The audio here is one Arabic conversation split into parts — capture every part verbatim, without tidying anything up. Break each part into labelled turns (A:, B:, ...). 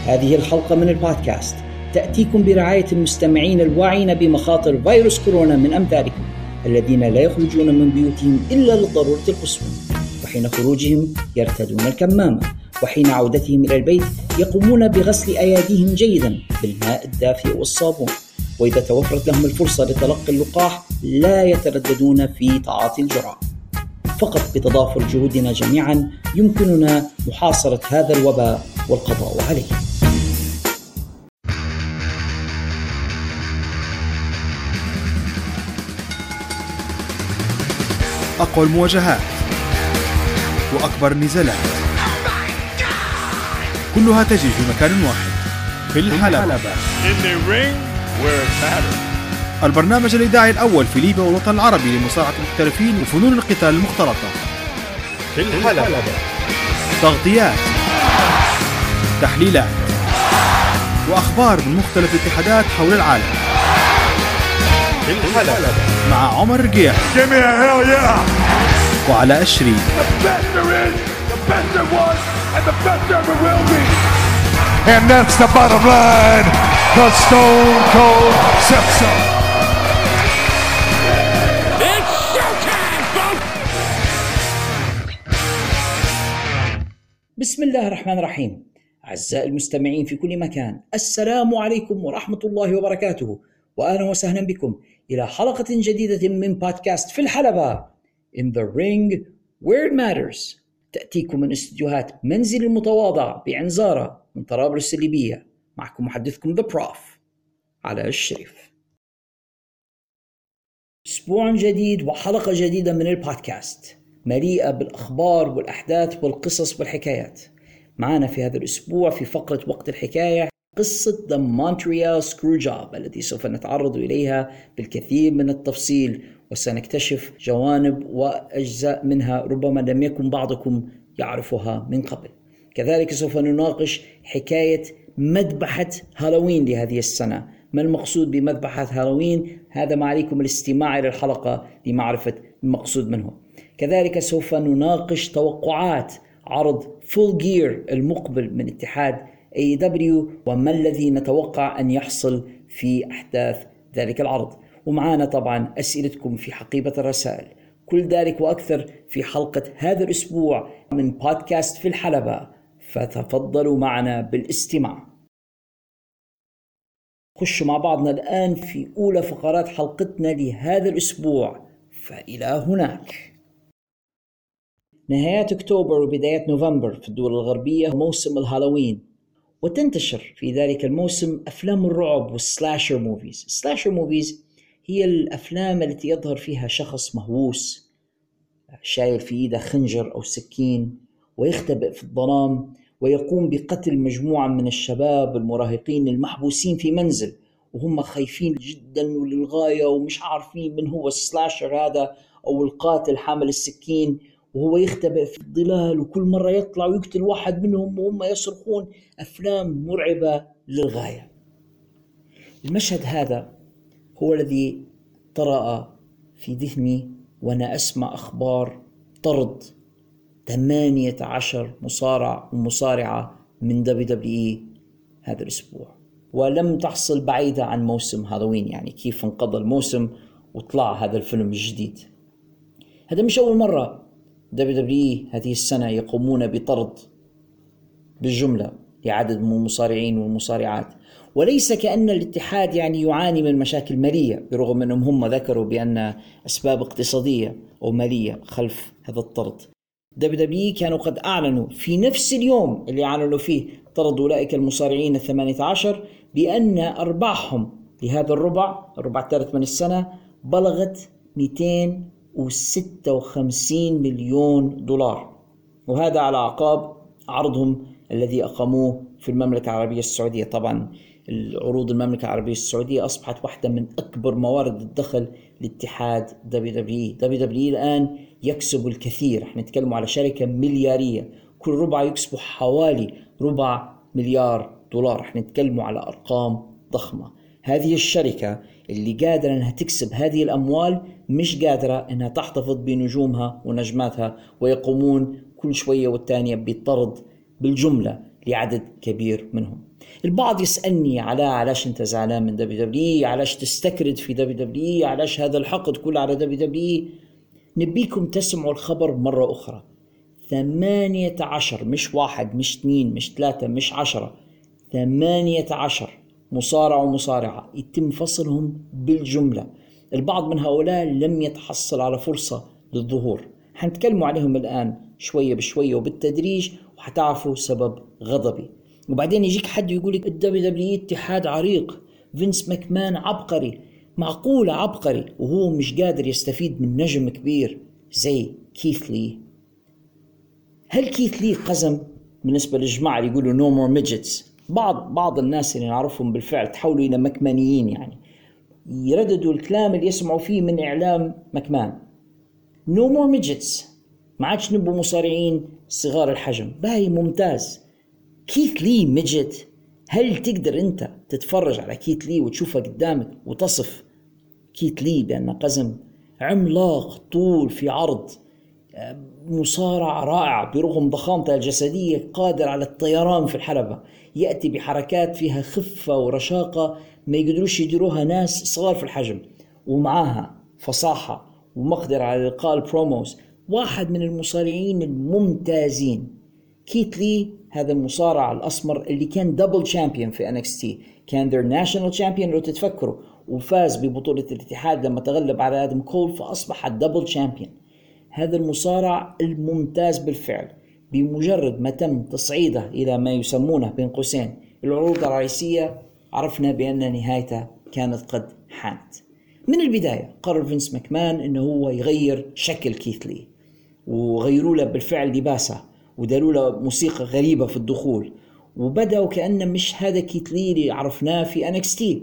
A: هذه الحلقة من البودكاست تأتيكم برعاية المستمعين الواعين بمخاطر فيروس كورونا من أمثالكم الذين لا يخرجون من بيوتهم إلا للضرورة القصوى، وحين خروجهم يرتدون الكمامة، وحين عودتهم إلى البيت يقومون بغسل أيديهم جيدا بالماء الدافئ والصابون، وإذا توفرت لهم الفرصة لتلقي اللقاح لا يترددون في تعاطي الجرعة. فقط بتضافر جهودنا جميعا يمكننا محاصرة هذا الوباء والقضاء عليه.
B: أقوى المواجهات وأكبر النزالات كلها تجري في مكان واحد، في الحلبة. البرنامج الإذاعي الأول في ليبيا والوطن العربي لمصارعة المحترفين وفنون القتال المختلطة. في الحلبة تغطيات، تحليلات، وأخبار من مختلف الاتحادات حول العالم. في الحلبة مع عمر رقيح وعلى أشري.
C: And that's the bottom line, the Stone Cold Sepsis.
D: It's showtime, folks!
A: بسم الله الرحمن الرحيم. أعزائي المستمعين في كل مكان، السلام عليكم ورحمة الله وبركاته، وأهلا وسهلا بكم إلى حلقة جديدة من بودكاست في الحلبة In the Ring Where It Matters. تأتيكم من استديوهات منزل المتواضع بعنزارة من طرابلس الليبية. معكم محدثكم The Prof على الشريف. أسبوع جديد وحلقة جديدة من البودكاست مليئة بالأخبار والأحداث والقصص والحكايات. معنا في هذا الأسبوع في فقرة وقت الحكاية قصة The Montreal Screwjob التي سوف نتعرض إليها بالكثير من التفصيل، وسنكتشف جوانب وأجزاء منها ربما لم يكن بعضكم يعرفها من قبل. كذلك سوف نناقش حكاية مذبحة هالوين لهذه السنة. ما المقصود بمذبحة هالوين؟ هذا ما عليكم الاستماع إلى الحلقة لمعرفة المقصود منه. كذلك سوف نناقش توقعات عرض فول جير المقبل من اتحاد إيه دبليو وما الذي نتوقع أن يحصل في أحداث ذلك العرض. ومعانا طبعا أسئلتكم في حقيبة الرسائل. كل ذلك وأكثر في حلقة هذا الأسبوع من بودكاست في الحلبة، فتفضلوا معنا بالاستماع. خش مع بعضنا الآن في أولى فقرات حلقتنا لهذا الأسبوع، فإلى هناك. نهايات أكتوبر وبداية نوفمبر في الدول الغربية موسم الهالوين، وتنتشر في ذلك الموسم أفلام الرعب والسلاشر موفيز. السلاشر موفيز هي الأفلام التي يظهر فيها شخص مهووس شايل في إيده خنجر أو سكين ويختبئ في الظلام ويقوم بقتل مجموعة من الشباب المراهقين المحبوسين في منزل، وهم خايفين جدا للغاية ومش عارفين من هو السلاشر هذا أو القاتل حامل السكين، وهو يختبئ في الظلال وكل مرة يطلع ويقتل واحد منهم وهم يصرخون. أفلام مرعبة للغاية. المشهد هذا هو الذي طرأ في ذهني وأنا أسمع أخبار طرد ثمانية عشر مصارع ومصارعة من دبليو دبليو إي هذا الأسبوع، ولم تحصل بعيدة عن موسم هالوين. يعني كيف انقضى الموسم وطلع هذا الفيلم الجديد. هذا مش أول مرة دبليو دبليو إي هذه السنة يقومون بطرد بالجملة لعدد من المصارعين والمصارعات، وليس كأن الاتحاد يعني يعاني من مشاكل مالية، برغم أنهم هم ذكروا بأن أسباب اقتصادية أو مالية خلف هذا الطرد. دبليو دبليو إي كانوا قد أعلنوا في نفس اليوم اللي أعلنوا فيه طرد أولئك المصارعين الثمانية عشر بأن أرباحهم لهذا الربع الربع الثالث من السنة بلغت مئتين وستة وخمسين مليون دولار، وهذا على أعقاب عرضهم الذي أقاموه في المملكة العربية السعودية. طبعا العروض المملكة العربية السعودية أصبحت واحدة من أكبر موارد الدخل لاتحاد دبليو دبليو إي. دبليو دبليو إي الآن يكسب الكثير، احنا نتكلم على شركة مليارية، كل ربع يكسب حوالي ربع مليار دولار. احنا نتكلم على أرقام ضخمة. هذه الشركة اللي قادرة أنها تكسب هذه الأموال مش قادرة أنها تحتفظ بنجومها ونجماتها، ويقومون كل شوية والتانية بالطرد بالجملة لعدد كبير منهم. البعض يسألني على علاش انت زعلان من دبليو دبليو، علاش تستكرد في دبليو دبليو، علاش هذا الحقد كله على دبليو دبليو. نبيكم تسمعوا الخبر مرة أخرى. ثمانية عشر، مش واحد، مش اثنين، مش ثلاثة، مش عشرة، ثمانية عشر مصارع ومصارعة يتم فصلهم بالجملة. البعض من هؤلاء لم يتحصل على فرصة للظهور. حنتكلموا عليهم الآن شوية بشوية وبالتدريج وحتعرفوا سبب غضبي. وبعدين يجيك حد يقولك الدبليو دبليو اتحاد عريق، فينس ماكمان عبقري. معقولة عبقري وهو مش قادر يستفيد من نجم كبير زي كيث لي؟ هل كيث لي قزم بالنسبة للجماعة اللي يقولوا no more midgets؟ بعض بعض الناس اللي نعرفهم بالفعل تحولوا إلى مكمانيين، يعني يرددوا الكلام اللي يسمعوا فيه من إعلام مكمان. no more midgets، ما عادش نبوا مصارعين صغار الحجم. باهي، ممتاز. كيث لي ميدجت؟ هل تقدر أنت تتفرج على كيث لي وتشوفه قدامك وتصف كيث لي بأنه قزم؟ عملاق، طول في عرض، مصارع رائع برغم ضخامته الجسدية، قادر على الطيران في الحلبة، يأتي بحركات فيها خفة ورشاقة ما يقدروش يديروها ناس صغار في الحجم، ومعاها فصاحة ومقدر على إلقاء البروموز. واحد من المصارعين الممتازين. كيث لي هذا المصارع الأسمر اللي كان دبل شامبيون في إن إكس تي، كان ذير ناشونال شامبيون لو تتفكروا، وفاز ببطولة الاتحاد لما تغلب على آدم كول فأصبح الدبل شامبيون. هذا المصارع الممتاز بالفعل بمجرد ما تم تصعيده إلى ما يسمونه بين قوسين العروض الرئيسية، عرفنا بأن نهايته كانت قد حانت. من البداية قرر فينس ماكمان إنه هو يغير شكل كيث لي، وغيروا له بالفعل لباسه، وداروا له موسيقى غريبة في الدخول، وبدأوا كأنه مش هذا كيث لي اللي عرفناه في إن إكس تي.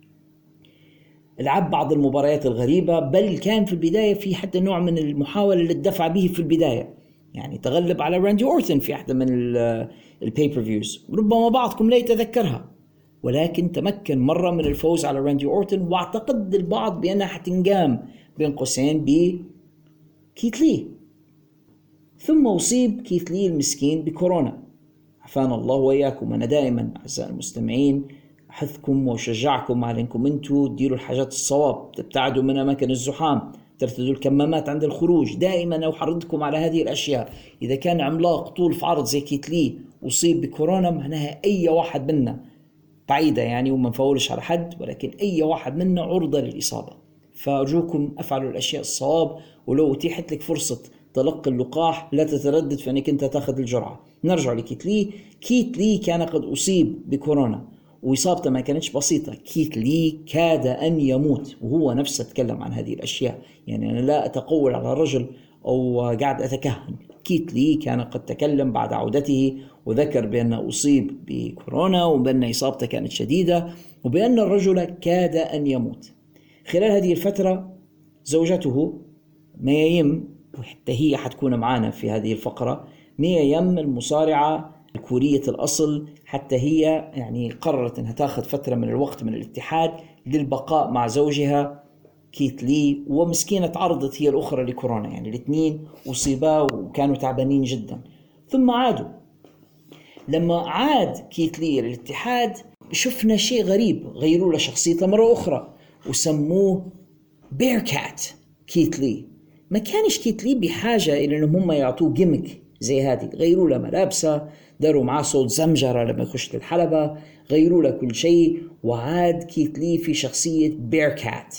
A: لعب بعض المباريات الغريبة، بل كان في البداية في حتى نوع من المحاولة اللي الدفع به في البداية، يعني تغلب على راندي أورتن في أحد من البيبرفيوز، ربما بعضكم لا يتذكرها، ولكن تمكن مرة من الفوز على راندي أورتن، واعتقد البعض بأنها حتنقام بين قوسين بكيث لي. ثم أصيب كيث لي المسكين بكورونا، عافانا الله وإياكم. أنا دائما أعزائي المستمعين أحثكم وشجعكم على أنكم أنتوا تديروا الحاجات الصواب، تبتعدوا من أماكن الزحام، ترتدوا الكمامات عند الخروج. دائما أحرضكم على هذه الأشياء. إذا كان عملاق طول في عرض زي كيث لي أصيب بكورونا، معناها أي واحد منا بعيدة يعني، وما نفولش على حد، ولكن أي واحد منا عرضة للإصابة. فأرجوكم أفعلوا الأشياء الصواب، ولو اتيحت لك فرصة تلقي اللقاح لا تتردد في أنك أنت تأخذ الجرعة. نرجع لكيث لي. كيث لي كان قد أصيب بكورونا، وإصابته ما كانتش بسيطة. كيث لي كاد أن يموت، وهو نفسه تكلم عن هذه الأشياء. يعني أنا لا أتقول على الرجل أو قاعد أتكهن. كيث لي كان قد تكلم بعد عودته وذكر بأنه أصيب بكورونا، وبأن إصابته كانت شديدة، وبأن الرجل كاد أن يموت. خلال هذه الفترة زوجته ميا يم، وحتى هي حتكون معنا في هذه الفقرة، ميا يم المصارعة الكورية الأصل، حتى هي يعني قررت أنها تأخذ فترة من الوقت من الاتحاد للبقاء مع زوجها كيث لي، ومسكينة تعرضت هي الأخرى لكورونا. يعني الاثنين أصيبا وكانوا تعبانين جدا. ثم عادوا. لما عاد كيث لي للاتحاد شفنا شيء غريب، غيروا له شخصيته مرة أخرى وسموه بير كات كيث لي. ما كانش كيث لي بحاجة إلى أنهم هم يعطوه جيمك زي هذه، غيروا له ملابسه، داروا معاه صوت زمجرة لما يخش للحلبة، غيروا له كل شيء، وعاد كيث لي في شخصية بير كات.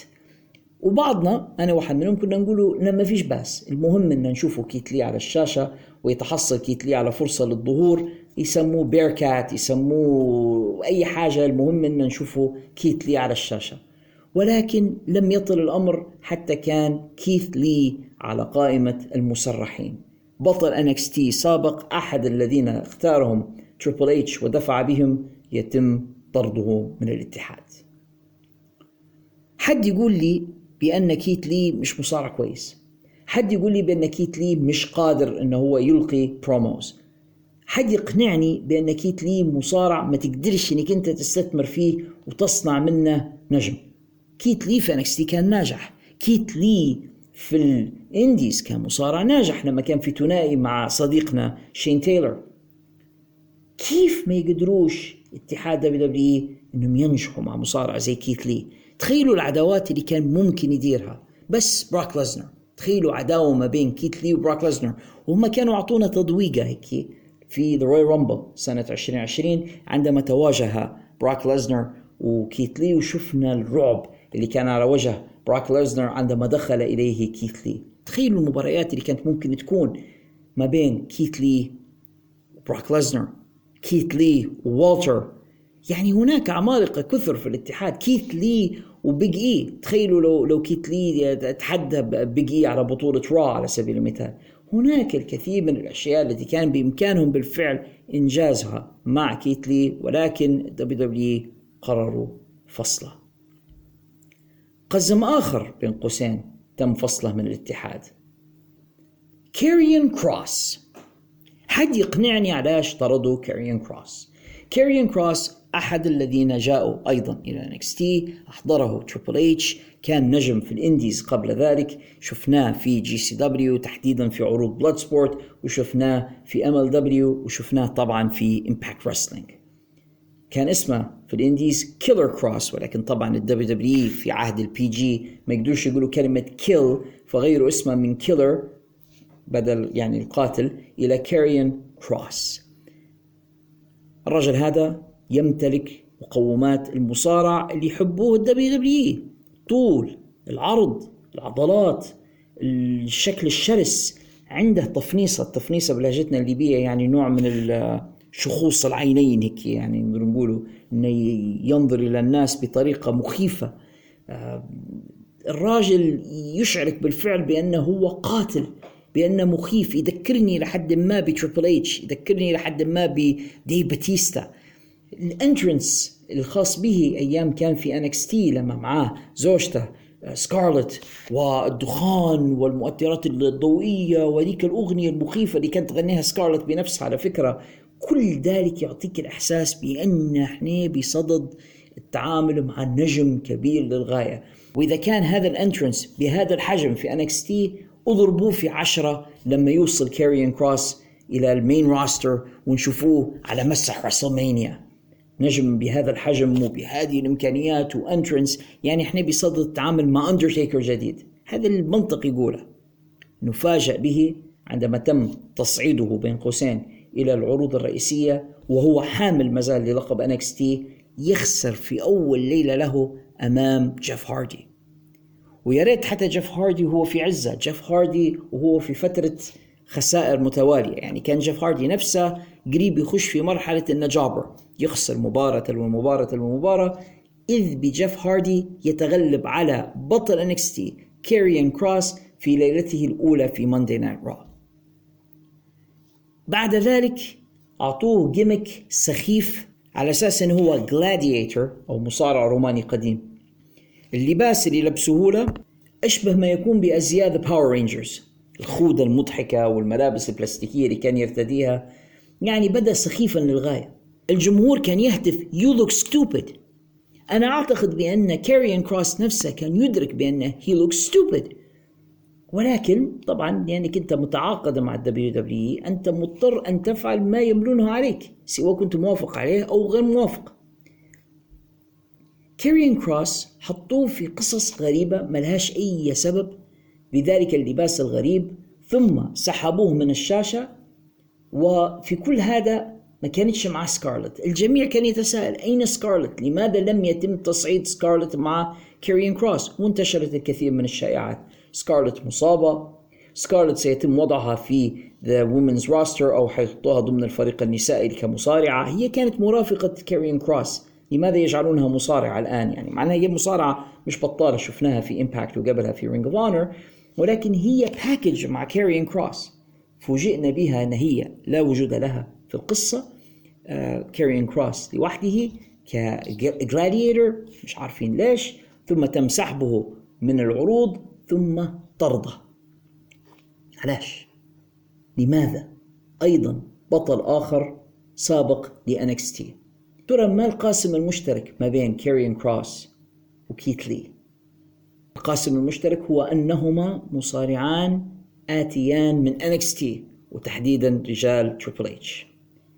A: وبعضنا أنا واحد منهم كنا نقولوا لما فيش باس، المهم أن نشوفوا كيث لي على الشاشة ويتحصل كيث لي على فرصة للظهور، يسموه بير كات، يسموه أي حاجة، المهم أن نشوفوا كيث لي على الشاشة. ولكن لم يطل الأمر حتى كان كيث لي على قائمة المسرحين. بطل إن إكس تي سابق، أحد الذين اختارهم تريبل إتش ودفع بهم، يتم طرده من الاتحاد. حد يقول لي بأن كيث لي مش مصارع كويس، حد يقول لي بأن كيث لي مش قادر أنه هو يلقي بروموز، حد يقنعني بأن كيث لي مصارع ما تقدرش أنك أنت تستثمر فيه وتصنع منه نجم. كيث لي في إن إكس تي كان ناجح، كيث لي في الانديز كان مصارع ناجح لما كان في ثنائي مع صديقنا شين تايلر. كيف ما يقدروش اتحاد دبليو دبليو اي انهم ينجحوا مع مصارع زي كيث لي؟ تخيلوا العداوات اللي كان ممكن يديرها بس براك ليزنر. تخيلوا عداوة ما بين كيث لي وبراك ليزنر، وهم كانوا عطونا تضويقة هيك في The Royal Rumble سنة عشرين عشرين عندما تواجه براك ليزنر وكيث لي، وشفنا الرعب اللي كان على وجه براك ليزنر عندما دخل إليه كيث لي. تخيلوا المباريات اللي كانت ممكن تكون ما بين كيث لي وبراك ليزنر، كيث لي ووالتر. يعني هناك عمالقة كثر في الاتحاد، كيث لي وبيج اي. تخيلوا لو لو كيث لي تحدى بيج اي على بطولة را على سبيل المثال. هناك الكثير من الأشياء التي كان بإمكانهم بالفعل إنجازها مع كيث لي، ولكن دبليو دبليو اي قرروا فصله. قزم آخر بين قوسين تم فصله من الاتحاد، كاريون كروس. حد يقنعني علاش طردوا كاريون كروس؟ كاريون كروس أحد الذين جاءوا أيضا إلى إن إكس تي، أحضره تريبل إتش، كان نجم في الإنديز قبل ذلك، شفناه في جي سي دبليو تحديدا في عروض بلاد سبورت، وشفناه في ام ال دبليو، وشفناه طبعا في امباكت رسلينج. كان اسمه في الإنديز كيلر كروس، ولكن طبعا الدبليو دبليو في عهد البي جي ما يقدروش يقولوا كلمة كيل، فغيروا اسمه من كيلر بدل يعني القاتل إلى كاريون كروس. الرجل هذا يمتلك مقومات المصارع اللي يحبوه الدبليو دبليو، طول، العرض، العضلات، الشكل الشرس، عنده تفنيصة تفنيصة بلهجتنا الليبية، يعني نوع من شخوص العينين هيك، يعني نقولوا إنه ينظر إلى الناس بطريقة مخيفة. الراجل يشعرك بالفعل بأنه هو قاتل، بأنه مخيف، يذكرني لحد ما بتريبل إتش، يذكرني لحد ما بدي باتيستا. الانترنس الخاص به أيام كان في إن إكس تي لما معاه زوجته سكارلت، والدخان والمؤثرات الضوئية وذيك الأغنية المخيفة اللي كانت تغنيها سكارلت بنفسها على فكرة، كل ذلك يعطيك الإحساس بأن احنا بصدد التعامل مع نجم كبير للغاية. وإذا كان هذا الانترنس بهذا الحجم في إن إكس تي، اضربوه في عشرة لما يوصل كاريون كروس إلى المين راستر ونشوفوه على مسرح رسلمانيا. نجم بهذا الحجم وبهذه الإمكانيات وانترنس، يعني احنا بصدد التعامل مع أندرتيكر جديد. هذا المنطق يقوله. نفاجأ به عندما تم تصعيده بين قوسين إلى العروض الرئيسية وهو حامل مازال للقب إن إكس تي، يخسر في أول ليلة له أمام جيف هاردي. ويا ريت حتى جيف هاردي وهو في عزة، جيف هاردي وهو في فترة خسائر متوالية، يعني كان جيف هاردي نفسه قريب يخش في مرحلة النجابر، يخسر مباراة ومباراة ومباراة، إذ بجيف هاردي يتغلب على بطل إن إكس تي كاريون كروس في ليلته الأولى في ماندي نايت را. بعد ذلك أعطوه جيمك سخيف على أساس أنه هو gladiator أو مصارع روماني قديم. اللباس اللي لبسوه له أشبه ما يكون بأزياء باور رينجرز، الخوذة المضحكة والملابس البلاستيكية اللي كان يرتديها، يعني بدأ سخيفا للغاية. الجمهور كان يهتف you look stupid. أنا أعتقد بأن كاريون كروس نفسه كان يدرك بأنه he looks stupid، ولكن طبعا يعني كنت متعاقد مع الدبليو دبليو اي، أنت مضطر أن تفعل ما يملونه عليك سواء كنت موافق عليه أو غير موافق. كاريون كروس حطوه في قصص غريبة ملهاش أي سبب بذلك اللباس الغريب، ثم سحبوه من الشاشة، وفي كل هذا ما كانتش مع سكارلت. الجميع كان يتساءل أين سكارلت؟ لماذا لم يتم تصعيد سكارلت مع كاريون كروس؟ وانتشرت الكثير من الشائعات. سكارلت مصابة، سكارلت سيتم وضعها في the women's roster أو حيحطوها ضمن الفريق النسائي كمصارعة. هي كانت مرافقة كاريون كروس، لماذا يجعلونها مصارعة الآن؟ يعني معناها هي مصارعة مش بطالة، شفناها في إمباكت وقبلها في رينج اوف اونر، ولكن هي باكج مع كاريون كروس. فوجئنا بها أن هي لا وجود لها في القصة، كاريون كروس لوحده كجلاديتور، مش عارفين ليش، ثم تم سحبه من العروض ثم طرده. علاش؟ لماذا؟ أيضا بطل آخر سابق ل إن إكس تي. ترى ما القاسم المشترك ما بين كاريون كروس وكيث لي؟ القاسم المشترك هو أنهما مصارعان آتيان من إن إكس تي، وتحديدا رجال تريبل إتش.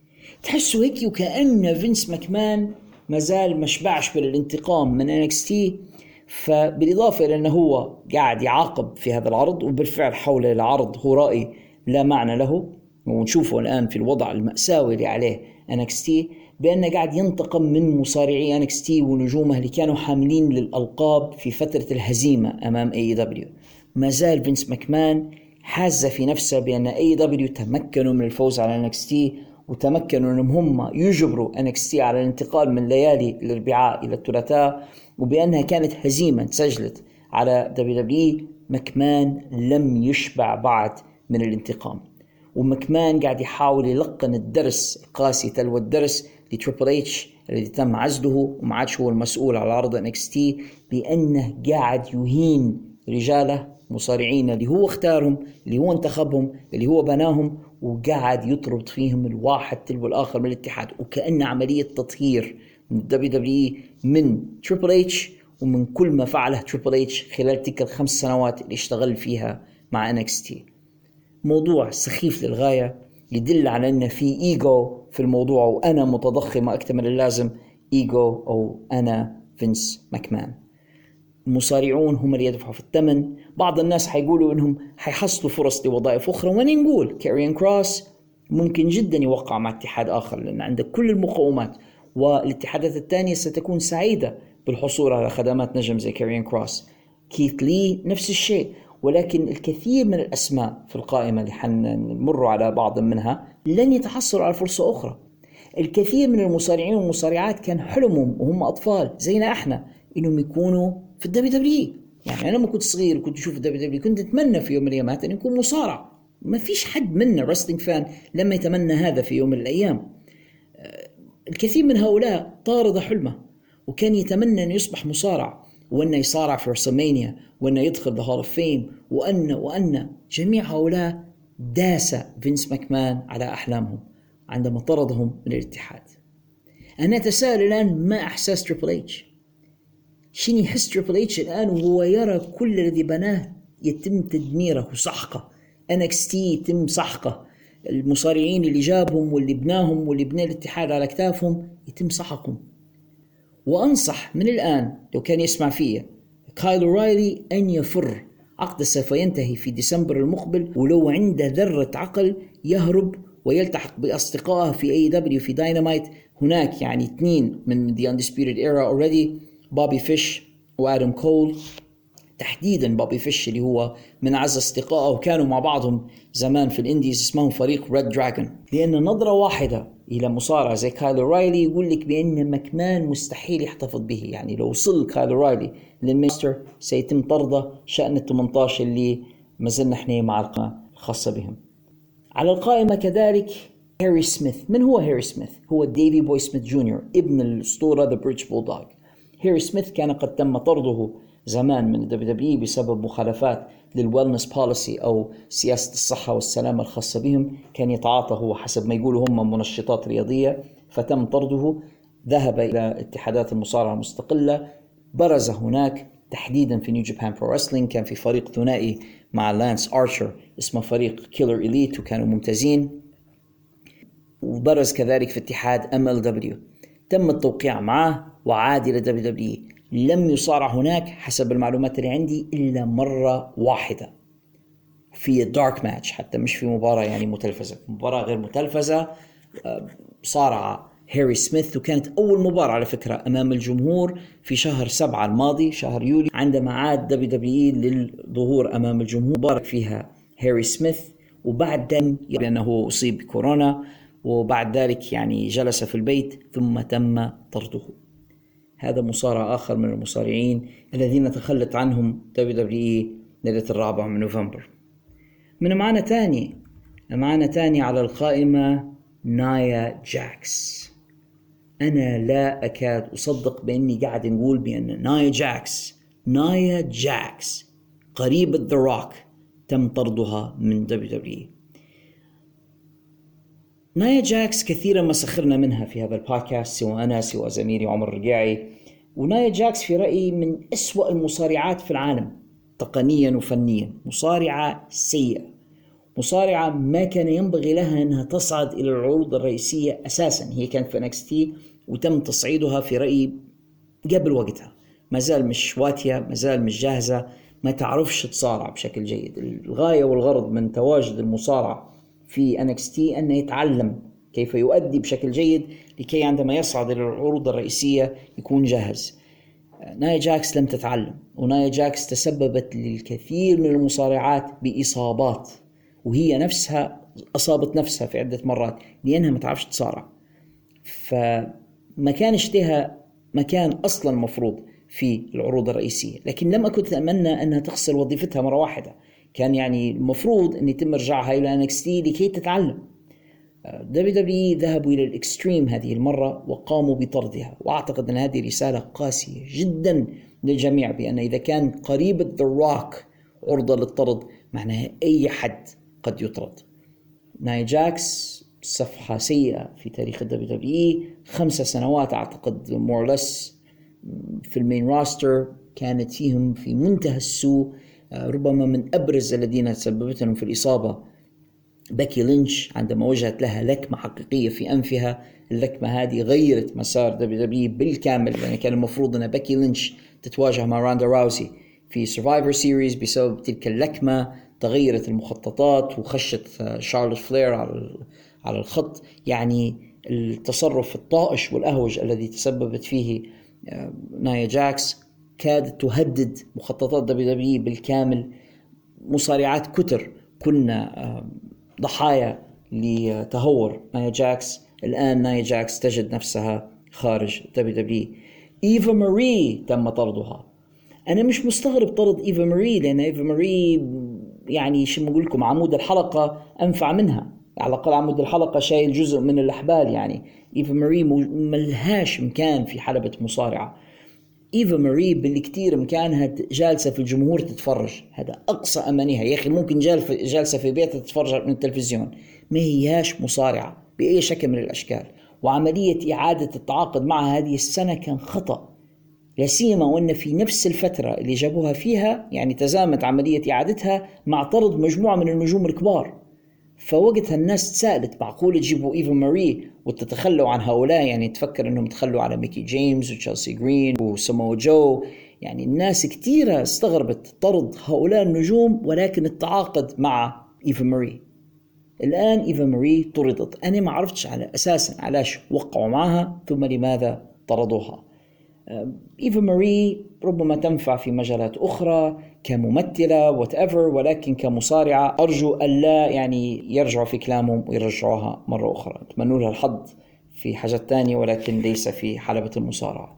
A: تحسوا هيك وكأن فينس ماكمان مازال مشبعش بالانتقام من إن إكس تي. فبالإضافة إلى أنه هو قاعد يعاقب في هذا العرض، وبالفعل حول العرض هو رأي لا معنى له، ونشوفه الآن في الوضع المأساوي اللي عليه إن إكس تي، بأنه قاعد ينتقم من مصارعي إن إكس تي ونجومه اللي كانوا حاملين للألقاب في فترة الهزيمة أمام إيه دبليو. ما زال فينس ماكمان حازة في نفسه بأن إيه دبليو تمكنوا من الفوز على إن إكس تي، وتمكنوا أنهم هم يجبروا إن إكس تي على الانتقال من ليالي الأربعاء إلى الثلاثاء، وبأنها كانت هزيمة سجلت على دبليو دبليو. ماكمان لم يشبع بعد من الانتقام، وماكمان قاعد يحاول يلقن الدرس القاسي تلو الدرس لتريبل اتش الذي تم عزله وما عادش هو المسؤول على عرض إن إكس تي، بأنه قاعد يهين رجاله مصارعين اللي هو اختارهم، اللي هو انتخبهم، اللي هو بناهم، وقاعد يطرد فيهم الواحد تلو الآخر من الاتحاد، وكأن عملية تطهير من الدبليو دبليو من تريبل اتش ومن كل ما فعله تريبل اتش خلال تلك الخمس سنوات اللي اشتغل فيها مع إن إكس تي. موضوع سخيف للغاية، يدل على أن في إيجو في الموضوع، وأنا متضخمة أكثر من اللازم، إيجو أو أنا فينس ماكمان. المصارعون هم اللي يدفعوا في الثمن. بعض الناس حيقولوا إنهم حيحصلوا فرص لوظائف أخرى، وأنا نقول كاريان كروس ممكن جدا يوقع مع اتحاد آخر لأن عنده كل المقومات، والاتحادات الثانية ستكون سعيدة بالحصول على خدمات نجم زي كاريان كروس. كيث لي نفس الشيء، ولكن الكثير من الأسماء في القائمة اللي حنمر على بعض منها لن يتحصلوا على فرصة أخرى. الكثير من المصارعين والمصارعات كان حلمهم وهم أطفال زينا إحنا إنهم يكونوا في الدبليو دبليو. يعني أنا لما كنت صغير وكنت أشوف الدبليو دبليو كنت أتمنى في يوم من الأيام أن يكون مصارع. ما فيش حد منا رستنج فان لما يتمنى هذا في يوم من الأيام. الكثير من هؤلاء طارد حلمه وكان يتمنى أن يصبح مصارع، وأنه يصارع في رسلمانيا، وأنه يدخل ذا هول اوف فيم، وأن وأن جميع هؤلاء داس فينس ماكمان على أحلامهم عندما طردهم من الاتحاد. أنا أتساءل الآن ما إحساس تريبل اتش؟ شنو يحس تريبل اتش الآن وهو يرى كل الذي بناه يتم تدميره وسحقه؟ إن إكس تي يتم سحقه، المصارعين اللي جابهم واللي بناهم واللي بنى الاتحاد على كتافهم يتم سحقهم. وأنصح من الآن لو كان يسمع فيه كايل أورايلي أن يفر، عقد سوف ينتهي في ديسمبر المقبل، ولو عنده ذرة عقل يهرب ويلتحق بأصدقائه في أي دبليو في داينامايت. هناك يعني اثنين من The Undisputed Era already، بوبي فيش وآدم كول. تحديدا بوبي فيش اللي هو من أعز أصدقائه وكانوا مع بعضهم زمان في الإنديز، اسمهم فريق ريد دراجون. لأن نظرة واحدة إلى مصارع زي كايل أورايلي يقول لك بأن ماكمان مستحيل يحتفظ به. يعني لو وصل كايل أورايلي للماستر سيتم طرده شأن الثمانية عشر اللي ما زلنا احنا مع القائمة الخاصة بهم. على القائمة كذلك هاري سميث. من هو هاري سميث؟ هو ديفي بوي سميث جونيور ابن الأسطورة ذا بريتش بولدوغ. هاري سميث كان قد تم طرده زمان من الدبليو دبليو بسبب مخالفات للويلنس بوليسي أو سياسة الصحة والسلامة الخاصة بهم. كان يتعاطى هو حسب ما يقولوا هم منشطات رياضية، فتم طرده. ذهب إلى اتحادات المصارعة المستقلة، برز هناك تحديدا في نيو جابان برو رسلينج، كان في فريق ثنائي مع لانس آرشر اسمه فريق كيلر إليت وكانوا ممتازين. وبرز كذلك في اتحاد إم إل دبليو، تم التوقيع معه وعاد إلى دبليو دبليو. لم يصارع هناك حسب المعلومات اللي عندي إلا مرة واحدة في دارك ماتش، حتى مش في مباراة يعني متلفزة، مباراة غير متلفزة. صارع هاري سميث، وكانت أول مباراة على فكرة أمام الجمهور في شهر سبعة الماضي، شهر يوليو، عندما عاد دبليو دبليو للظهور أمام الجمهور. بارك فيها هاري سميث، وبعد ذلك لأنه أصيب بكورونا، وبعد ذلك يعني جلس في البيت ثم تم طرده. هذا مصارع آخر من المصارعين الذين تخلت عنهم دبليو دبليو ليلة الرابع من نوفمبر. من معنا تاني معنا تاني على القائمة نايا جاكس. أنا لا أكاد أصدق بأني قاعد نقول بأن نايا جاكس نايا جاكس قريبة ذا روك تم طردها من دبليو دبليو. نايا جاكس كثيرا ما سخرنا منها في هذا البودكاست، سواء أنا سواء زميلي عمر الرقاعي. ونايا جاكس في رأيي من أسوأ المصارعات في العالم تقنيا وفنيا، مصارعة سيئة. مصارعة ما كان ينبغي لها أنها تصعد إلى العروض الرئيسية أساسا. هي كانت في إن إكس تي وتم تصعيدها في رأيي قبل وقتها، ما زال مش واتية، ما زال مش جاهزة، ما تعرفش تصارع بشكل جيد. الغاية والغرض من تواجد المصارع في إن إكس تي أنه يتعلم كيف يؤدي بشكل جيد لكي عندما يصعد إلى العروض الرئيسية يكون جاهز. نايا جاكس لم تتعلم، ونايا جاكس تسببت للكثير من المصارعات بإصابات، وهي نفسها أصابت نفسها في عدة مرات لأنها ما تعرفش تصارع. فما كانش لها مكان أصلا مفروض في العروض الرئيسية، لكن لم أكن أتمنى أنها تخسر وظيفتها مرة واحدة. كان يعني المفروض أن يتم رجعها إلى إن إكس تي لكي تتعلم. دبليو دبليو إي ذهبوا إلى الإكستريم هذه المرة وقاموا بطردها، وأعتقد أن هذه رسالة قاسية جدا للجميع، بأن إذا كان قريب ذا روك عرضة للطرد معناها أي حد قد يطرد. نايا جاكس صفحة سيئة في تاريخ الدبليو دبليو إي، خمسة سنوات أعتقد مورلس في المين راستر، كانت فيهم في منتهى السوء. ربما من أبرز الذين تسببتهم في الإصابة بيكي لينش عندما وجهت لها لكمة حقيقية في أنفها. اللكمة هذه غيرت مسار دبليو دبليو إي بالكامل، لأن يعني كان المفروض أن بيكي لينش تتواجه مع راندا راوسي في سيرفايفر سيريز. بسبب تلك اللكمة تغيرت المخططات وخشت شارلوت فلير على الخط. يعني التصرف الطائش والأهوج الذي تسببت فيه نايا جاكس كادت تهدد مخططات دبليو دبليو إي بالكامل. مصارعات كتر كنا ضحايا لتهور نايا جاكس، الآن نايا جاكس تجد نفسها خارج دبليو دبليو إي. إيفا ماري تم طردها. أنا مش مستغرب طرد إيفا ماري، لأن إيفا ماري يعني شو نقول لكم عمود الحلقة أنفع منها، على الأقل عمود الحلقة شايل جزء من الأحبال. يعني إيفا ماري ملهاش مكان في حلبة مصارعة. إيفا ماري بالكتير مكانها جالسة في الجمهور تتفرج، هذا أقصى أمانيها. يا أخي ممكن جالسة في بيتها تتفرج من التلفزيون، ما هياش مصارعة بأي شكل من الأشكال. وعملية إعادة التعاقد معها هذه السنة كان خطأ، لا سيما وأن في نفس الفترة اللي جابوها فيها يعني تزامت عملية إعادتها مع طرد مجموعة من النجوم الكبار. فوقتها الناس تسألت معقول تجيبوا إيفا ماري وتتخلوا عن هؤلاء؟ يعني تفكر أنهم تخلوا على ميكي جيمس وتشيلسي جرين وسامو جو. يعني الناس كتيرة استغربت طرد هؤلاء النجوم، ولكن التعاقد مع إيفا ماري. الآن إيفا ماري طردت، أنا ما عرفتش على أساسا علاش وقعوا معها ثم لماذا طردوها. إيفا ماري ربما تنفع في مجالات أخرى كممثلة whatever، ولكن كمصارعة أرجو ألا يعني يرجعوا في كلامهم ويرجعوها مرة أخرى. أتمنى لها الحظ في حاجات تانية ولكن ليس في حلبة المصارعة.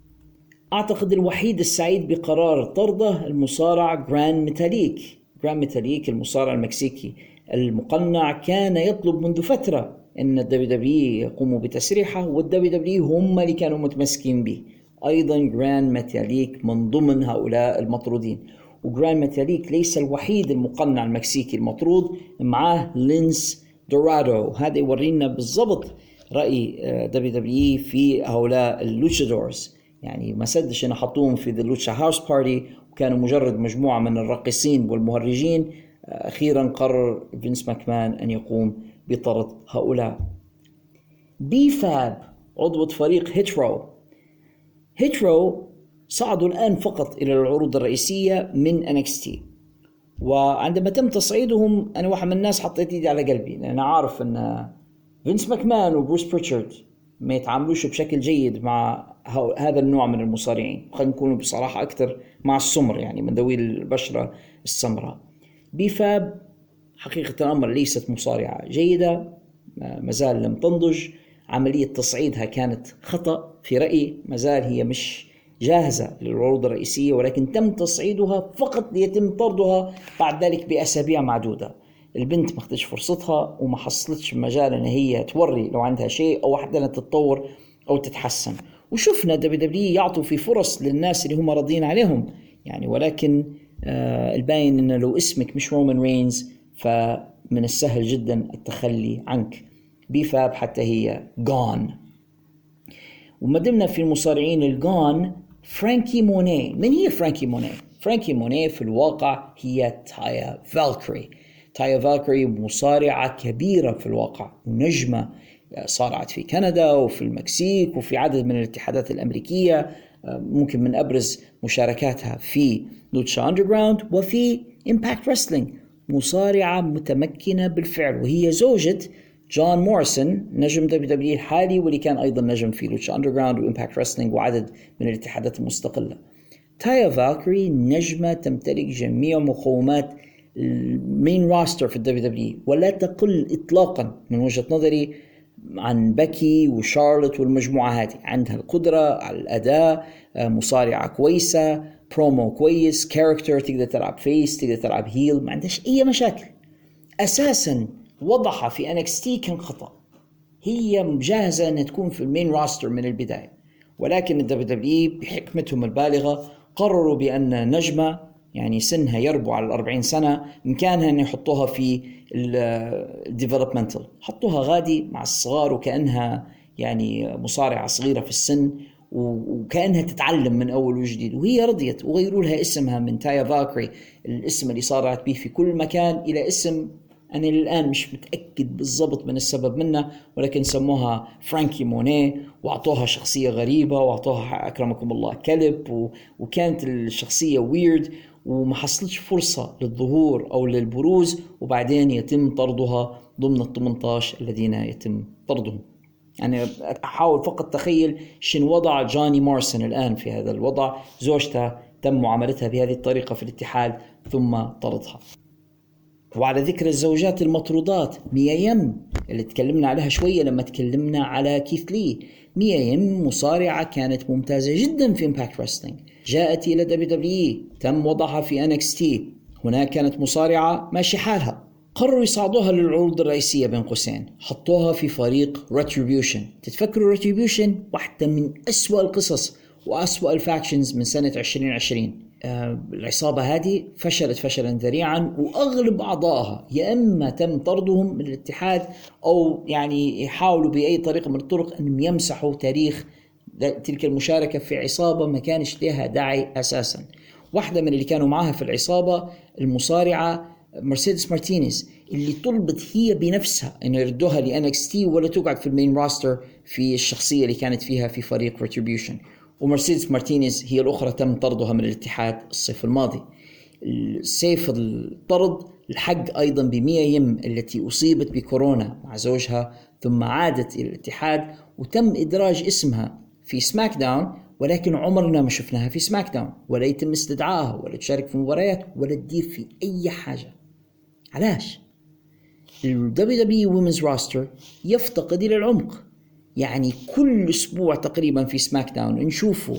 A: أعتقد الوحيد السعيد بقرار طرده المصارع جراند ميتاليك. جراند ميتاليك المصارع المكسيكي المقنع كان يطلب منذ فترة أن الدبليو دبليو يقوموا بتسريحه، والدبليو دبليو هم اللي كانوا متمسكين به. أيضا جراند ميتاليك من ضمن هؤلاء المطرودين. وجراند ميتاليك ليس الوحيد المقنع المكسيكي المطرود، معاه لينس دورادو. هذا يورينا بالضبط رأي دبليو دبليو في هؤلاء اللوتشادورز. يعني ما سدش أن حطوهم في The Lucha House Party وكانوا مجرد مجموعة من الراقصين والمهرجين. أخيرا قرر فينس ماكمان أن يقوم بطرد هؤلاء. بي فاب عضوة فريق هيترو. هيترو صعدوا الآن فقط إلى العروض الرئيسية من إن إكس تي، وعندما تم تصعيدهم أنا واحد من الناس حطيت يدي على قلبي، لأن أنا عارف أن فينس ماكمان وبروس بريتشارد ما يتعاملوش بشكل جيد مع هذا النوع من المصارعين. خلينا نكون بصراحة أكثر مع السمر، يعني من ذوي البشرة السمراء. بيفاب حقيقة الأمر ليست مصارعة جيدة، مازال لم تنضج. عملية تصعيدها كانت خطأ في رأيي، مازال هي مش جاهزة للعروض الرئيسية، ولكن تم تصعيدها فقط ليتم طردها بعد ذلك بأسابيع معدودة. البنت ما اخدتش فرصتها وما حصلتش مجال أن هي توري لو عندها شيء أو حتى أن تتطور أو تتحسن. وشفنا دبليو دبليو يعطوا في فرص للناس اللي هم راضين عليهم يعني، ولكن آه الباين أن لو اسمك مش رومان رينز فمن السهل جدا التخلي عنك. بيفاب حتى هي gone. وما دمنا في المصارعين الجون، فرانكي موني. من هي فرانكي موني؟ فرانكي موني في الواقع هي تايا فالكري. تايا فالكري مصارعة كبيرة في الواقع ونجمة، صارعت في كندا وفي المكسيك وفي عدد من الاتحادات الأمريكية. ممكن من أبرز مشاركاتها في لوتشا أندرغراوند وفي إمباكت رسلينج. مصارعة متمكنة بالفعل، وهي زوجة جون موريسون نجم دبليو دبليو الحالي، واللي كان أيضا نجم في لوتشا أندرغراوند وإمباكت رسلينج وعدد من الاتحادات المستقلة. تايا فالكري نجمة تمتلك جميع مقومات المين راستر في الدبليو دبليو، ولا تقل إطلاقا من وجهة نظري عن بكي وشارلوت والمجموعة هذه. عندها القدرة على الأداء، مصارعة كويسة، برومو كويس، كاركتر، تقدر تلعب فيس، تقدر تلعب هيل، ما عندهاش أي مشاكل. أساسا وضعها في إن إكس تي كان خطأ، هي جاهزة أن تكون في المين راستر من البداية، ولكن الدبليو دبليو بحكمتهم البالغة قرروا بأن نجمة يعني سنها يربو على الأربعين سنة إمكانها أن يحطوها في الديفلوبمنتال، حطوها غادي مع الصغار وكأنها يعني مصارعة صغيرة في السن وكأنها تتعلم من أول وجديد، وهي رضيت وغيروا لها اسمها من تايا فالكري الاسم اللي صارعت به في كل مكان إلى اسم أنا الآن مش متأكد بالضبط من السبب منه، ولكن سموها فرانكي مونيه وأعطوها شخصية غريبة وأعطوها أكرمكم الله كلب، وكانت الشخصية ويرد وما حصلتش فرصة للظهور أو للبروز، وبعدين يتم طردها ضمن الثمانية عشر الذين يتم طردهم. يعني أحاول فقط تخيل شنو وضع جوني موريسون الآن في هذا الوضع، زوجته تم معاملتها بهذه الطريقة في الاتحاد ثم طردها. وعلى ذكر الزوجات المطرودات، ميا يم اللي تكلمنا عليها شوية لما تكلمنا على كيث لي. ميا يم مصارعة كانت ممتازة جدا في إمباكت رسلينج، جاءت إلى دبليو دبليو، تم وضعها في إن إكس تي، هناك كانت مصارعة ماشي حالها، قرروا يصعدوها للعروض الرئيسية بين قوسين، حطوها في فريق ريتريبيوشن. تتفكروا ريتريبيوشن واحدة من أسوأ القصص وأسوأ الفاكشنز من سنة عشرين عشرين. آه العصابة هذه فشلت فشلا ذريعا، وأغلب أعضائها يا إما تم طردهم من الاتحاد أو يعني يحاولوا بأي طريقة من الطرق أن يمسحوا تاريخ تلك المشاركة في عصابة ما كانش لها داعي أساسا. واحدة من اللي كانوا معها في العصابة المصارعة مرسيدس مارتينيز، اللي طلبت هي بنفسها أن يردوها ل إن إكس تي ولا تقعد في المين راستر في الشخصية اللي كانت فيها في فريق ريتريبيوشن. ومرسيدس مارتينيز هي الأخرى تم طردها من الاتحاد الصيف الماضي. سيف الطرد الحق أيضا بميا يم التي أصيبت بكورونا مع زوجها ثم عادت إلى الاتحاد، وتم إدراج اسمها في سماك داون، ولكن عمرنا ما شفناها في سماك داون ولا يتم استدعائها ولا تشارك في مباريات ولا تدير في أي حاجة. علاش؟ ال دبليو دبليو Women's Roster يفتقد إلى العمق. يعني كل أسبوع تقريبا في سماك داون نشوفوا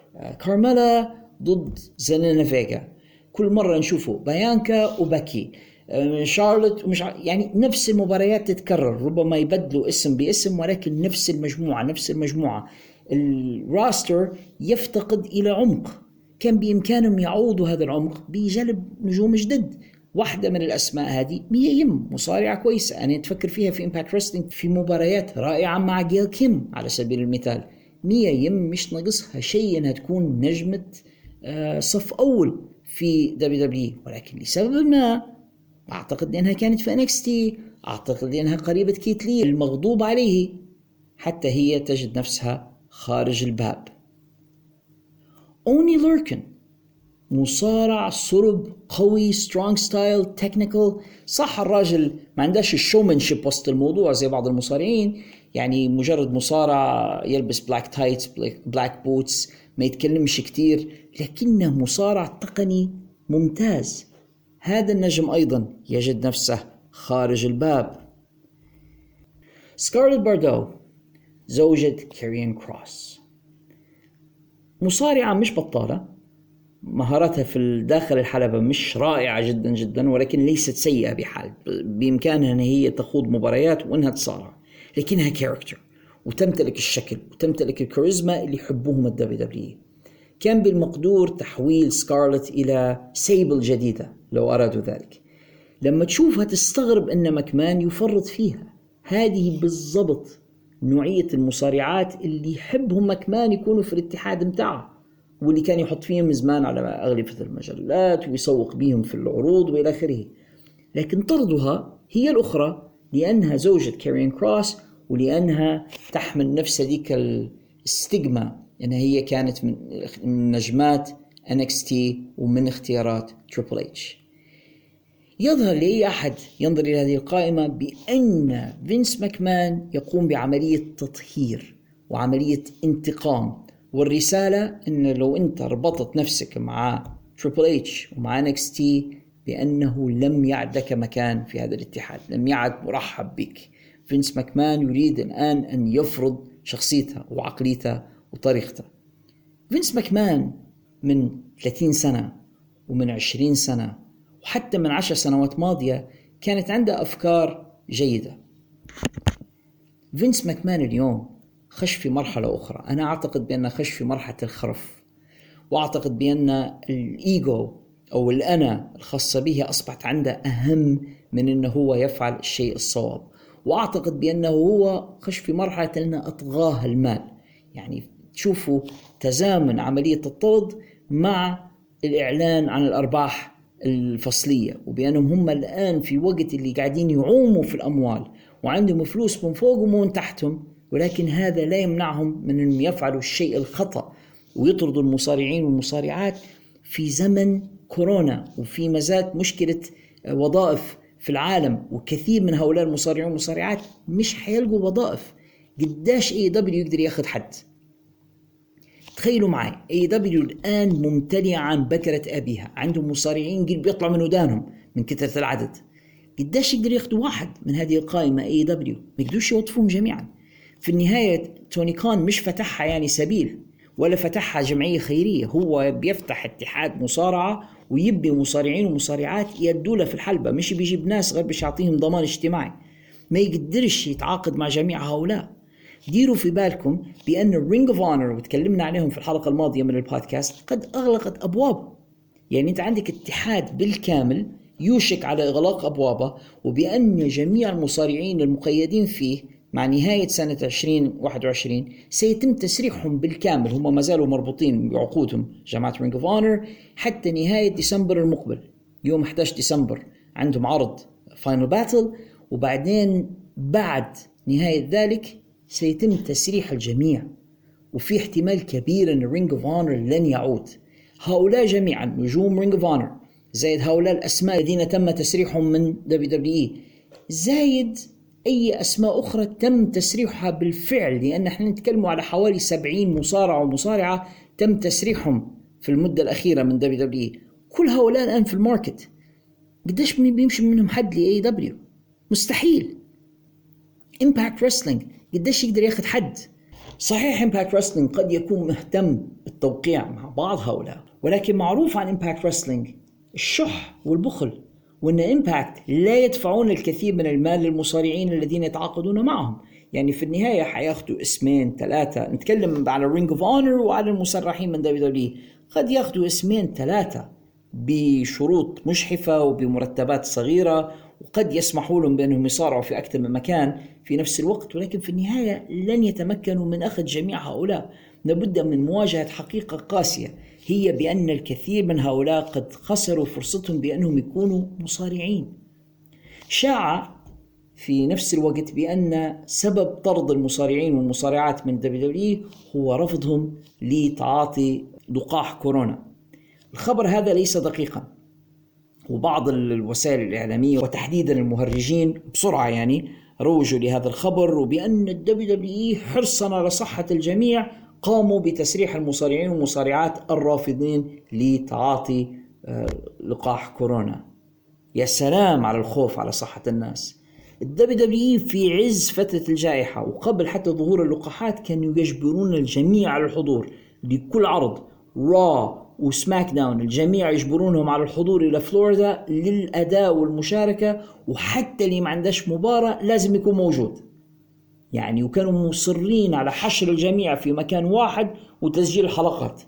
A: كارميلا ضد زيلينا فيغا، كل مرة نشوفوا بيانكا وباكي، شارلوت ومش يعني نفس المباريات تتكرر، ربما يبدلوا اسم باسم ولكن نفس المجموعة نفس المجموعة. الراستر يفتقد إلى عمق، كان بإمكانهم يعوضوا هذا العمق بجلب نجوم جدد. واحدة من الأسماء هذه ميا يم، مصارعة كويسة أنا أتفكر فيها في إمباكت رسلينج في مباريات رائعة مع جيل كيم على سبيل المثال. ميا يم مش ناقصها شيء أنها تكون نجمة صف أول في دبليو دبليو، ولكن لسبب ما أعتقد أنها كانت في إن إكس تي، أعتقد أنها قريبة كيت لي المغضوب عليه، حتى هي تجد نفسها خارج الباب. أوني لوركن مصارع صلب قوي، سترونج ستايل، تكنيكال. صح الراجل ما عندهاش الشومنشيب وسط الموضوع زي بعض المصارعين، يعني مجرد مصارع يلبس بلاك تايتس بلاك بوتس ما يتكلمش كتير، لكنه مصارع تقني ممتاز. هذا النجم أيضا يجد نفسه خارج الباب. سكارلت باردو زوجة كاريان كروس، مصارعة مش بطالة، مهاراتها في الداخل الحلبة مش رائعة جدا جدا، ولكن ليست سيئة بحال، بإمكانها أن هي تخوض مباريات وأنها تصارع، لكنها كاركتر وتمتلك الشكل وتمتلك الكاريزما اللي يحبوهم الدبليو دبليو. كان بالمقدور تحويل سكارلت إلى سيبل جديدة لو أرادوا ذلك. لما تشوفها تستغرب أن مكمان يفرط فيها. هذه بالضبط نوعية المصارعات اللي يحبهم مكمان يكونوا في الاتحاد متاعه، واللي كان يحط فيهم زمان على أغلفة المجلات ويسوق بيهم في العروض وإلى آخره. لكن طردها هي الأخرى لأنها زوجة كارين كروس، ولأنها تحمل نفس ذيك الستيغما أنها هي كانت من نجمات إن إكس تي ومن اختيارات تريبل إتش. يظهر لأي أحد ينظر إلى هذه القائمة بأن فينس ماكمان يقوم بعملية تطهير وعملية انتقام، والرسالة أن لو أنت ربطت نفسك مع تريبل إتش ومع إن إكس تي بأنه لم يعد لك مكان في هذا الاتحاد، لم يعد مرحب بك. فينس ماكمان يريد الآن أن يفرض شخصيته وعقليته وطريقته. فينس ماكمان من ثلاثين سنة ومن عشرين سنة وحتى من عشر سنوات ماضية كانت عنده أفكار جيدة. فينس ماكمان اليوم خش في مرحلة أخرى، أنا أعتقد بأنه خش في مرحلة الخرف، وأعتقد بأن الإيجو أو الأنا الخاصة به أصبحت عنده أهم من أنه هو يفعل الشيء الصواب. وأعتقد بأنه هو خش في مرحلة أنه أطغاه المال. يعني تشوفوا تزامن عملية الطرد مع الإعلان عن الأرباح الفصلية، وبأنهم هم الآن في وقت اللي قاعدين يعوموا في الأموال وعندهم فلوس من فوق ومن تحتهم، ولكن هذا لا يمنعهم من أن يفعلوا الشيء الخطأ ويطردوا المصارعين والمصارعات في زمن كورونا وفي مزاد مشكلة وظائف في العالم. وكثير من هؤلاء المصارعين والمصارعات مش حيلقوا وظائف. قداش اي دبليو يقدر ياخذ حد؟ تخيلوا معي، اي دبليو الآن ممتلئة عن بكرة أبيها، عندهم مصارعين قلب يطلع من ودانهم من كثرة العدد. قداش يقدر ياخذوا واحد من هذه القائمة اي دبليو؟ ما يقدروش يوظفوهم جميعا. في النهاية توني كان مش فتحها يعني سبيل ولا فتحها جمعية خيرية، هو بيفتح اتحاد مصارعة ويبني مصارعين ومصارعات يدوله في الحلبة، مش بيجيب ناس غير بيش يعطيهم ضمان اجتماعي. ما يقدرش يتعاقد مع جميع هؤلاء. ديروا في بالكم بأن الرينج اوف اونر وتكلمنا عليهم في الحلقة الماضية من البودكاست قد أغلقت أبوابه. يعني أنت عندك اتحاد بالكامل يوشك على إغلاق أبوابه، وبأن جميع المصارعين المقيدين فيه مع نهاية سنة عشرين واحد وعشرين سيتم تسريحهم بالكامل. هم ما زالوا مربوطين بعقودهم جماعة رينج اوف اونر حتى نهاية ديسمبر المقبل. يوم أحد عشر ديسمبر عندهم عرض فاينل باتل، وبعدين بعد نهاية ذلك سيتم تسريح الجميع، وفي احتمال كبير أن رينج اوف اونر لن يعود. هؤلاء جميعا نجوم رينج اوف اونر زائد هؤلاء الأسماء الذين تم تسريحهم من دبليو دبليو إي، زايد أي أسماء أخرى تم تسريحها بالفعل، لأن احنا نتكلم على حوالي سبعين مصارع ومصارعة تم تسريحهم في المدة الأخيرة من دبليو دبليو إي. كل هؤلاء الآن في الماركت. قديش بيمشي منهم حد لأي دبليو؟ مستحيل. إمباكت ريسلينج قديش يقدر ياخد حد؟ صحيح إمباكت ريسلينج قد يكون مهتم بالتوقيع مع بعض هؤلاء، ولكن معروف عن إمباكت ريسلينج الشح والبخل، وأن إمباكت لا يدفعون الكثير من المال للمصارعين الذين يتعاقدون معهم. يعني في النهاية حياخدوا اسمين ثلاثة، نتكلم على الرينج اوف اونر وعلى المسرحين من دبليو دبليو، قد ياخدوا اسمين ثلاثة بشروط مشحفة وبمرتبات صغيرة، وقد يسمحوا لهم بأنهم يصارعوا في أكثر من مكان في نفس الوقت، ولكن في النهاية لن يتمكنوا من أخذ جميع هؤلاء. لابد من مواجهة حقيقة قاسية، هي بأن الكثير من هؤلاء قد خسروا فرصتهم بأنهم يكونوا مصارعين. شاع في نفس الوقت بأن سبب طرد المصارعين والمصارعات من دبليو دبليو هو رفضهم لتعاطي لقاح كورونا. الخبر هذا ليس دقيقا، وبعض الوسائل الإعلامية وتحديدا المهرجين بسرعة يعني روجوا لهذا الخبر، وبأن الدبليو دبليو حرصا على صحة الجميع قاموا بتسريح المصارعين والمصارعات الرافضين لتعاطي لقاح كورونا. يا سلام على الخوف على صحة الناس. الدبليو دبليو في عز فترة الجائحة وقبل حتى ظهور اللقاحات كانوا يجبرون الجميع على الحضور لكل عرض. را وسماك داون الجميع يجبرونهم على الحضور إلى فلوريدا للأداء والمشاركة، وحتى اللي ما عندهش مباراة لازم يكون موجود يعني. وكانوا مصرين على حشر الجميع في مكان واحد وتسجيل حلقات.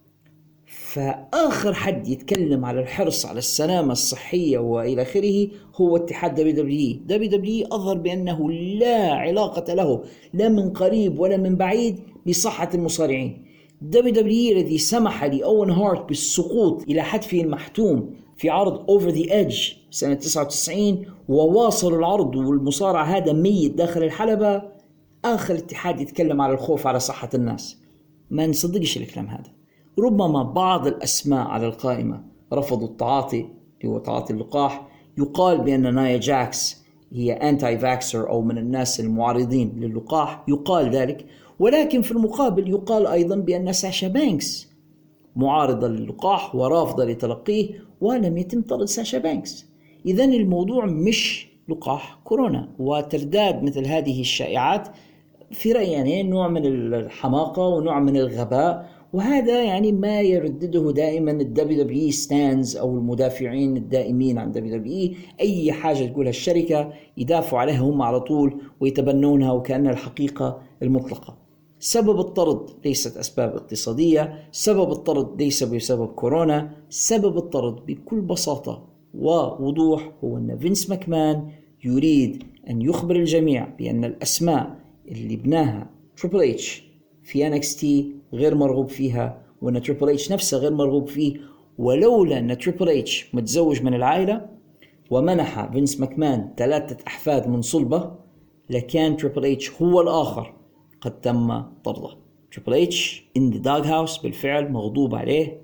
A: فآخر حد يتكلم على الحرص على السلامة الصحية وإلى آخره هو اتحاد دبليو دبليو. دبليو دبليو أظهر بأنه لا علاقة له لا من قريب ولا من بعيد بصحة المصارعين. دبليو دبليو الذي سمح لأون هارت بالسقوط إلى حتفه المحتوم في عرض Over the Edge سنة تسعة وتسعين وواصل العرض والمصارع هذا ميت داخل الحلبة، آخر اتحاد يتكلم على الخوف على صحة الناس. ما نصدقش الكلام هذا. ربما بعض الأسماء على القائمة رفضوا التعاطي اللي هو تعاطي اللقاح. يقال بأن نايا جاكس هي أنتي فاكسر أو من الناس المعارضين للقاح، يقال ذلك. ولكن في المقابل يقال أيضا بأن ساشا بانكس معارضة للقاح ورافضة لتلقيه، ولم يتم طرد ساشا بانكس. إذن الموضوع مش لقاح كورونا. وترداد مثل هذه الشائعات في رأيي يعني نوع من الحماقة ونوع من الغباء، وهذا يعني ما يردده دائما ال دبليو دبليو إي ستانز أو المدافعين الدائمين عن دبليو دبليو إي. أي حاجة تقولها الشركة يدافعوا عليها هم على طول ويتبنونها وكأنها الحقيقة المطلقة. سبب الطرد ليست أسباب اقتصادية، سبب الطرد ليس بسبب كورونا، سبب الطرد بكل بساطة ووضوح هو أن فينس ماكمان يريد أن يخبر الجميع بأن الأسماء اللي بناها تريبل إتش في إن إكس تي غير مرغوب فيها، وأن تريبل إتش نفسه غير مرغوب فيه. ولولا أن تريبل إتش متزوج من العائلة ومنح فينس ماكمان ثلاثة أحفاد من صلبه لكان تريبل إتش هو الآخر قد تم طرده. تريبل إتش in the doghouse بالفعل مغضوب عليه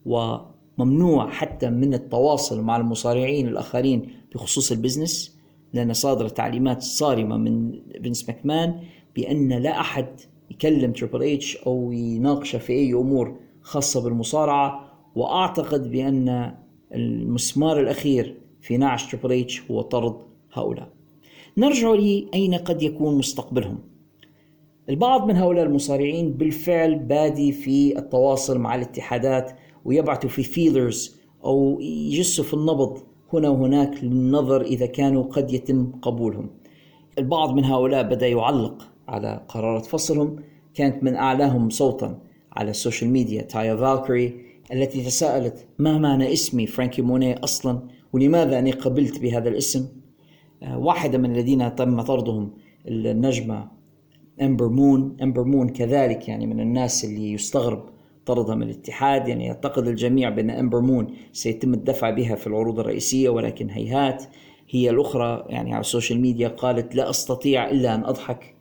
A: وممنوع حتى من التواصل مع المصارعين الآخرين بخصوص البزنس، لأن صادرة تعليمات صارمة من فينس ماكمان بأن لا أحد يكلم تريبل إتش أو يناقش في أي أمور خاصة بالمصارعة. وأعتقد بأن المسمار الأخير في نعش تريبل إتش هو طرد هؤلاء. نرجع لي أين قد يكون مستقبلهم. البعض من هؤلاء المصارعين بالفعل بادي في التواصل مع الاتحادات ويبعثوا في فيلرز أو يجسوا في النبض هنا وهناك للنظر إذا كانوا قد يتم قبولهم. البعض من هؤلاء بدأ يعلق على قرارات فصلهم. كانت من أعلاهم صوتا على السوشيال ميديا تايا فالكري التي تساءلت ما معنى اسمي فرانكي موني أصلا ولماذا أنا قبلت بهذا الاسم. واحدة من الذين تم طردهم النجمة أمبر مون. أمبر مون كذلك يعني من الناس اللي يستغرب طردها من الاتحاد. يعني يعتقد الجميع بأن أمبر مون سيتم الدفع بها في العروض الرئيسية، ولكن هيهات. هي الأخرى يعني على السوشيال ميديا قالت لا أستطيع إلا أن أضحك.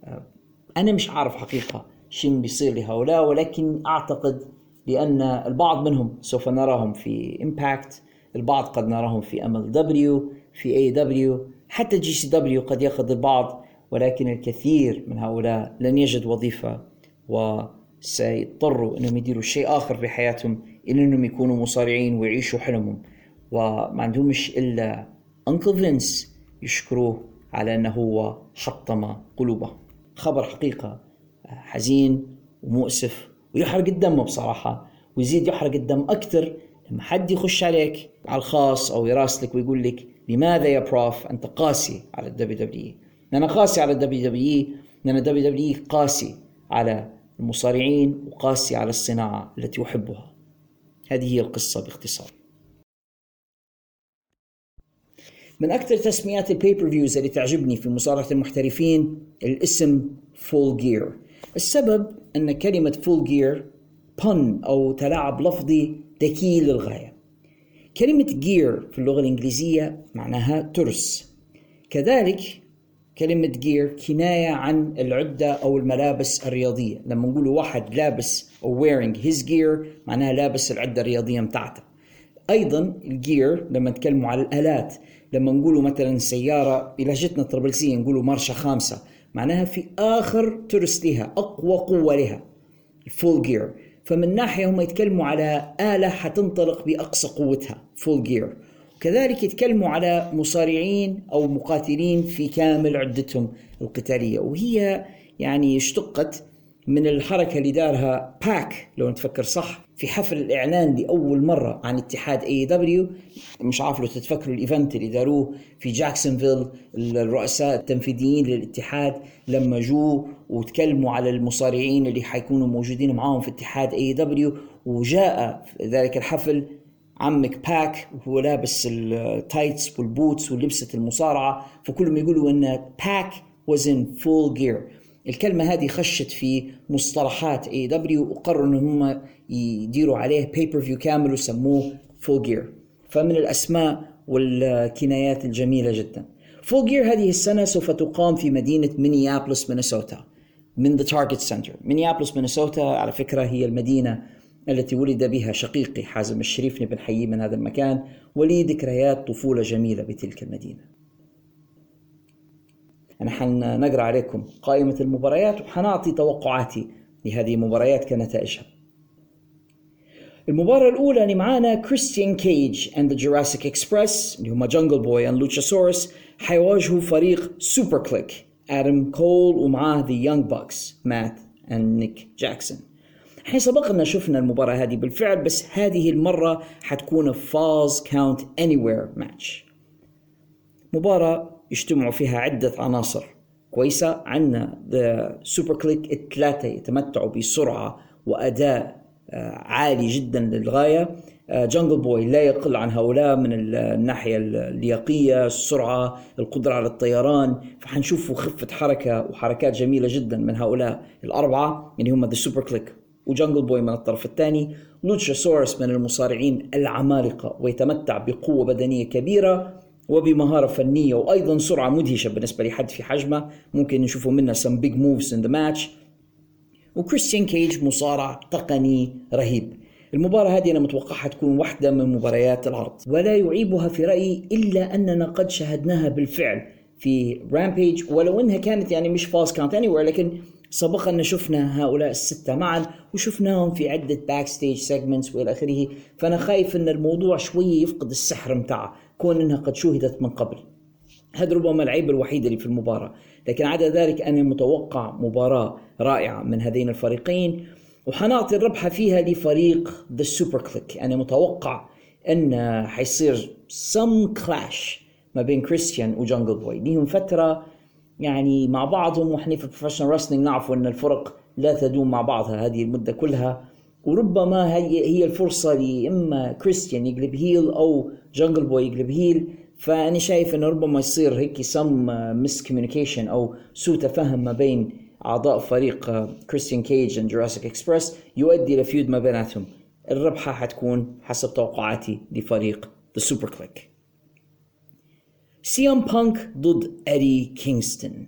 A: أنا مش عارف حقيقة شو بيصير لهؤلاء، ولكن أعتقد بأن البعض منهم سوف نراهم في إمباكت، البعض قد نراهم في إم إل دبليو، في إيه دبليو، حتى جي سي دبليو قد يأخذ البعض. ولكن الكثير من هؤلاء لن يجد وظيفة وسيضطروا أنهم يديروا شيء آخر في حياتهم إلا أنهم يكونوا مصارعين ويعيشوا حلمهم، وما عندهمش إلا أنكل فينس يشكروه على أنه هو حطم قلوبه. خبر حقيقة حزين ومؤسف ويحرق الدم بصراحة، ويزيد يحرق الدم أكتر لما حد يخش عليك على الخاص أو يراسلك ويقول لك لماذا يا بروف أنت قاسي على الدبليو دبليو إي. أنا قاسي على الدبليو دبليو إي لأن الدبليو دبليو إي قاسي على المصارعين وقاسي على الصناعة التي أحبها. هذه هي القصة باختصار. من أكثر تسميات البيبر فيوز اللي تعجبني في مصارعة المحترفين الاسم فول جير. السبب أن كلمة فول جير بن أو تلاعب لفظي ذكي للغاية. كلمة جير في اللغة الإنجليزية معناها ترس. كذلك كلمة جير كناية عن العدة أو الملابس الرياضية. لما نقول واحد لابس أو wearing his gear معناها لابس العدة الرياضية متاعته. أيضا الجير لما نتكلموا على الآلات، لما نقولوا مثلا سيارة بلهجتنا الطرابلسية نقولوا مارشة خامسة معناها في آخر ترس لها، أقوى قوة لها، فول جير. فمن ناحية هم يتكلموا على آلة حتنطلق بأقصى قوتها فول جير. وكذلك يتكلموا على مصارعين أو مقاتلين في كامل عدتهم القتالية، وهي يعني اشتقت من الحركة اللي دارها باك لو نتفكر صح في حفل الإعلان لأول مرة عن اتحاد إيه دبليو. مش عارف لو تتفكروا الإيفنت اللي داروه في جاكسونفيل، الرؤساء التنفيذيين للاتحاد لما جو وتكلموا على المصارعين اللي حيكونوا موجودين معاهم في اتحاد إيه دبليو. وجاء في ذلك الحفل عمك باك وهو لابس التايتس والبوتس ولبسة المصارعة، فكلهم يقولوا أن باك was in full gear. الكلمة هذه خشت في مصطلحات إيه دبليو وقرروا أنهم يديروا عليه pay per view كامل وسموه full gear. فمن الأسماء والكنايات الجميلة جدا. فول جير هذه السنة سوف تقام في مدينة مينيابوليس مينيسوتا من The Target Center. مينيابوليس مينيسوتا على فكرة هي المدينة التي ولد بها شقيقي حازم الشريف، بنحييه من هذا المكان، ولي ذكريات طفولة جميلة بتلك المدينة. أنا حنقرأ عليكم قائمة المباريات وحنعطي توقعاتي لهذه المباريات كنتائجها. المباراة الأولى اللي معانا كريستيان كيج and the Jurassic Express اللي هما جانجل بوي and لوتشاسورس حيواجهوا فريق سوبر كليك آدم كول ومعاه The Young Bucks مات and نيك جاكسون. احنا سبقنا شفنا المباراة هذه بالفعل، بس هذه المرة حتكون Falls Count Anywhere match. مباراة يجتمع فيها عدة عناصر كويسة. عندنا The Super Click الثلاثة يتمتعوا بسرعة وأداء عالي جدا للغاية. جانجل بوي لا يقل عن هؤلاء من الناحية اللياقية، السرعة، القدرة على الطيران، فحنشوفوا خفة حركة وحركات جميلة جدا من هؤلاء الأربعة اللي هم The Super Click وجانجل بوي من الطرف الثاني. لوتشاسورس من المصارعين العمالقة ويتمتع بقوة بدنية كبيرة وبمهارة فنية وأيضا سرعة مدهشة بالنسبة لحد في حجمه، ممكن نشوفوا منه some big moves in the match. وكريستيان كيج مصارع تقني رهيب. المباراة هذه أنا متوقعها تكون واحدة من مباريات العرض، ولا يعيبها في رأيي إلا أننا قد شاهدناها بالفعل في رامبيج، ولو أنها كانت يعني مش Falls Count Anywhere، لكن سبق أن شفنا هؤلاء الستة معا وشفناهم في عدة باك ستيج سيجمنتس وإلى آخره. فأنا خايف أن الموضوع شوية يفقد السحر متاعه كون أنها قد شوهدت من قبل. هذا ربما العيب الوحيد اللي في المباراة، لكن عدا ذلك أنا متوقع مباراة رائعة من هذين الفريقين، وحنعطي الربحة فيها لفريق The Super Click. أنا متوقع أن حيصير some clash ما بين كريستيان وجانجل بوي. ليهم فترة يعني مع بعضهم، وإحنا في البروفيشنال رسلينج نعرف أن الفرق لا تدوم مع بعضها هذه المدة كلها، وربما هي هي الفرصة لإما كريستيان يقلب هيل أو جانجل بوي يقلب هيل. فأنا شايف أنه ربما يصير هيك some miscommunication أو سوء تفاهم ما بين أعضاء فريق كريستيان كيج and Jurassic Express يؤدي لفيود ما بيناتهم. الربحة حتكون حسب توقعاتي لفريق The Super Click. سي إم بانك ضد أدي كينغستون.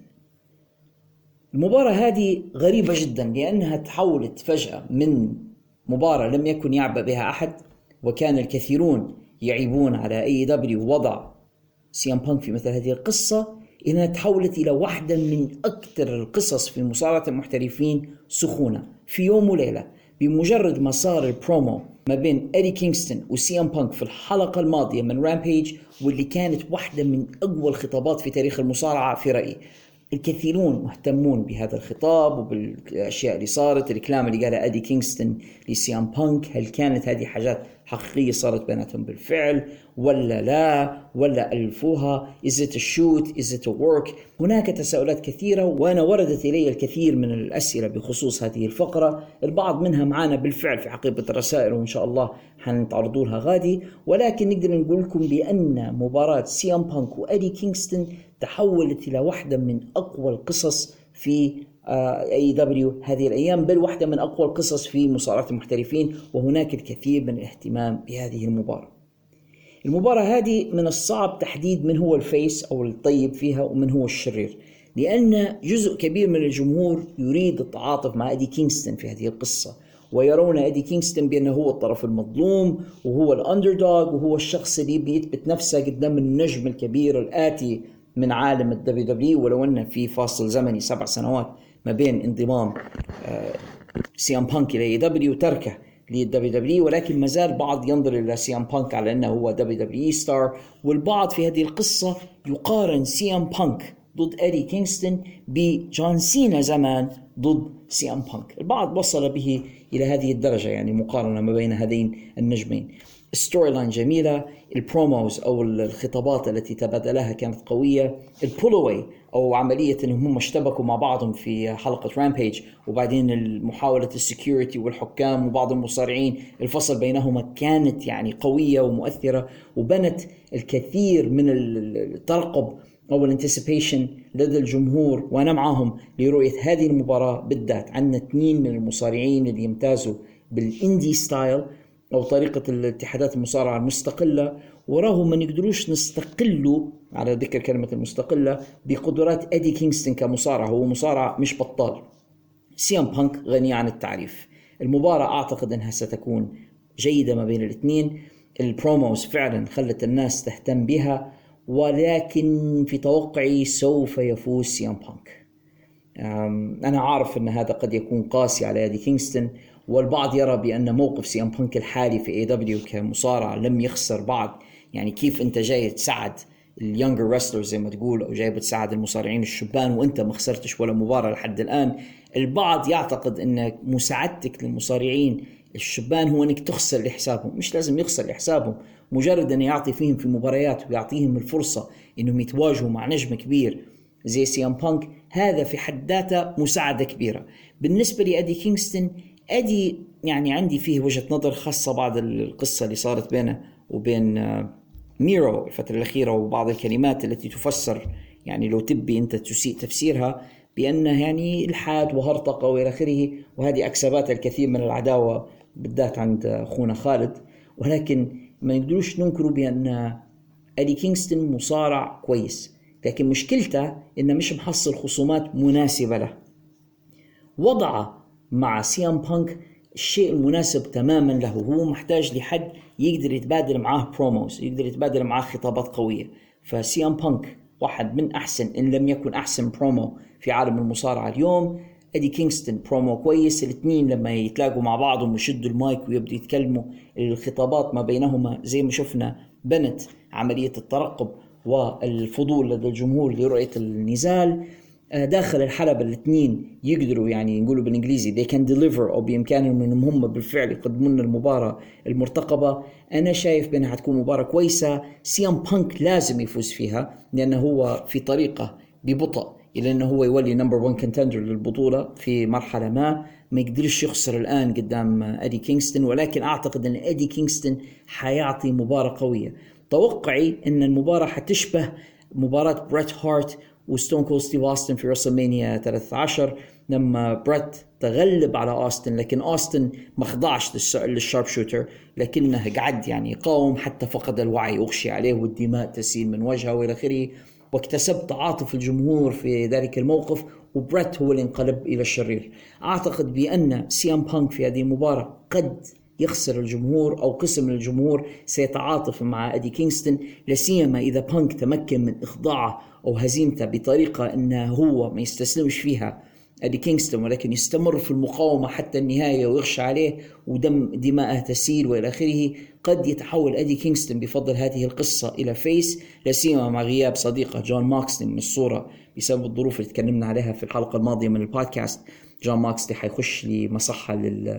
A: المباراة هذه غريبة جدا لأنها تحولت فجأة من مباراة لم يكن يعبأ بها أحد، وكان الكثيرون يعيبون على إيه دبليو وضع سي إم بانك في مثل هذه القصة، إنها تحولت إلى واحدة من أكثر القصص في مصارعة المحترفين سخونة في يوم وليلة. بمجرد ما صار البرومو ما بين أدي كينغستون وسي إم بانك في الحلقة الماضية من رامبيج، واللي كانت واحدة من أقوى الخطابات في تاريخ المصارعة في رأيي، الكثيرون مهتمون بهذا الخطاب وبالأشياء اللي صارت. الكلام اللي قاله أدي كينغستون لسي إم بانك، هل كانت هذه حاجات حقيقية صارت بيناتهم بالفعل ولا لا، ولا ألفوها؟ is it a shoot is it a work؟ هناك تساؤلات كثيرة، وأنا وردت إلي الكثير من الأسئلة بخصوص هذه الفقرة، البعض منها معنا بالفعل في حقيبة الرسائل وإن شاء الله حنتعرضوا لها غادي. ولكن نقدر نقول لكم بأن مباراة سي إم بانك وأدي كينغستون تحولت إلى واحدة من أقوى القصص في أي دبليو هذه الأيام، بل واحدة من أقوى القصص في مصارعة المحترفين، وهناك الكثير من الاهتمام بهذه المباراة. المباراة هذه من الصعب تحديد من هو الفيس أو الطيب فيها ومن هو الشرير، لأن جزء كبير من الجمهور يريد التعاطف مع أدي كينغستون في هذه القصة، ويرون أدي كينغستون بأنه هو الطرف المظلوم وهو الأندردوغ وهو الشخص اللي بيثبت نفسه قدام النجم الكبير الآتي من عالم الدبليو دبليو. ولو أن في فاصل زمني سبع سنوات ما بين انضمام سي إم بانك إلى إيه دبليو تركه للدبليو دبليو، ولكن ما زال بعض ينظر إلى سي إم بانك على أنه هو دبليو دبليو ستار، والبعض في هذه القصة يقارن سي إم بانك ضد أدي كينغستون بجون سينا زمان ضد سي إم بانك. البعض وصل به إلى هذه الدرجة، يعني مقارنة ما بين هذين النجمين. ستوري لاين جميلة، البروموز أو الخطابات التي تبادلها كانت قوية، البولوي أو عملية أنهم هم اشتبكوا مع بعضهم في حلقة رامبيج، وبعدين محاولة السكيورتي والحكام وبعض المصارعين الفصل بينهما كانت يعني قوية ومؤثرة، وبنت الكثير من الترقب أو الانتسيبيشن لدى الجمهور، وأنا معهم لرؤية هذه المباراة بالذات. عندنا اثنين من المصارعين اللي يمتازوا بالاندي ستايل أو طريقة الاتحادات المصارعة المستقلة، وراه ما نقدروش نستقلوا، على ذكر كلمة المستقلة، بقدرات إيدي كينغستون كمصارع. هو مصارع مش بطال. سي ام بانك غني عن التعريف. المباراة أعتقد أنها ستكون جيدة ما بين الاثنين. البروموز فعلا خلت الناس تهتم بها، ولكن في توقعي سوف يفوز سي ام بانك. أنا عارف أن هذا قد يكون قاسي على إيدي كينغستون، والبعض يرى بأن موقف سي ام بانك الحالي في اي دبليو كمصارع لم يخسر بعض. يعني كيف أنت جاي تساعد اليونجر رسلر زي ما تقول، أو جاي بتساعد المصارعين الشبان وأنت ما خسرتش ولا مباراة لحد الآن؟ البعض يعتقد أن مساعدتك للمصارعين الشبان هو أنك تخسر لحسابهم. مش لازم يخسر لحسابهم، مجرد أن يعطي فيهم في مباريات ويعطيهم الفرصة أنهم يتواجهوا مع نجم كبير زي سي ام بانك، هذا في حد ذاته مساعدة كبيرة. بالنسبة لإيدي كينغستون، أدي يعني عندي فيه وجهة نظر خاصة بعد القصة اللي صارت بينه وبين ميرو الفترة الأخيرة، وبعض الكلمات التي تفسر يعني لو تبي أنت تسيء تفسيرها بأنه يعني الحاد وهرطقة وإلى آخره، وهذه أكسبات الكثير من العداوة بالذات عند أخونا خالد. ولكن ما نقدروش ننكروا بأن إيدي كينغستون مصارع كويس، لكن مشكلته إنه مش محصل خصومات مناسبة له. وضعه مع سي ام بانك الشيء المناسب تماما له. هو محتاج لحد يقدر يتبادل معاه بروموز، يقدر يتبادل معاه خطابات قوية. فسي ام بانك واحد من أحسن إن لم يكن أحسن برومو في عالم المصارعة اليوم. إيدي كينغستون برومو كويس. الاثنين لما يتلاقوا مع بعضهم ويشدوا المايك ويبدأوا يتكلموا، الخطابات ما بينهما زي ما شفنا بنت عملية الترقب والفضول لدى الجمهور لرؤية النزال. داخل الحلبة الاثنين يقدروا يعني نقولوا بالإنجليزي they can deliver، أو بإمكانهم أنهم هم بالفعل يقدمون لنا المباراة المرتقبة. أنا شايف بأنها هتكون مباراة كويسة. سي ام بانك لازم يفوز فيها، لأنه هو في طريقة ببطء إلى أنه هو يولي نمبر وان كنتندر للبطولة في مرحلة ما. ما يقدرش يخسر الآن قدام إيدي كينغستون، ولكن أعتقد أن إيدي كينغستون حيعطي مباراة قوية. توقعي أن المباراة حتشبه مباراة بريت هارت وستون كولد ستيف أوستن في رسلمانيا ثلاثة عشر، لما بريت تغلب على أوستن، لكن أوستن ما خضعش للشارب شوتر، لكنه قعد يعني قاوم حتى فقد الوعي، أغشي عليه والدماء تسيل من وجهه وإلى آخره، واكتسب تعاطف الجمهور في ذلك الموقف، وبريت هو اللي انقلب إلى الشرير. أعتقد بأن سي ام بانك في هذه المباراة قد يخسر الجمهور، أو قسم من الجمهور سيتعاطف مع إيدي كينغستون، لسيما إذا بانك تمكن من إخضاعه أو هزيمته بطريقة أنه هو ما يستسلمش فيها إيدي كينغستون، ولكن يستمر في المقاومة حتى النهاية ويغشى عليه ودم دماءه تسيل وإلى آخره. قد يتحول إيدي كينغستون بفضل هذه القصة إلى فيس، لسيما مع غياب صديقه جون ماكسلي من الصورة بسبب الظروف اللي تكلمنا عليها في الحلقة الماضية من البودكاست. جون ماكسلي حيخش لمصحة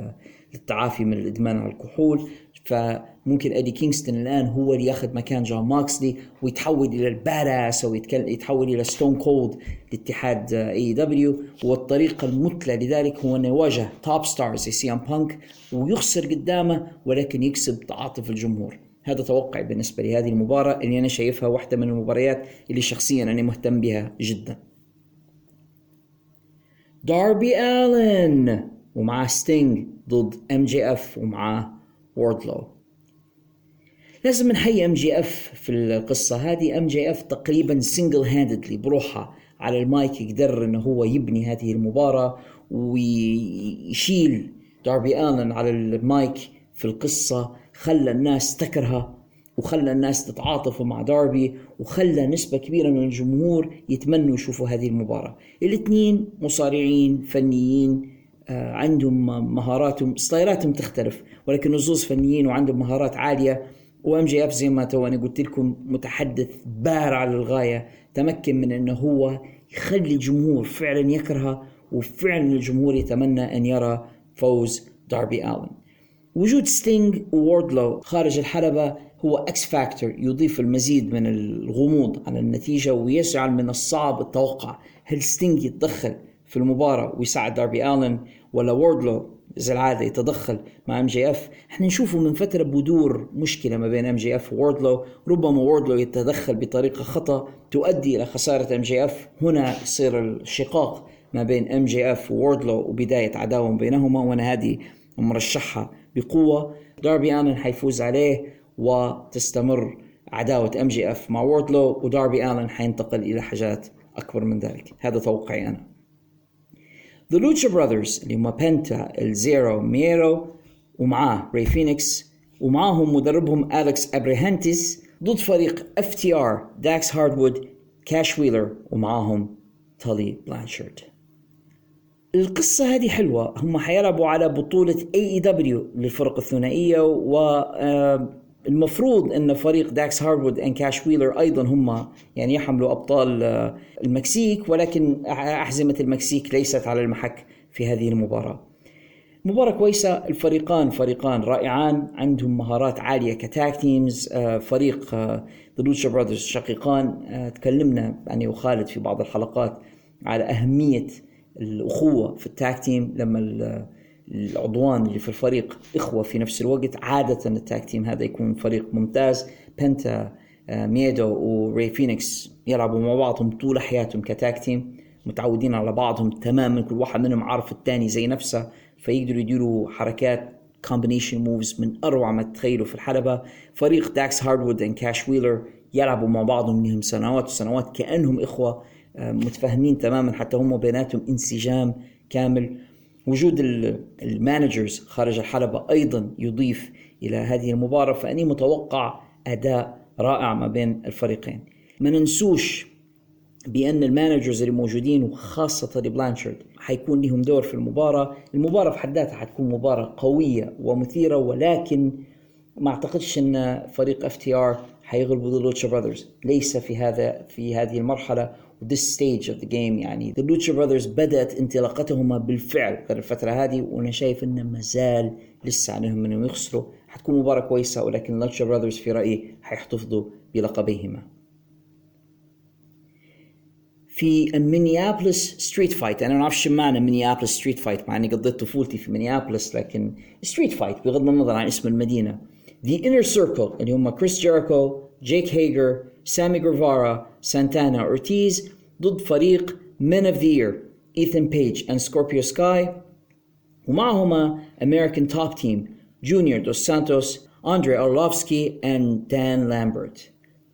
A: للتعافي من الإدمان على الكحول، فممكن إيدي كينغستون الآن هو اللي ياخذ مكان جون ماكسلي ويتحول إلى الباداس، أو يتحول إلى ستون كولد لاتحاد اي دبليو. والطريقة المثلى لذلك هو أن يواجه توب ستارز زي سي ام بانك ويخسر قدامه، ولكن يكسب تعاطف الجمهور. هذا توقعي بالنسبة لهذه المباراة اللي أنا شايفها واحدة من المباريات اللي شخصيا أنا مهتم بها جدا. داربي آلن ومع ستينج ضد ام جي اف ومع ووردلو. لازم نحيي ام جي اف في القصة هذه. ام جي اف تقريبا سنجل هانددلي بروحها على المايك يقدر انه هو يبني هذه المباراة ويشيل داربي آلن على المايك في القصة، خلى الناس تكرهها وخلى الناس تتعاطف مع داربي، وخلى نسبة كبيرة من الجمهور يتمنوا يشوفوا هذه المباراة. الاثنين مصارعين فنيين، عندهم مهاراتهم ستايلاتهم تختلف، ولكن نصوص فنيين وعندهم مهارات عالية. وام جي اف زي ما تواني قلت لكم متحدث بارع للغاية، تمكن من انه هو يخلي الجمهور فعلا يكرهه، وفعلا الجمهور يتمنى ان يرى فوز داربي آلن. وجود ستينج ووردلو خارج الحلبة هو اكس فاكتور يضيف المزيد من الغموض على النتيجة، ويجعل من الصعب التوقع هل ستينج يتدخل في المباراة ويساعد داربي آلن، ولا ووردلو زي العادة يتدخل مع ام جي اف. احنا نشوفه من فترة بدور مشكلة ما بين ام جي اف ووردلو، ربما ووردلو يتدخل بطريقة خطأ تؤدي إلى خسارة ام جي اف. هنا يصير الشقاق ما بين ام جي اف ووردلو وبداية عداوة بينهما، وانا هذه مرشحها بقوة. داربي آلن حيفوز عليه وتستمر عداوة ام جي اف مع ووردلو، وداربي آلن حينتقل إلى حاجات أكبر من ذلك. هذا توقعي أنا. The Lucha Brothers اللي هم بنتا، الزيرو، ميرو، ومعاه راي فينيكس، ومعاهم مدربهم أليكس أبريهانتيس، ضد فريق اف تي ار، داكس هاردوود، كاش ويلر، ومعاهم تولي بلانشارد. القصة هذه حلوة. هم حيلعبوا على بطولة إيه إي دبليو للفرق الثنائية، والمفروض أن فريق داكس هاردوود and كاش ويلر أيضا هم يعني يحملوا أبطال المكسيك، ولكن أحزمة المكسيك ليست على المحك في هذه المباراة. مباراة كويسة. الفريقان فريقان رائعان، عندهم مهارات عالية كتاك تيمز. فريق The Lucha Brothers شقيقان، تكلمنا يعني وخالد في بعض الحلقات على أهمية الأخوة في التاك تيم، لما العضوان اللي في الفريق إخوة في نفس الوقت عادة التاك تيم هذا يكون فريق ممتاز. بنتا، ميدو، وراي فينيكس يلعبوا مع بعضهم طول حياتهم كتاك تيم، متعودين على بعضهم تماما، كل واحد منهم عارف الثاني زي نفسه، فيقدروا يديروا حركات combination moves من أروع ما تتخيلوا في الحلبة. فريق داكس هاردوود and كاش ويلر يلعبوا مع بعضهم منهم سنوات وسنوات كأنهم إخوة، متفاهمين تماما، حتى هم بيناتهم انسجام كامل. وجود المانجرز خارج الحلبة أيضا يضيف إلى هذه المباراة، فأني متوقع أداء رائع ما بين الفريقين. ما ننسوش بأن المانجرز اللي موجودين وخاصة بلانشارد حيكون لهم دور في المباراة. المباراة في حد ذاتها حتكون مباراة قوية ومثيرة، ولكن ما أعتقدش أن فريق اف تي ار حيغلبوا The Lucha Brothers، ليس في هذا في هذه المرحلة this stage of the game. يعني The Lucha Brothers بدأت انطلاقتهما بالفعل في الفترة هذه، وأنا شايف أن مازال لسه عنهم أنهم يخسروا. حتكون مباراة كويسة، ولكن Lucha Brothers في رأيي حيحتفظوا بلقبيهما. في مينيابوليس ستريت فايت، أنا ما أعرفش معنى مينيابوليس ستريت فايت مع أني قضيت طفولتي في مينيابوليس، لكن ستريت فايت بغض النظر عن اسم المدينة. The Inner Circle اللي هم كريس جيريكو، جيك هيجر، سامي جيفارا، سانتانا، أورتيز، ضد فريق Men of the Year، إيثان بيج and Scorpio Sky، ومعهما American Top Team، جونيور دوس سانتوس، أندري أرلوفسكي and دان لامبرت.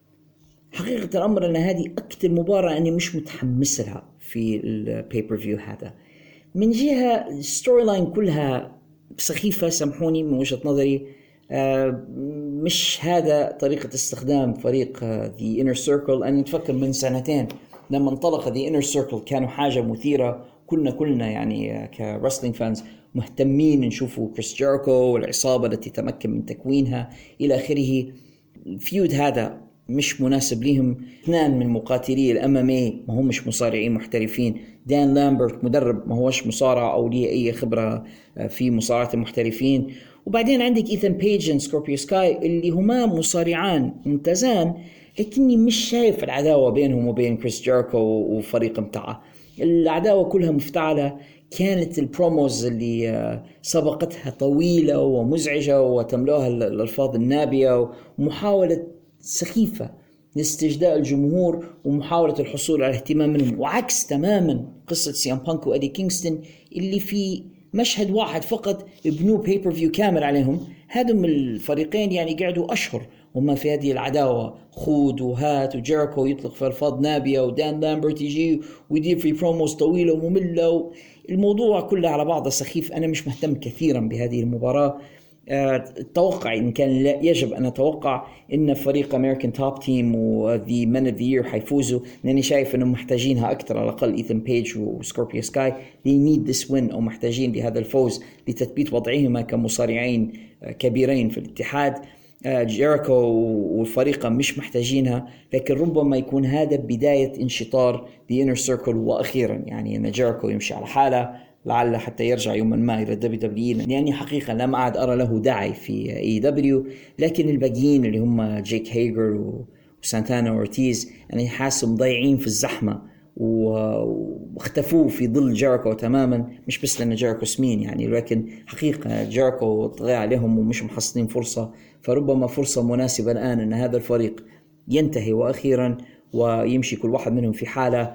A: حقيقة الأمر أن هذه أكثر مباراة أني مش متحمس لها في البيبر فيو هذا. من جهة الستوري لاين كلها سخيفة، سامحوني من وجهة نظري. آه مش هذا طريقة استخدام فريق آه The Inner Circle. أنا أتفكر من سنتين لما انطلق The Inner Circle كانوا حاجة مثيرة، كلنا كلنا يعني آه كرسلينج فانز مهتمين نشوفوا كريس جيريكو والعصابة التي تمكن من تكوينها إلى آخره. الفيود هذا مش مناسب لهم. اثنان من مقاتلي الام ام اي ما هم مش مصارعين محترفين. دان لامبرت مدرب ما هوش مصارع او ليه اي خبره في مصارعه المحترفين. وبعدين عندك إيثان بيج و سكوربيو سكاي اللي هما مصارعان ممتازان، لكني مش شايف العداوه بينهم وبين كريس جيريكو وفريق متاعه. العداوه كلها مفتعله. كانت البروموز اللي سبقتها طويله ومزعجه وتملوها الالفاظ النابيه ومحاوله سخيفة لاستجداء الجمهور ومحاولة الحصول على اهتمام منهم، وعكس تماما قصة سيام بانك وإيدي كينغستون اللي في مشهد واحد فقط بنو بيبر فيو كامل عليهم. هذم الفريقين يعني قعدوا أشهر وما في هذه العداوة، خود وهات، وجيريكو يطلق في ألفاظ نابية، ودان لامبرت يجي ويدير في بروموز طويلة ومملة. الموضوع كله على بعضه سخيف. أنا مش مهتم كثيرا بهذه المباراة. أتوقع إن كان يجب أن أتوقع إن فريق أمريكان توب تيم وذي من اوف ذا يير حيفوزوا، لأني شايف إنهم محتاجينها أكثر. على الأقل إيثان بيج وسكوربيو سكاي they need this win، أو محتاجين بهذا الفوز لتثبيت وضعهما كمصارعين كبيرين في الاتحاد. جيريكو والفريق مش محتاجينها، لكن ربما يكون هذا بداية انشطار The Inner Circle، وأخيرا يعني أن جيريكو يمشي على حاله لعل حتى يرجع يوما ما إلى دبليو دبليو إي، لأني حقيقة لم أعد أرى له داعي في إي دبليو. لكن الباقيين اللي هم جيك هيجر وسانتانا وأورتيز أنا حاسم ضايعين في الزحمة واختفوا في ظل جيريكو تماما، مش بس لأن جيريكو سمين يعني، لكن حقيقة جيريكو طغى عليهم ومش محصلين فرصة. فربما فرصة مناسبة الآن أن هذا الفريق ينتهي وأخيرا ويمشي كل واحد منهم في حالة،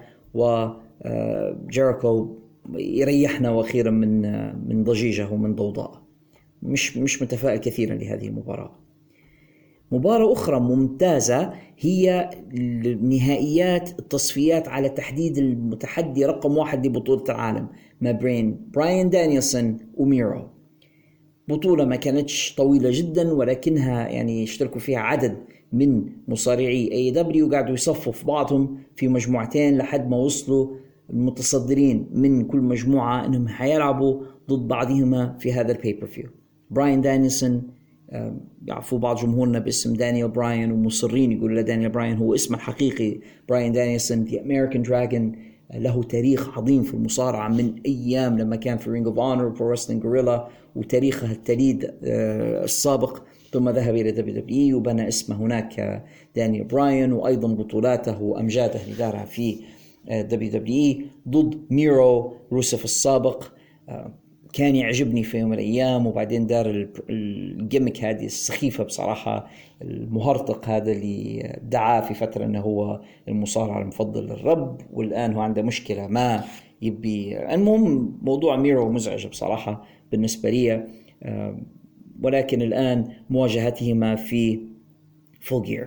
A: وجيريكو يريحنا واخيرا من من ضجيجه ومن ضوضاء. مش مش متفائل كثيرا لهذه المباراه. مباراة أخرى ممتازة هي نهائيات التصفيات على تحديد المتحدي رقم واحد لبطولة العالم ما بين براين دانيلسون وميرو. بطولة ما كانتش طويلة جدا ولكنها يعني اشتركوا فيها عدد من مصارعي اي دبليو، قاعدوا يصفوا في بعضهم في مجموعتين لحد ما وصلوا المتصدرين من كل مجموعة انهم حيلعبوا ضد بعضهما في هذا البيبر فيو. براين دانيلسون يعرفوا بعض جمهورنا باسم دانيال براين ومصرين يقول له دانيال براين، هو اسمه الحقيقي براين دانيلسون The American Dragon. له تاريخ عظيم في المصارعة من أيام لما كان في Ring of Honor Pro Wrestling Guerrilla وتاريخه التليد السابق، ثم ذهب إلى دبليو دبليو إي وبنى اسمه هناك دانيال براين، وأيضا بطولاته وأمجاده اللي دارها في دبليو دبليو إي ضد ميرو روسف السابق. كان يعجبني في يوم من الأيام، وبعدين دار الجيمك هذه السخيفة بصراحة، المهرطق هذا اللي دعاه في فترة أنه هو المصارع المفضل للرب، والآن هو عنده مشكلة ما يبي. المهم موضوع ميرو مزعج بصراحة بالنسبة لي، ولكن الآن مواجهتهما في فول جير.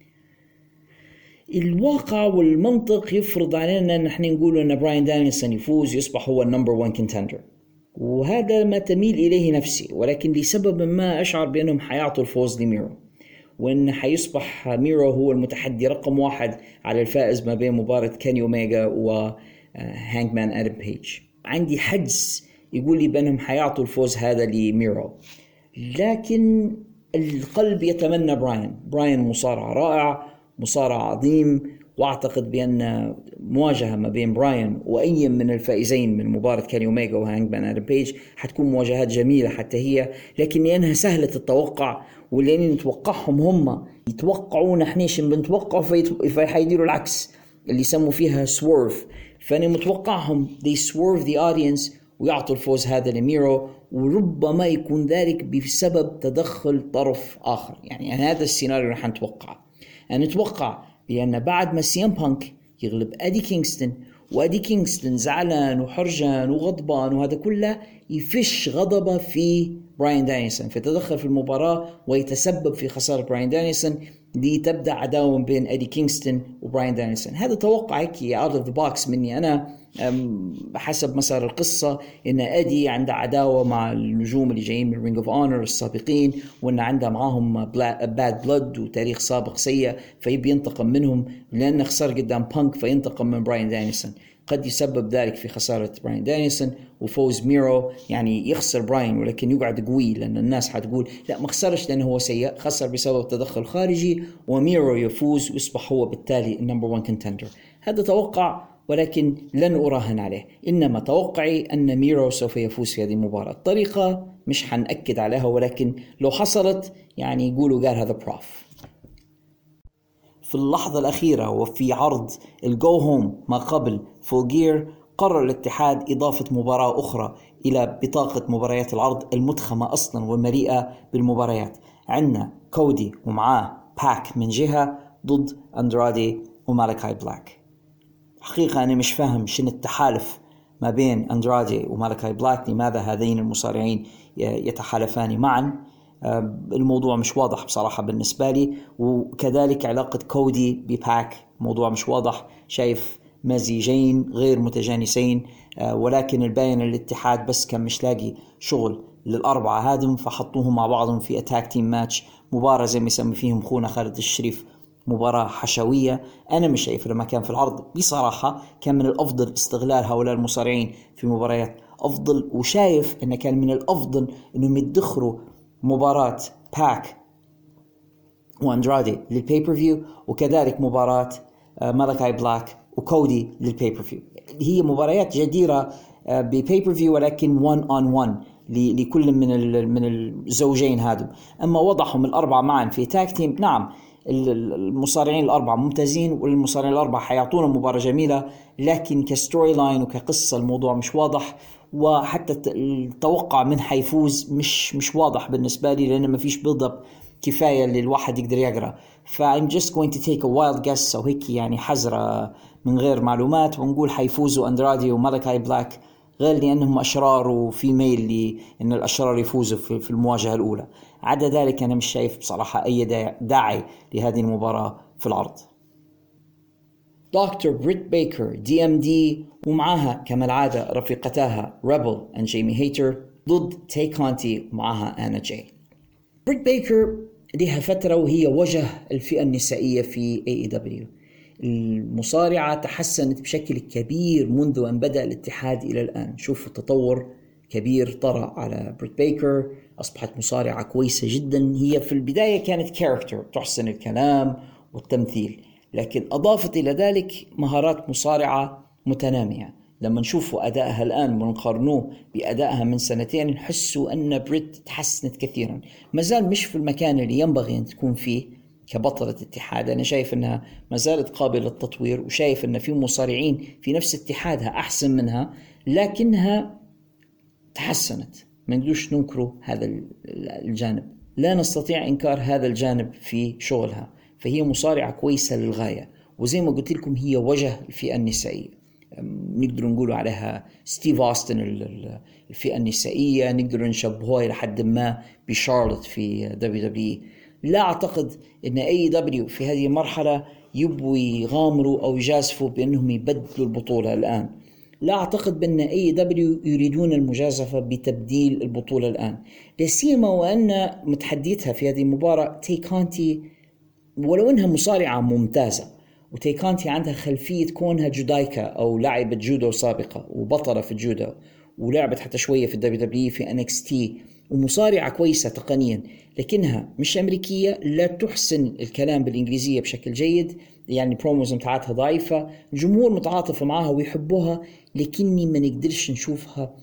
A: الواقع والمنطق يفرض علينا أن نحن نقول أن براين دانيلسون يفوز يصبح هو النمبر وان كنتندر، وهذا ما تميل إليه نفسي، ولكن لسبب ما أشعر بأنهم حيعطوا الفوز لميرو، وأن حيصبح ميرو هو المتحدي رقم واحد على الفائز ما بين مباراة كيني أوميجا وهانجمان آدم بيج. عندي حدس يقول لي بأنهم حيعطوا الفوز هذا لميرو، لكن القلب يتمنى براين. براين مصارع رائع، مصارع عظيم، واعتقد بأن مواجهة ما بين براين وأي من الفائزين من مباراة كيني أوميجا وهانجمان آدم بيج حتكون مواجهات جميلة حتى هي، لكن لأنها سهلة التوقع، ولأن نتوقعهم هم يتوقعون احناش بنتوقعوا فيحيديروا العكس اللي يسموا فيها سويرف. فأنا متوقعهم they swerve the audience ويعطوا الفوز هذا لميرو، وربما يكون ذلك بسبب تدخل طرف آخر. يعني هذا السيناريو رح نتوقع. أنا نتوقع بأن بعد ما سي ام بانك يغلب أدي كينغستون، وأدي كينغستون زعلان وحرجان وغضبان وهذا كله، يفش غضبه في براين دانيلسون فتدخل في المباراة ويتسبب في خسارة براين دانيلسون، لتبدأ عداوة بين أدي كينغستون وبراين دانيلسون. هذا توقع هيك out of the box مني أنا، حسب مسار القصة إن أدي عنده عداوة مع النجوم اللي جايين من رينج اوف اونر السابقين، وإن عنده معهم باد بلود وتاريخ سابق سيء، فيبي ينتقم منهم لأنه خسر قدام بانك، فينتقم من براين دانيلسون. قد يسبب ذلك في خسارة براين دانيلسون وفوز ميرو، يعني يخسر براين ولكن يقعد قوي، لأن الناس حتقول لا ما خسرش لأنه هو سيء، خسر بسبب تدخل خارجي، وميرو يفوز ويصبح هو بالتالي النمبر وان كنتندر. هذا توقع ولكن لن أراهن عليه، إنما توقعي أن ميرو سوف يفوز في هذه المباراة. الطريقة مش حنأكد عليها، ولكن لو حصلت يعني يقولوا قال هذا بروف. في اللحظة الأخيرة وفي عرض الجو هوم ما قبل فول جير، قرر الاتحاد إضافة مباراة أخرى إلى بطاقة مباريات العرض المتخمة أصلا والمليئة بالمباريات. عندنا كودي ومعاه باك من جهة ضد أندرادي ومالكاي بلاك. حقيقة أنا مش فاهم شنو التحالف ما بين أندرادي ومالكاي بلاك، لماذا هذين المصارعين يتحالفان معا؟ الموضوع مش واضح بصراحة بالنسبة لي، وكذلك علاقة كودي بباك موضوع مش واضح. شايف مزيجين غير متجانسين، ولكن الباين الاتحاد بس كان مش لاقي شغل للأربعة هادم، فحطوهم مع بعضهم في أتاك تيم ماتش، مباراة زي ما يسمي فيهم خونا خالد الشريف، مباراة حشوية. أنا مش شايف لما كان في العرض بصراحة كان من الأفضل استغلال هؤلاء المصارعين في مباريات أفضل، وشايف أنه كان من الأفضل أنهم يدخلوا مباراة باك وأندرادي للبيبر فيو، وكذلك مباراة مالكاي بلاك وكودي للبيبر فيو. هي مباريات جديرة ببيبر فيو، ولكن one on one لكل من من الزوجين هذا. أما وضعهم الأربعة معا في تاك تيم، نعم المصارعين الأربعة ممتازين، والمصارعين الأربعة حيعطونا مباراة جميلة، لكن كستوري لاين وكقصة الموضوع مش واضح، وحتى التوقع من حيفوز مش مش واضح بالنسبة لي، لأن ما فيش بيلد اب كفاية للواحد يقدر يقرأ. ف I'm just going to take a wild guess، أو هيك يعني حزرة من غير معلومات، ونقول حيفوزوا أندرادي ومالكاي بلاك غير لأنهم أشرار وفي ميل لأن الأشرار يفوزوا في المواجهة الأولى. عدا ذلك أنا مش شايف بصراحة أي داعي لهذه المباراة في العرض. دكتور بريت بيكر دي ام دي ومعها كما العادة رفيقتها ريبل and جيمي هيتر ضد تاي كونتي ومعها آنا جاي. بريت بيكر لها فترة وهي وجه الفئة النسائية في إيه إي دبليو. المصارعة تحسنت بشكل كبير منذ أن بدأ الاتحاد إلى الآن. شوفوا تطور كبير طرأ على بريت بيكر، أصبحت مصارعة كويسة جدا. هي في البداية كانت كاركتر تحسن الكلام والتمثيل، لكن أضافت إلى ذلك مهارات مصارعة متنامية. لما نشوفوا أدائها الآن ونقارنوه بأدائها من سنتين نحسوا أن بريت تحسنت كثيرا. مازال مش في المكان اللي ينبغي أن تكون فيه كبطلة اتحاد. أنا شايف أنها مازالت قابلة للتطوير، وشايف أن في مصارعين في نفس اتحادها أحسن منها، لكنها تحسنت. ما نقدرش ننكروا هذا الجانب، لا نستطيع إنكار هذا الجانب في شغلها. فهي مصارعة كويسة للغاية، وزي ما قلت لكم هي وجه الفئة النسائية. نقدر نقول عليها ستيف أوستن الفئة النسائية، نقدر نشبهها إلى حد ما بشارلوت في دبليو دبليو. لا أعتقد أن أي دبليو في هذه المرحلة يبوا يغامروا أو يجازفوا بأنهم يبدلوا البطولة الآن. لا أعتقد بأن أي دبليو يريدون المجازفة بتبديل البطولة الآن، لا سيما وأن متحديتها في هذه المباراة تاي كونتي، ولو أنها مصارعة ممتازة وتاي كونتي عندها خلفية كونها جودايكا أو لاعبة جودو سابقة وبطلة في الجودو، ولعبت حتى شوية في الدبليو دبليو في إن إكس تي، ومصارعة كويسة تقنيا، لكنها مش أمريكية، لا تحسن الكلام بالإنجليزية بشكل جيد. يعني بروموز متاعتها ضعيفة، الجمهور متعاطف معها ويحبوها، لكني ما نقدرش نشوفها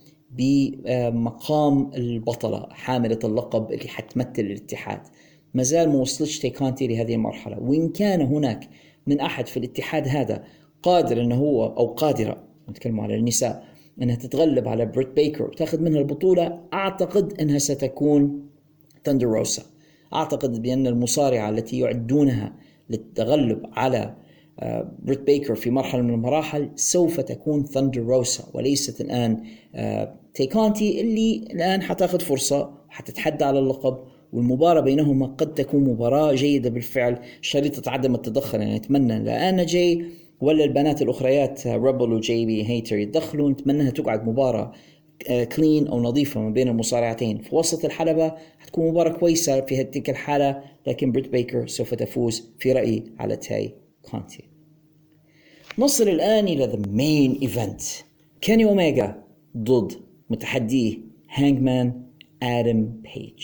A: بمقام البطلة حاملة اللقب اللي حتمثل الاتحاد. مازال ما وصلتش تاي كونتي لهذه المرحلة. وإن كان هناك من أحد في الاتحاد هذا قادر أنه هو أو قادرة، نتكلم على النساء، أنها تتغلب على بريت بيكر وتأخذ منها البطولة، أعتقد أنها ستكون ثاندر روسا. أعتقد بأن المصارعة التي يعدونها للتغلب على بريت بيكر في مرحلة من المراحل سوف تكون ثاندر روسا، وليست الآن تاي كونتي اللي الآن حتاخذ فرصة وحتتحدى على اللقب، والمباراة بينهما قد تكون مباراة جيدة بالفعل، شريطة عدم التدخل. يعني نتمنى لا أنا جاي ولا البنات الأخريات ريبل وجيمي هيتر يتدخلوا، نتمنى تقعد مباراة كلين أو نظيفة ما بين المصارعتين في وسط الحلبة. هتكون مباراة كويسة في هذه الحالة، لكن بريت بيكر سوف تفوز في رأيي على تاي كونتي. نصل الآن إلى the main event، كيني أوميجا ضد متحديه هانجمان آدم بيج.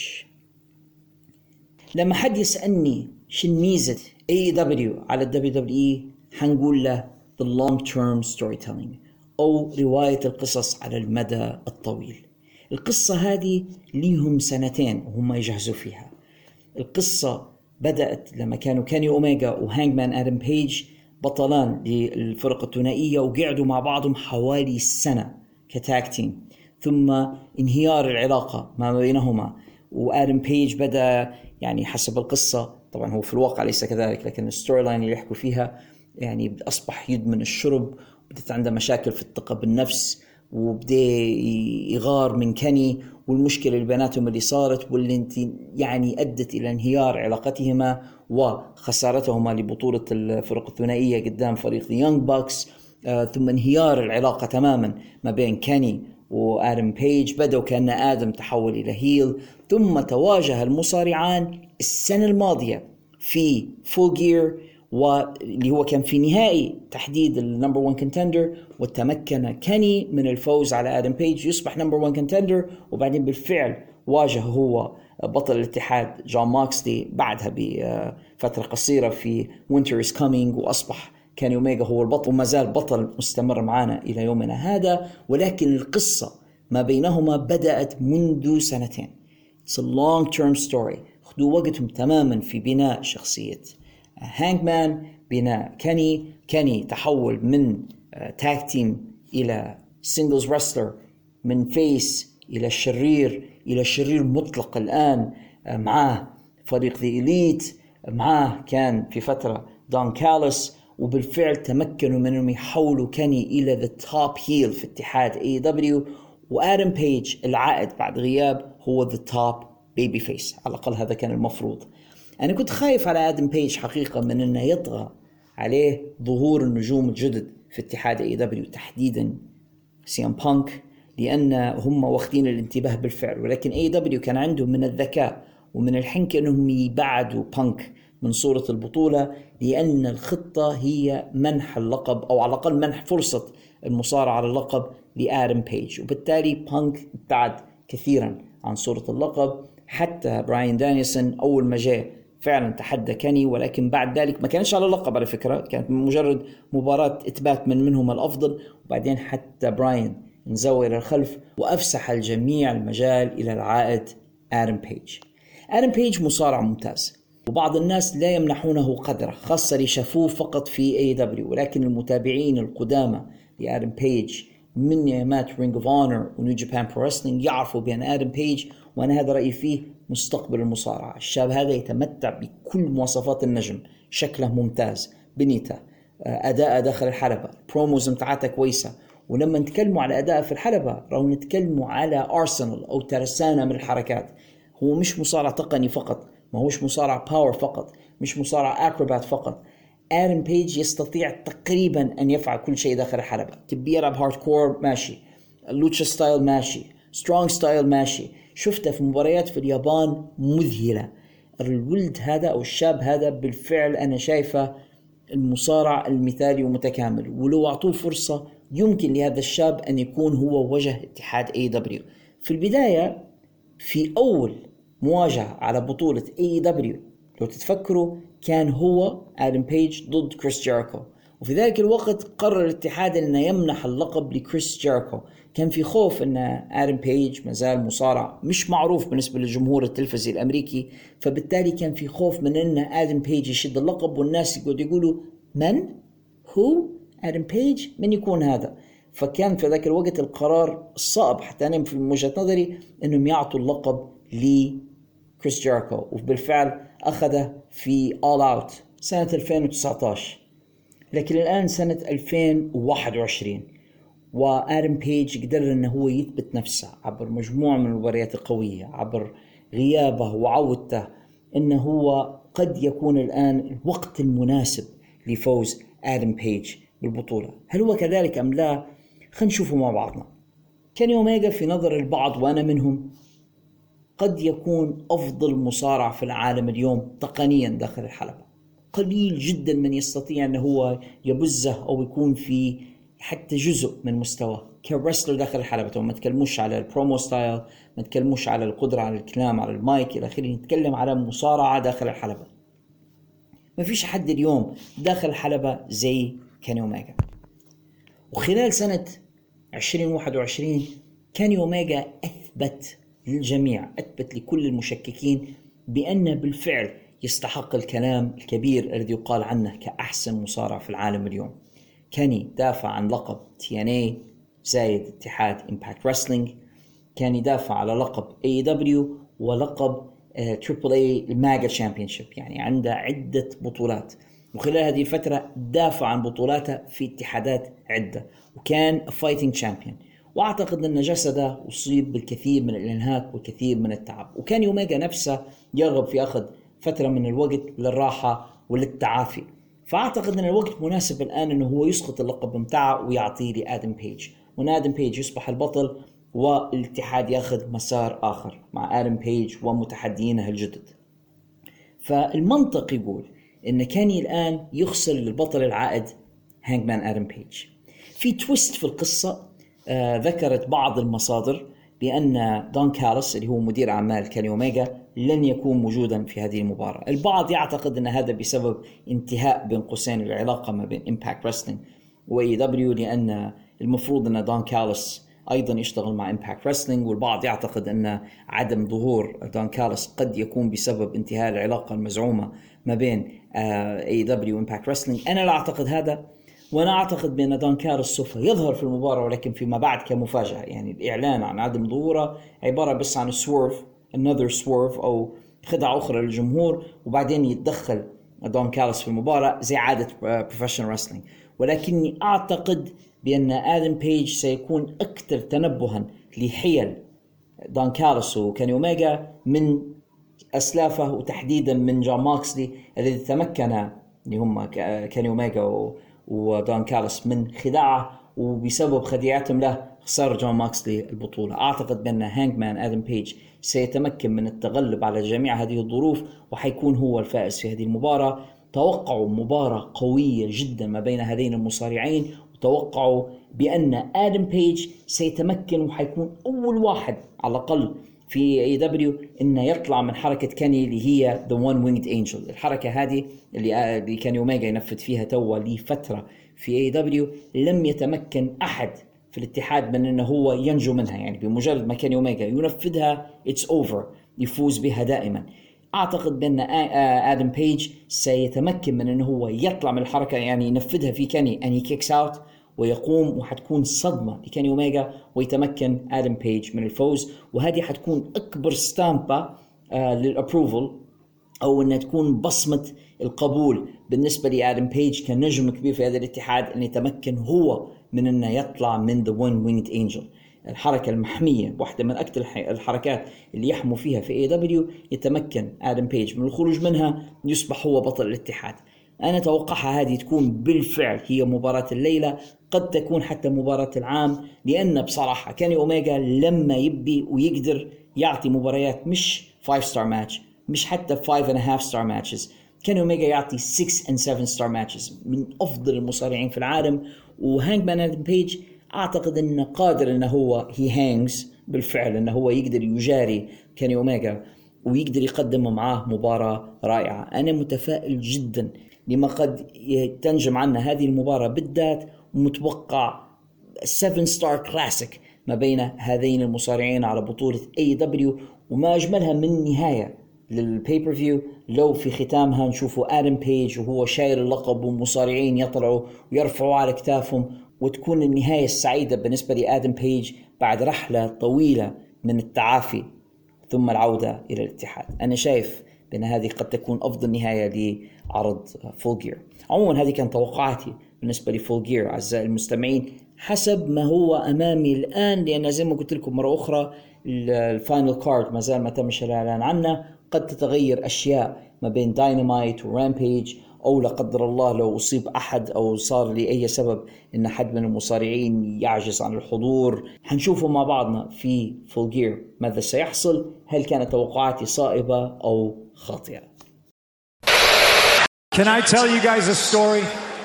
A: لما حد يسألني شن ميزة إيه إي دبليو على الدبليو دبليو إي، حنقول له the long term storytelling أو رواية القصص على المدى الطويل. القصة هذه ليهم سنتين وهم يجهزوا فيها. القصة بدأت لما كانوا كيني أوميجا وهانجمان آدم بيج بطلان للفرق الثنائية، وقعدوا مع بعضهم حوالي سنة كتاكتين، ثم انهيار العلاقة ما بينهما، وآدم بيج بدأ يعني حسب القصة، طبعا هو في الواقع ليس كذلك، لكن الستوري لاين اللي يحكوا فيها يعني أصبح يدمن الشرب، بدأت عنده مشاكل في الثقة بالنفس، وبدأ يغار من كيني، والمشكلة اللي بيناتهم اللي صارت واللي انت يعني أدت إلى انهيار علاقتهما وخسارتهما لبطولة الفرق الثنائية قدام فريق The Young Bucks. آه ثم انهيار العلاقة تماما ما بين كيني وآدم بيج، بدأوا كأن آدم تحول إلى هيل. ثم تواجه المصارعان السنة الماضية في فول جير، واللي هو كان في نهائي تحديد النمبر وان كنتندر، وتمكن كيني من الفوز على آدم بيج يصبح نمبر وان كنتندر. وبعدين بالفعل واجه هو بطل الاتحاد جون موكسلي بعدها بفترة قصيرة في وينتر إز كامينج، وأصبح كيني أوميجا هو البطل، وما زال بطل مستمر معنا إلى يومنا هذا. ولكن القصة ما بينهما بدأت منذ سنتين. It's a long term story. خدوا وقتهم تماما في بناء شخصية هانجمان، بناء كيني. كيني تحول من تاج تيم إلى سينجلز رسلر، من فيس إلى الشرير، إلى الشرير مطلق الآن. معاه فريق ذي إليت، معاه كان في فترة دون كاليس، وبالفعل تمكنوا من أنهم يحولوا كاني إلى the top heel في اتحاد إيه دبليو، وآدم بيج العائد بعد غياب هو the top baby face، على الأقل هذا كان المفروض. أنا كنت خايف على آدم بيج حقيقة من أنه يطغى عليه ظهور النجوم الجدد في اتحاد إيه دبليو، تحديدا سي ام بانك، لأن هم واخدين الانتباه بالفعل. ولكن إيه دبليو كان عندهم من الذكاء ومن الحنكة أنهم يبعدوا بانك من صورة البطولة، لأن الخطة هي منح اللقب أو على الأقل منح فرصة المصارعة على اللقب لآدم بيج، وبالتالي بانك ابتعد كثيرا عن صورة اللقب. حتى براين دانيسون أول ما جاء فعلا تحدى كاني، ولكن بعد ذلك ما كانش على اللقب على فكرة، كانت مجرد مباراة إثبات من منهم الأفضل. وبعدين حتى براين انزوى إلى الخلف وأفسح الجميع المجال إلى العائد آدم بيج. آدم بيج مصارع ممتاز، وبعض الناس لا يمنحونه قدره، خاصة اللي شافوه فقط في إيه دبليو، ولكن المتابعين القدامى لآدم بيج من يامات رينج اوف اونر ونيو جابان برو رسلينج يعرفوا بأن آدم بيج، وأنا هذا رأيي فيه، مستقبل المصارعة. الشاب هذا يتمتع بكل مواصفات النجم، شكله ممتاز، بنيته، أداء داخل الحلبة، بروموز متاعته كويسة. ولما نتكلموا على أداء في الحلبة راهو نتكلموا على أرسنال أو ترسانة من الحركات. هو مش مصارع تقني فقط، ما هوش مصارع باور فقط، مش مصارع أكروبات فقط. آدم بيج يستطيع تقريبا أن يفعل كل شيء داخل الحلبة. تبي يلعب هاردكور ماشي، لوتشا ستايل ماشي، سترونج ستايل ماشي. شفته في مباريات في اليابان مذهلة. الولد هذا أو الشاب هذا بالفعل أنا شايفه المصارع المثالي ومتكامل، ولو أعطوه فرصة يمكن لهذا الشاب أن يكون هو وجه اتحاد إيه دبليو. في البداية في أول مواجهة على بطولة إيه دبليو لو تتفكروا كان هو آدم بيج ضد كريس جيريكو، وفي ذلك الوقت قرر الاتحاد أن يمنح اللقب لكريس جيريكو. كان في خوف أن آدم بيج مازال مصارع مش معروف بالنسبة للجمهور التلفزي الأمريكي، فبالتالي كان في خوف من أن آدم بيج يشد اللقب والناس يقعدوا يقولوا من هو آدم بيج، من يكون هذا. فكان في ذاك الوقت القرار الصعب حتى أنا في وجهة نظري أنهم يعطوا اللقب لكريس جيريكو، وبالفعل أخذه في All Out سنة ألفين وتسعة عشر. لكن الآن سنة ألفين وواحد وعشرين وآدم بيج قدر أنه هو يثبت نفسه عبر مجموعة من المباريات القوية، عبر غيابه وعودته، أنه هو قد يكون الآن الوقت المناسب لفوز آدم بيج بالبطولة. هل هو كذلك أم لا؟ خلينا نشوفه مع بعضنا. كيني أوميجا في نظر البعض وأنا منهم قد يكون أفضل مصارع في العالم اليوم تقنيا داخل الحلبة. قليل جدا من يستطيع أنه هو يبزه أو يكون في حتى جزء من مستواه كرسلر داخل الحلبة. وما نتكلموش على البرومو ستايل، ما نتكلموش على القدرة على الكلام على المايك إلى آخره، نتكلم على مصارعة داخل الحلبة. ما فيش حد اليوم داخل الحلبة زي كيني أوميجا. وخلال سنة عشرين واحد وعشرين كيني أوميجا أثبت للجميع، أثبت لكل المشككين بأنه بالفعل يستحق الكلام الكبير الذي يقال عنه كأحسن مصارع في العالم اليوم. كان دافع عن لقب تي إن إيه زايد اتحاد إمباكت رسلينج، كان يدافع على لقب إيه دبليو ولقب تريبل إيه الماجا تشامبيونشيب، يعني عنده عدة بطولات. وخلال هذه الفترة دافع عن بطولاته في اتحادات عدة، وكان فايتنج تشامبيون. واعتقد ان جسده اصيب بالكثير من الانهاك والكثير من التعب، وكان أوميجا نفسه يرغب في اخذ فتره من الوقت للراحه وللتعافي. فاعتقد ان الوقت مناسب الان انه هو يسقط اللقب متاعه ويعطيه لآدم بيج، وان آدم بيج يصبح البطل والاتحاد ياخذ مسار اخر مع آدم بيج ومتحديينه الجدد. فالمنطق يقول ان كاني الان يخسر للبطل العائد هانجمان آدم بيج. في تويست في القصه. آه ذكرت بعض المصادر بأن دون كاليس اللي هو مدير أعمال كيني أوميجا لن يكون موجودا في هذه المباراة. البعض يعتقد أن هذا بسبب انتهاء بين قوسين العلاقة ما بين إمباكت رسلينج و إيه دبليو، لأن المفروض أن دون كاليس أيضا يشتغل مع إمباكت رسلينج. والبعض يعتقد أن عدم ظهور دون كاليس قد يكون بسبب انتهاء العلاقة المزعومة ما بين آه إيه دبليو وإمباكت رسلينج. أنا لا أعتقد هذا، وأنا أعتقد بأن دون كاليس سوف يظهر في المباراة ولكن فيما بعد كمفاجأة. يعني الإعلان عن عدم ظهوره عبارة بس عن سويرف another swerve أو خدعة أخرى للجمهور، وبعدين يتدخل دون كالوس في المباراة زي عادة بروفيشنال رسلينج، ولكني أعتقد بأن آدم بيج سيكون أكثر تنبها لحيل دون كالوس وكيني أوميجا من أسلافه، وتحديدا من جون ماكسلي الذي تمكن اللي هم كيني أوميجا ودون كالوس من خداعه، وبسبب خديعتهم له خسر جون ماكسلي البطولة. أعتقد بأن هانجمان آدم بيج سيتمكن من التغلب على جميع هذه الظروف وحيكون هو الفائز في هذه المباراة. توقعوا مباراة قوية جدا ما بين هذين المصارعين، وتوقعوا بأن آدم بيج سيتمكن وحيكون أول واحد على الأقل في إيه دبليو إنه يطلع من حركة كاني اللي هي The One Winged Angel. الحركة هذه اللي اللي كان أوميجا ينفذ فيها توا لفترة في إيه دبليو لم يتمكن أحد في الاتحاد من أنه هو ينجو منها، يعني بمجرد ما كان أوميجا ينفذها it's over، يفوز بها دائما. أعتقد بأن آدم بيج سيتمكن من أنه هو يطلع من الحركة، يعني ينفذها في كاني and he kicks out ويقوم، وحتكون صدمة لكاني أوميجا ويتمكن آدم بيج من الفوز. وهذه حتكون أكبر ستامبة آه للأبروفل، أو أنها تكون بصمة القبول بالنسبة لآدم بيج كنجم كبير في هذا الاتحاد، أن يتمكن هو من أنه يطلع من The One Winged Angel، الحركة المحمية، واحدة من أكثر الحركات اللي يحموا فيها في إيه دبليو. يتمكن آدم بيج من الخروج منها، يصبح هو بطل الاتحاد. أنا أتوقعها هذه تكون بالفعل هي مباراة الليلة، قد تكون حتى مباراة العام، لأن بصراحة كاني أوميجا لما يبي ويقدر يعطي مباريات مش five star match، مش حتى five and a half star matches، كاني أوميجا يعطي six and seven star matches من أفضل المصارعين في العالم. وهانجمان آدم بيج أعتقد أنه قادر أنه هو he hangs بالفعل، أنه هو يقدر يجاري كاني أوميجا ويقدر يقدم معاه مباراة رائعة. أنا متفائل جدا لما قد تنجم عنا هذه المباراة بالذات، ومتوقع seven star classic ما بين هذين المصارعين على بطولة إيه دبليو، وما أجملها من نهاية للبيبر فيو لو في ختامها نشوفوا آدم بيج وهو شايل اللقب ومصارعين يطلعوا ويرفعوا على كتافهم، وتكون النهاية السعيدة بالنسبة لآدم بيج بعد رحلة طويلة من التعافي ثم العودة إلى الاتحاد. أنا شايف بأن هذه قد تكون أفضل نهاية لعرض فول جير. عموما هذه كانت توقعاتي بالنسبة لفول جير أعزائي المستمعين حسب ما هو أمامي الآن، لأن زي ما قلت لكم مرة أخرى الفاينل كارد ما زال ما تمش الإعلان عنه، قد تتغير أشياء ما بين داينامايت ورامبيج، أو لا قدر الله لو أصيب أحد أو صار لأي سبب إن حد من المصارعين يعجز عن الحضور. هنشوفه مع بعضنا في فول جير ماذا سيحصل، هل كانت توقعاتي صائبة أو خاطئة.
C: Can I tell you guys a story?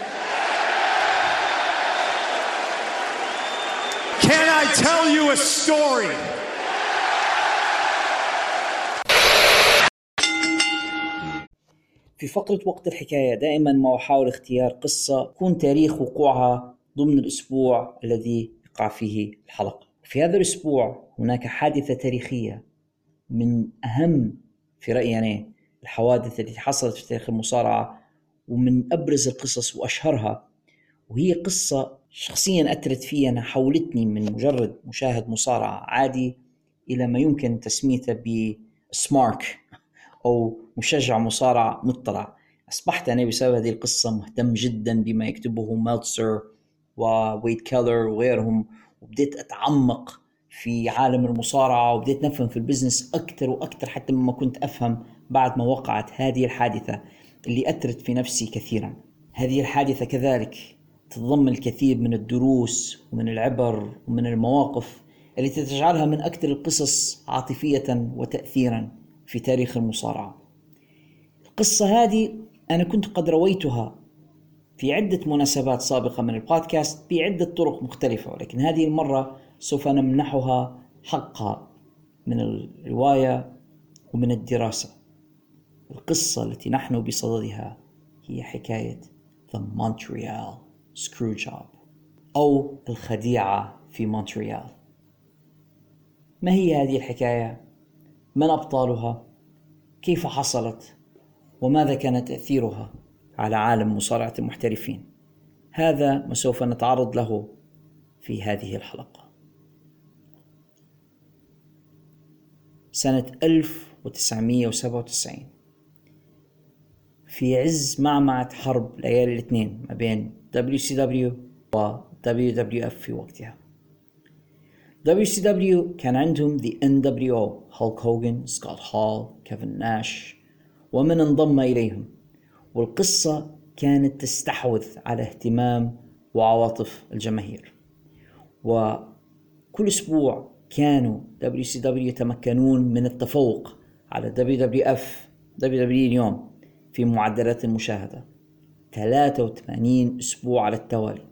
C: Can I tell you a story?
A: في فقرة وقت الحكاية دائما ما أحاول اختيار قصة يكون تاريخ وقوعها ضمن الأسبوع الذي يقع فيه الحلقة. في هذا الأسبوع هناك حادثة تاريخية من أهم في رأيي يعني الحوادث التي حصلت في تاريخ المصارعة، ومن أبرز القصص وأشهرها، وهي قصة شخصيا أثرت فيها. أنا حولتني من مجرد مشاهد مصارعة عادي إلى ما يمكن تسميته بسمارك أو مشجع مصارع مطلع. أصبحت أنا بسبب هذه القصة مهتم جدا بما يكتبه ميلتسر وويد كيلر وغيرهم، وبديت أتعمق في عالم المصارعة وبديت نفهم في البزنس أكثر وأكثر حتى مما كنت أفهم بعد ما وقعت هذه الحادثة اللي أثرت في نفسي كثيرا. هذه الحادثة كذلك تتضمن الكثير من الدروس ومن العبر ومن المواقف التي تجعلها من أكثر القصص عاطفية وتأثيرا في تاريخ المصارعة. القصة هذه أنا كنت قد رويتها في عدة مناسبات سابقة من البودكاست بعدة طرق مختلفة، ولكن هذه المرة سوف نمنحها حقها من الرواية ومن الدراسة. القصة التي نحن بصددها هي حكاية The Montreal Screwjob أو الخديعة في مونتريال. ما هي هذه الحكاية؟ من أبطالها؟ كيف حصلت؟ وماذا كان تأثيرها على عالم مصارعة المحترفين؟ هذا ما سوف نتعرض له في هذه الحلقة. سنة ألف وتسعمائة وسبعة وتسعين في عز معمعة حرب ليالي الاثنين ما بين دبليو سي دبليو و دبليو دبليو إف في وقتها. دبليو سي دبليو كان عندهم The إن دبليو أو هولك هوغن، سكوت هول، كيفن ناش ومن انضم إليهم، والقصة كانت تستحوذ على اهتمام وعواطف الجماهير. وكل أسبوع كانوا دبليو سي دبليو يتمكنون من التفوق على دبليو دبليو إف دبليو دبليو اليوم في معدلات المشاهدة ثلاثة وثمانين أسبوع على التوالي،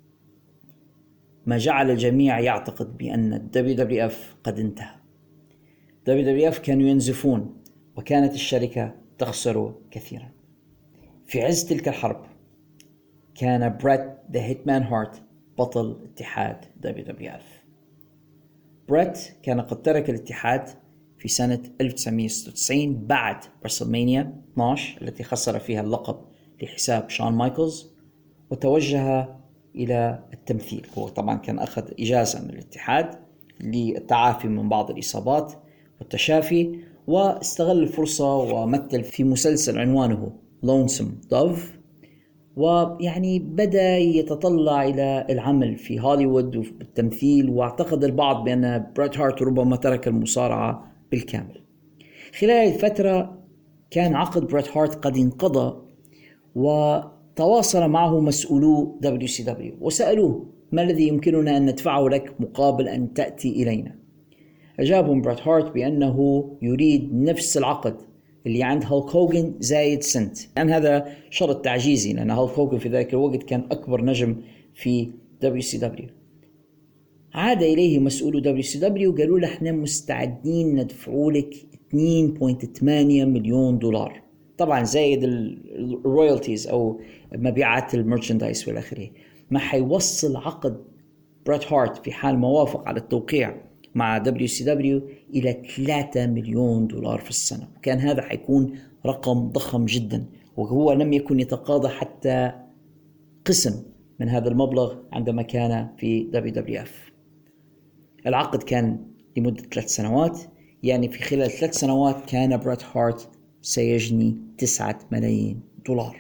A: ما جعل الجميع يعتقد بأن الدبليو دبليو إف قد انتهى. دبليو دبليو إف كانوا ينزفون وكانت الشركة تخسر كثيرا. في عز تلك الحرب كان بريت ذا هيتمان هارت بطل اتحاد دبليو دبليو إف. بريت كان قد ترك الاتحاد في سنة ألف وتسعمائة وستة وتسعين بعد رسلمانيا اثني عشر التي خسر فيها اللقب لحساب شون مايكلز، وتوجه إلى التمثيل. هو طبعا كان أخذ إجازة من الاتحاد للتعافي من بعض الإصابات والتشافي، واستغل الفرصة ومثل في مسلسل عنوانه Lonesome Dove، ويعني بدأ يتطلع إلى العمل في هوليوود والتمثيل، واعتقد البعض بأن بريت هارت ربما ترك المصارعة بالكامل. خلال الفترة كان عقد بريت هارت قد انقضى، وتواصل معه مسؤولو دبليو سي دبليو وسألوه ما الذي يمكننا أن ندفعه لك مقابل أن تأتي إلينا. أجابهم بريت هارت بأنه يريد نفس العقد اللي عند هولك هوغن زايد سنت، لأن هذا شرط تعجيزي، لأن هولك هوغن في ذلك الوقت كان أكبر نجم في دبليو سي دبليو. عاد إليه مسؤول دبليو سي دبليو قالوا له احنا مستعدين ندفعوا لك اثنين فاصلة ثمانية مليون دولار، طبعا زايد الرويالتيز أو مبيعات الميرشندايز والآخره، ما حيوصل عقد بريت هارت في حال ما وافق على التوقيع مع دبليو سي دبليو إلى ثلاثة مليون دولار في السنة. وكان هذا حيكون رقم ضخم جدا، وهو لم يكن يتقاضى حتى قسم من هذا المبلغ عندما كان في دبليو دبليو إف. العقد كان لمدة ثلاث سنوات، يعني في خلال ثلاث سنوات كان بريت هارت سيجني تسعة ملايين دولار.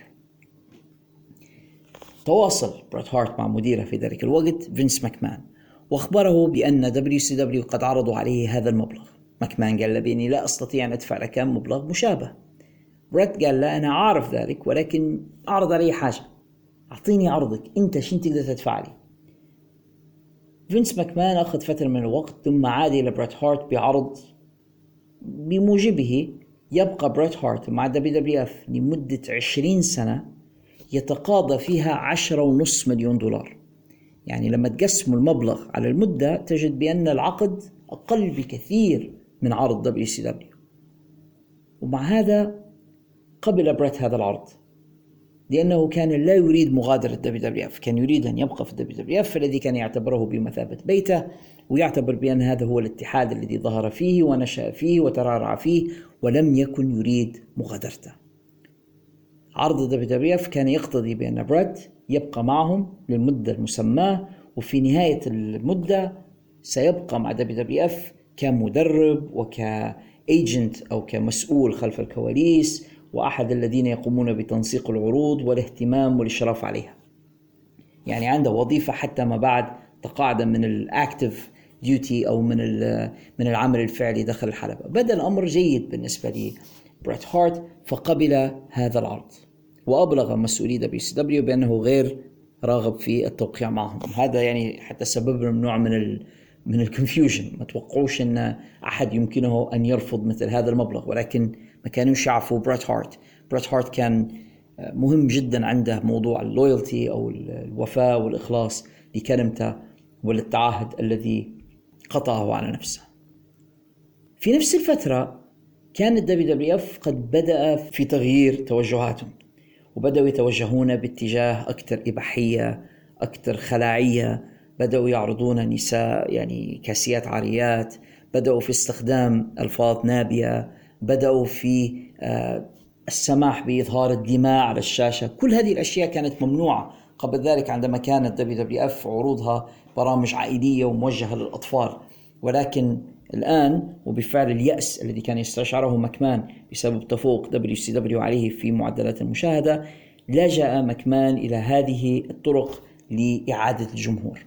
A: تواصل بريت هارت مع مديره في ذلك الوقت فينس ماكمان، واخبره بأن دبليو سي دبليو قد عرضوا عليه هذا المبلغ. ماكمان قال له بإني لا أستطيع أن أدفع لك مبلغ مشابه. بريت قال له أنا عارف ذلك، ولكن أعرض علي حاجة، أعطيني عرضك أنت، شين تقدر تدفع لي. فينس ماكمان أخذ فترة من الوقت ثم عاد إلى بريت هارت بعرض بموجبه يبقى بريت هارت مع دبليو دبليو إف لمدة عشرين سنة يتقاضى فيها عشرة ونص مليون دولار. يعني لما تقسموا المبلغ على المدة تجد بأن العقد أقل بكثير من عرض دبليو سي دبليو. ومع هذا قبل بريت هذا العرض، لأنه كان لا يريد مغادرة دبليو دبليو إف، كان يريد أن يبقى في دبليو دبليو إف الذي كان يعتبره بمثابة بيته، ويعتبر بأن هذا هو الاتحاد الذي ظهر فيه ونشأ فيه وترعرع فيه، ولم يكن يريد مغادرته. عرض دبليو دبليو إف كان يقتضي بأن بريت يبقى معهم للمدة المسماة، وفي نهاية المدة سيبقى مع دبليو دبليو إف كمدرب وكايجنت أو كمسؤول خلف الكواليس، وأحد الذين يقومون بتنسيق العروض والاهتمام والإشراف عليها. يعني عنده وظيفة حتى ما بعد تقاعدا من الأكتيف ديوتي أو من من العمل الفعلي داخل الحلبة. بدأ الأمر جيد بالنسبة لي بريت هارت، فقبل هذا العرض، وأبلغ مسؤولي دبليو سي دبليو بأنه غير راغب في التوقيع معهم. هذا يعني حتى سبب لهم نوع من ال من الكونفيوجن، ما توقعوش أن أحد يمكنه أن يرفض مثل هذا المبلغ، ولكن ما كانوا يعرفوا بريت هارت. بريت هارت كان مهم جدا عنده موضوع اللويالتي أو الوفاء والإخلاص لكلمته وللتعهد الذي قطعه على نفسه. في نفس الفترة كان الدبليو دبليو إف قد بدأ في تغيير توجهاتهم، وبدأوا يتوجهون باتجاه أكثر إباحية، أكثر خلاعية. بدأوا يعرضون نساء يعني كاسيات عاريات، بدأوا في استخدام ألفاظ نابية، بدأوا في السماح بإظهار الدماء على الشاشة. كل هذه الأشياء كانت ممنوعة قبل ذلك عندما كانت دبليو دبليو إف عروضها برامج عائلية وموجهة للأطفال، ولكن الآن وبفعل اليأس الذي كان يستشعره مكمان بسبب تفوق دبليو سي دبليو عليه في معدلات المشاهدة، لجأ مكمان إلى هذه الطرق لإعادة الجمهور.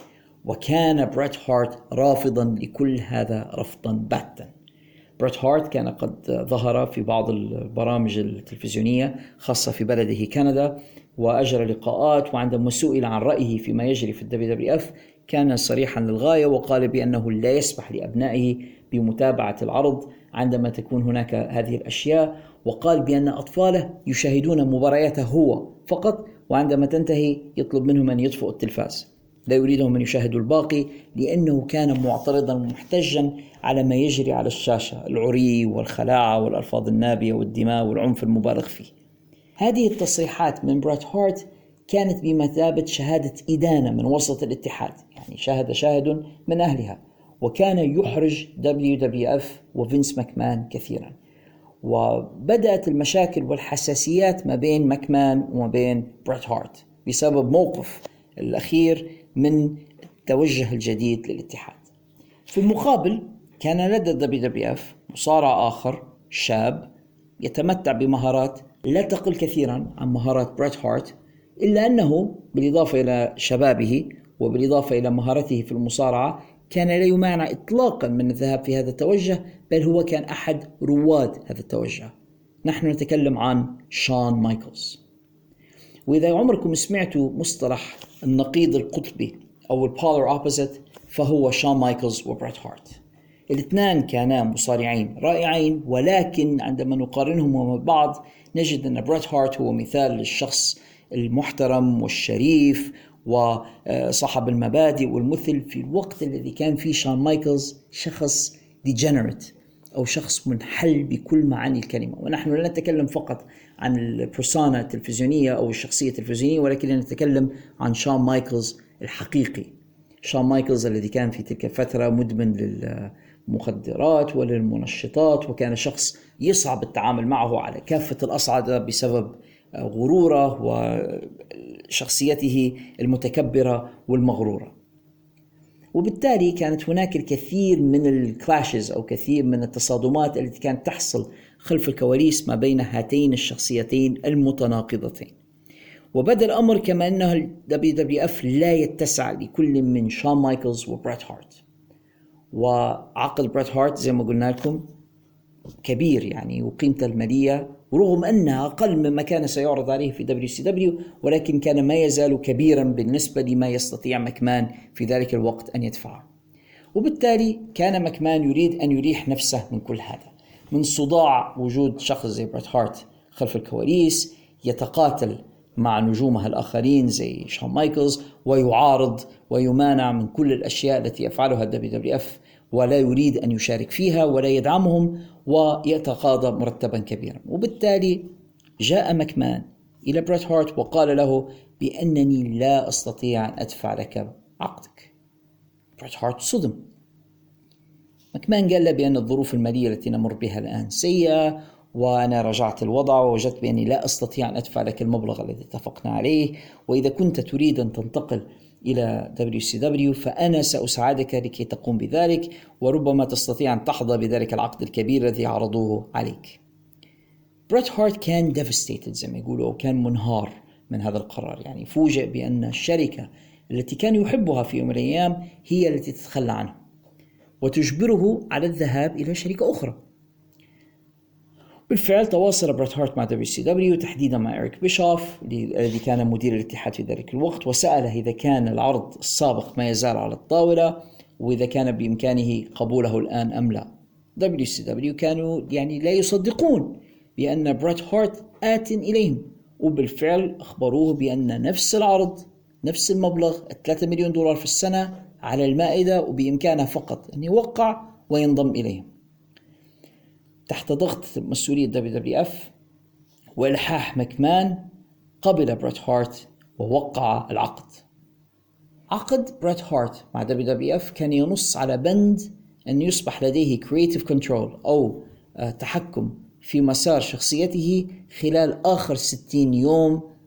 A: وكان بريت هارت رافضا لكل هذا رفضا باتا. بريت هارت كان قد ظهر في بعض البرامج التلفزيونية خاصة في بلده كندا وأجرى لقاءات، وعندما سئل عن رأيه فيما يجري في الدبليو دبليو إف كان صريحا للغاية وقال بأنه لا يسمح لأبنائه بمتابعة العرض عندما تكون هناك هذه الأشياء، وقال بأن أطفاله يشاهدون مبارياته هو فقط، وعندما تنتهي يطلب منهم أن يطفئوا التلفاز، لا يريدهم أن يشاهدوا الباقي، لأنه كان معترضا ومحتجا على ما يجري على الشاشة، العري والخلاعة والألفاظ النابية والدماء والعنف المبالغ فيه. هذه التصريحات من بريت هارت كانت بمثابة شهادة إدانة من وسط الاتحاد، يعني شاهد شاهد من أهلها، وكان يحرج دبليو دبليو إف وفينس ماكمان كثيرا. وبدأت المشاكل والحساسيات ما بين ماكمان وما بين بريت هارت بسبب موقف الأخير من التوجه الجديد للاتحاد. في المقابل كان لدى دبليو دبليو إف مصارع آخر شاب يتمتع بمهارات لا تقل كثيرا عن مهارات بريت هارت، إلا أنه بالإضافة إلى شبابه وبالإضافة إلى مهارته في المصارعة كان لا يمانع إطلاقا من الذهاب في هذا التوجه، بل هو كان أحد رواد هذا التوجه. نحن نتكلم عن شون مايكلز. وإذا عمركم سمعتوا مصطلح النقيض القطبي أو البولار أوبوزيت فهو شون مايكلز وبريت هارت. الاثنان كانا مصارعين رائعين، ولكن عندما نقارنهم ببعض نجد أن بريت هارت هو مثال للشخص المحترم والشريف وصاحب المبادئ والمثل، في الوقت الذي كان فيه شون مايكلز شخص ديجنريت أو شخص منحل بكل معاني الكلمة. ونحن لا نتكلم فقط عن البرسونا التلفزيونية أو الشخصية التلفزيونية، ولكن نتكلم عن شون مايكلز الحقيقي. شون مايكلز الذي كان في تلك الفترة مدمن للمخدرات وللمنشطات، وكان شخص يصعب التعامل معه على كافة الأصعدة بسبب غروره وشخصيته المتكبرة والمغرورة. وبالتالي كانت هناك الكثير من الكلاشز أو كثير من التصادمات التي كانت تحصل خلف الكواليس ما بين هاتين الشخصيتين المتناقضتين. وبدأ الأمر كما أنه ال دبليو دبليو إف لا يتسع لكل من شون مايكلز وبريت هارت. وعقد بريت هارت زي ما قلنا لكم كبير يعني وقيمته المالية، ورغم أنها أقل مما كان سيعرض عليه في دبليو سي دبليو، ولكن كان ما يزال كبيرا بالنسبة لما يستطيع ماكمان في ذلك الوقت أن يدفعه. وبالتالي كان ماكمان يريد أن يريح نفسه من كل هذا، من صداع وجود شخص زي بريت هارت خلف الكواليس يتقاتل مع نجومها الآخرين زي شون مايكلز ويعارض ويمانع من كل الأشياء التي يفعلها الدبليو دبليو إف، ولا يريد أن يشارك فيها ولا يدعمهم ويتقاضى مرتبا كبيرا. وبالتالي جاء ماكمان إلى بريت هارت وقال له بأنني لا أستطيع أن أدفع لك عقدك. بريت هارت صدم. ماكمان قال له بأن الظروف المالية التي نمر بها الآن سيئة، وأنا رجعت الوضع ووجدت بأني لا أستطيع أن أدفع لك المبلغ الذي اتفقنا عليه، وإذا كنت تريد أن تنتقل إلى دبليو سي دبليو فأنا سأساعدك لكي تقوم بذلك، وربما تستطيع أن تحظى بذلك العقد الكبير الذي عرضوه عليك. بريت هارت كان devastated زي ما يقولوا، أو كان منهار من هذا القرار. يعني فوجئ بأن الشركة التي كان يحبها في يوم من الأيام هي التي تتخلى عنه وتجبره على الذهاب إلى شركة أخرى. بالفعل تواصل بريت هارت مع دبليو سي دبليو تحديدا مع إريك بيشوف الذي كان مدير الاتحاد في ذلك الوقت، وسأله إذا كان العرض السابق ما يزال على الطاولة وإذا كان بإمكانه قبوله الآن أم لا. دبليو سي دبليو كانوا يعني لا يصدقون بأن بريت هارت آت إليهم، وبالفعل أخبروه بأن نفس العرض نفس المبلغ ثلاثة مليون دولار في السنة على المائدة، وبإمكانه فقط أن يوقع وينضم إليهم. تحت ضغط مسؤولية دبليو دبليو إف وإلحاح ماكمان قبل بريت هارت ووقع العقد. عقد بريت هارت مع دبليو دبليو إف كان ينص على بند أن يصبح لديه creative control أو تحكم في مسار شخصيته خلال آخر ستين يوم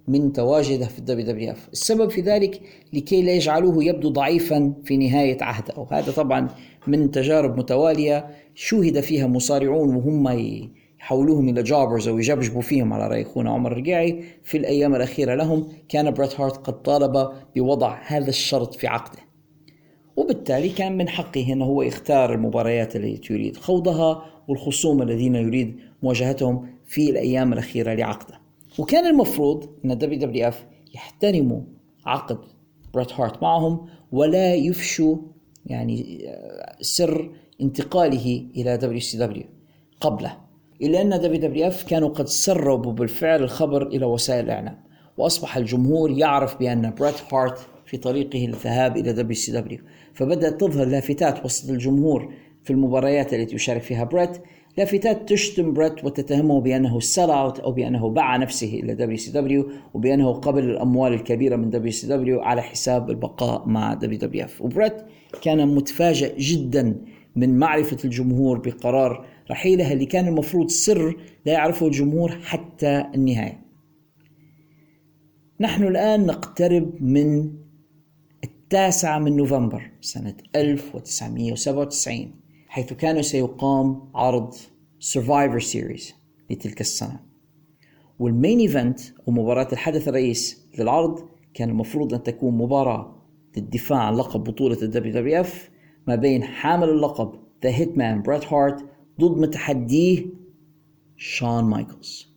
A: من تواجده في الدبليو دبليو إف. السبب في ذلك لكي لا يجعلوه يبدو ضعيفا في نهاية عهده، وهذا طبعا من تجارب متوالية شوهد فيها مصارعون وهم يحولوهم إلى جابرز أو يجبجبوا فيهم على رأي أخونا عمر الرقاعي في الأيام الأخيرة لهم. كان بريت هارت قد طالب بوضع هذا الشرط في عقده، وبالتالي كان من حقه أنه هو يختار المباريات التي يريد خوضها والخصوم الذين يريد مواجهتهم في الأيام الأخيرة لعقده. وكان المفروض أن الدبليو دبليو إف يحترموا عقد بريت هارت معهم ولا يفشوا يعني سر انتقاله إلى دبليو سي دبليو قبله، إلا أن دبليو دبليو إف كانوا قد سربوا بالفعل الخبر إلى وسائل الإعلام، وأصبح الجمهور يعرف بأن بريت هارت في طريقه للذهاب إلى دبليو سي دبليو. فبدأت تظهر لافتات وسط الجمهور في المباريات التي يشارك فيها بريت، لافتات تشتم بريت وتتهمه بأنه سيل اوت أو بأنه باع نفسه إلى دبليو سي دبليو وبأنه قبل الأموال الكبيرة من دبليو سي دبليو على حساب البقاء مع دبليو دبليو إف. وبريت كان متفاجئ جدا من معرفة الجمهور بقرار رحيله اللي كان المفروض سر لا يعرفه الجمهور حتى النهاية. نحن الآن نقترب من التاسعة من نوفمبر سنة ألف وتسعمائة وسبعة وتسعين، حيث كان سيقام عرض Survivor Series لتلك السنة، والمين إيفنت ومباراة الحدث الرئيس للعرض كان المفروض أن تكون مباراة للدفاع عن لقب بطولة الدبليو دبليو إف ما بين حامل اللقب The Hitman بريت هارت ضد متحديه شون مايكلز.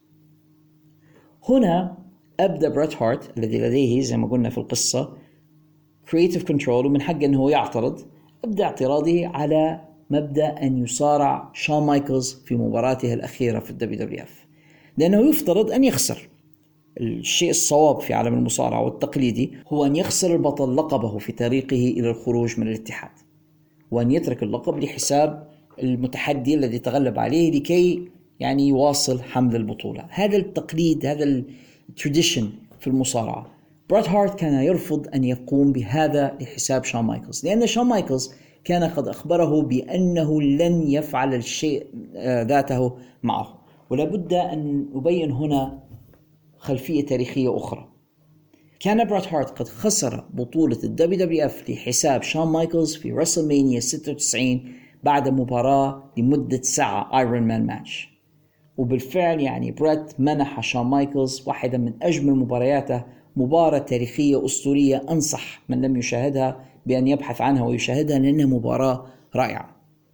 A: هنا أبدأ بريت هارت الذي لديه زي ما قلنا في القصة Creative Control ومن حقه أنه يعترض، أبدأ اعتراضه على مبدأ أن يصارع شون مايكلز في مباراته الأخيرة في الدبليو دبليو إف، لأنه يفترض أن يخسر. الشيء الصواب في عالم المصارعة والتقليدي هو أن يخسر البطل لقبه في طريقه إلى الخروج من الاتحاد، وأن يترك اللقب لحساب المتحدي الذي تغلب عليه لكي يعني يواصل حمل البطولة. هذا التقليد، هذا التراديشن في المصارعة. بريت هارت كان يرفض أن يقوم بهذا لحساب شون مايكلز، لأن شون مايكلز كان قد أخبره بأنه لن يفعل الشيء ذاته معه. ولا بد أن أبين هنا خلفية تاريخية أخرى. كان بريت هارت قد خسر بطولة الدبليو دبليو إف لحساب شون مايكلز في رسلمانيا ستة وتسعين بعد مباراة لمدة ساعة ايرون مان ماتش، وبالفعل يعني بريت منح شون مايكلز واحدة من أجمل مبارياته، مباراة تاريخية أسطورية أنصح من لم يشاهدها بأن يبحث عنها ويشاهدها لأنها مباراة رائعة.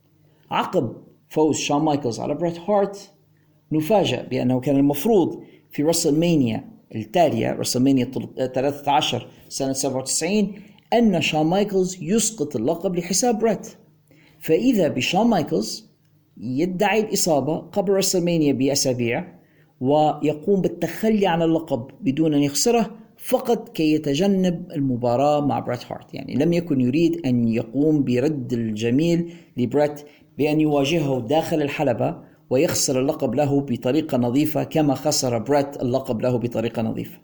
A: عقب فوز شون مايكلز على بريت هارت نفاجأ بأنه كان المفروض في رسلمانيا التالية رسلمانيا ثلاثة عشر سنة سبعة وتسعين أن شون مايكلز يسقط اللقب لحساب بريت، فإذا بشون مايكلز يدعي الإصابة قبل رسلمانيا بأسابيع ويقوم بالتخلي عن اللقب بدون أن يخسره فقط كي يتجنب المباراة مع بريت هارت. يعني لم يكن يريد أن يقوم برد الجميل لبريت بأن يواجهه داخل الحلبة ويخسر اللقب له بطريقة نظيفة كما خسر بريت اللقب له بطريقة نظيفة.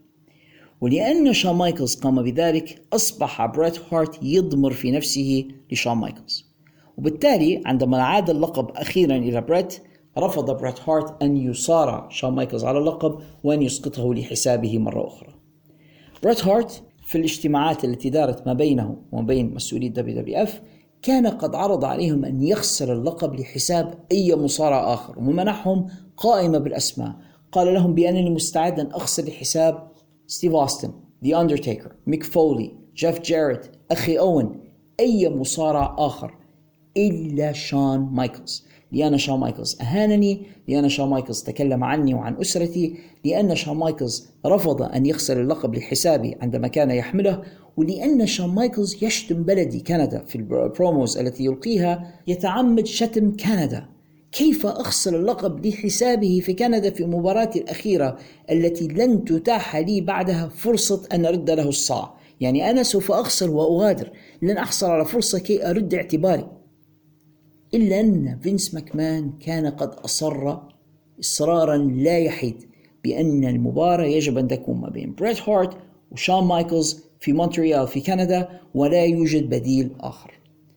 A: ولأن شون مايكلز قام بذلك أصبح بريت هارت يضمر في نفسه لشون مايكلز، وبالتالي عندما عاد اللقب أخيرا إلى بريت رفض بريت هارت أن يصارع شون مايكلز على اللقب وأن يسقطه لحسابه مرة أخرى. بريت هارت في الاجتماعات التي دارت ما بينه وما بين مسؤولي دبليو دبليو إف كان قد عرض عليهم أن يخسر اللقب لحساب أي مصارع آخر، ومنحهم قائمة بالأسماء. قال لهم بأنني مستعد أن أخسر لحساب ستيف أوستن، The Undertaker، ميك فولي، جيف جاريت، أخي أوين، أي مصارع آخر إلا شون مايكلز. لأن شون مايكلز أهانني، لأن شون مايكلز تكلم عني وعن أسرتي، لأن شون مايكلز رفض أن يخسر اللقب لحسابي عندما كان يحمله، ولأن شون مايكلز يشتم بلدي كندا في البروموز التي يلقيها، يتعمد شتم كندا. كيف أخسر اللقب لحسابه في كندا في مباراتي الأخيرة التي لن تتاح لي بعدها فرصة أن أرد له الصاع؟ يعني أنا سوف أخسر وأغادر، لن أحصل على فرصة كي أرد اعتباري. إلا أن فينس ماكمان كان قد أصر إصرارا لا يحيد بأن المباراة يجب أن تكون ما بين بريت هارت وشون مايكلز في مونتريال في كندا ولا يوجد بديل آخر.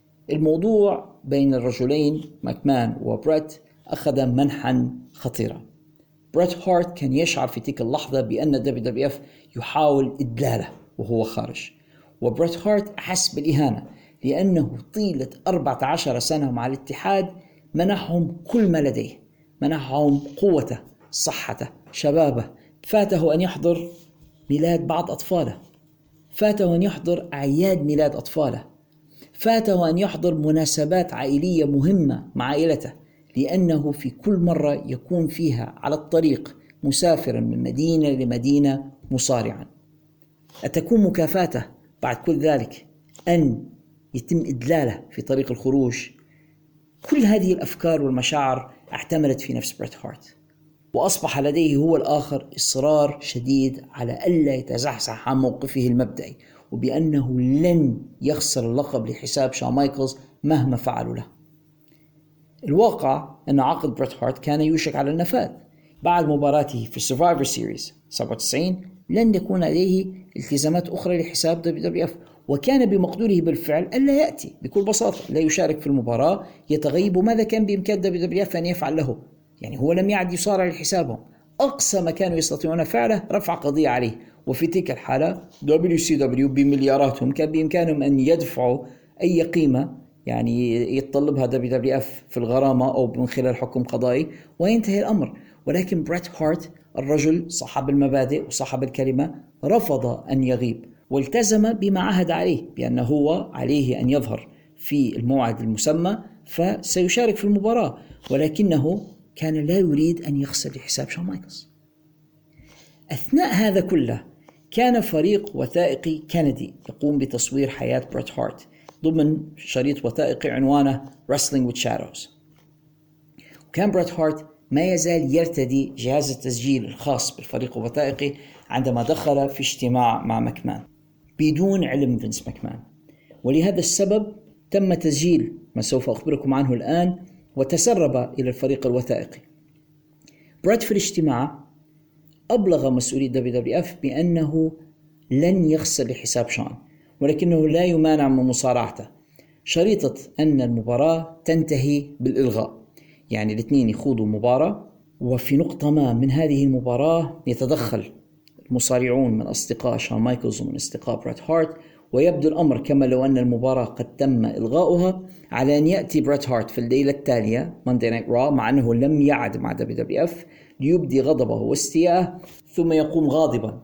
A: الموضوع بين الرجلين ماكمان وبريت أخذ منحا خطيرا. بريت هارت كان يشعر في تلك اللحظة بأن دبليو دبليو إف يحاول إدلاله وهو خارج، وبريت هارت أحس بالإهانة لأنه طيلة أربعة عشر سنة مع الاتحاد منحهم كل ما لديه، منحهم قوته، صحته، شبابه. فاته أن يحضر ميلاد بعض أطفاله، فاته أن يحضر أعياد ميلاد أطفاله، فاته أن يحضر مناسبات عائلية مهمة مع عائلته، لأنه في كل مرة يكون فيها على الطريق مسافرا من مدينة لمدينة مصارعا. أتكون مكافاته بعد كل ذلك أن يتم إدلاله في طريق الخروج؟ كل هذه الأفكار والمشاعر احتملت في نفس بريت هارت، وأصبح لديه هو الآخر إصرار شديد على ألا يتزحزح عن موقفه المبدئي، وبأنه لن يخسر اللقب لحساب شون مايكلز مهما فعلوا له. الواقع أن عقد بريت هارت كان يوشك على النفاذ. بعد مباراته في Survivor Series سبعة وتسعين لن يكون لديه التزامات أخرى لحساب دبليو دبليو إف، وكان بمقدوره بالفعل ألا يأتي بكل بساطة، لا يشارك في المباراة، يتغيب، وماذا كان بإمكان دبليو دبليو إف أن يفعل له؟ يعني هو لم يعد يصارع لحسابهم، أقصى ما كانوا يستطيعون فعله رفع قضية عليه، وفي تلك الحالة دبليو سي دبليو بملياراتهم كان بإمكانهم أن يدفعوا أي قيمة يعني يتطلبها دبليو دبليو إف في الغرامة أو من خلال حكم قضائي وينتهي الأمر. ولكن بريت هارت الرجل صاحب المبادئ وصاحب الكلمة رفض أن يغيب، والتزم بما عهد عليه بأنه هو عليه أن يظهر في الموعد المسمى فسيشارك في المباراة، ولكنه كان لا يريد أن يخسر لحساب شون مايكلز. أثناء هذا كله كان فريق وثائقي كندي يقوم بتصوير حياة بريت هارت ضمن شريط وثائقي عنوانه Wrestling with Shadows. وكان بريت هارت ما يزال يرتدي جهاز التسجيل الخاص بالفريق الوثائقي عندما دخل في اجتماع مع ماكمان بدون علم فينس ماكمان، ولهذا السبب تم تسجيل ما سوف أخبركم عنه الآن وتسرب إلى الفريق الوثائقي. بريت في الاجتماع أبلغ مسؤولي دبليو دبليو إف بأنه لن يخسر لحساب شون، ولكنه لا يمانع من مصارعته، شريطة أن المباراة تنتهي بالإلغاء، يعني الاثنين يخوضوا مباراة، وفي نقطة ما من هذه المباراة يتدخل المصارعون من أصدقاء شون مايكلز ومن أصدقاء بريت هارت، ويبدو الأمر كما لو أن المباراة قد تم إلغاؤها، على أن يأتي بريت هارت في الليلة التالية Monday Night Raw مع أنه لم يعد مع دبليو دبليو إف ليبدي غضبه واستياءه، ثم يقوم غاضبا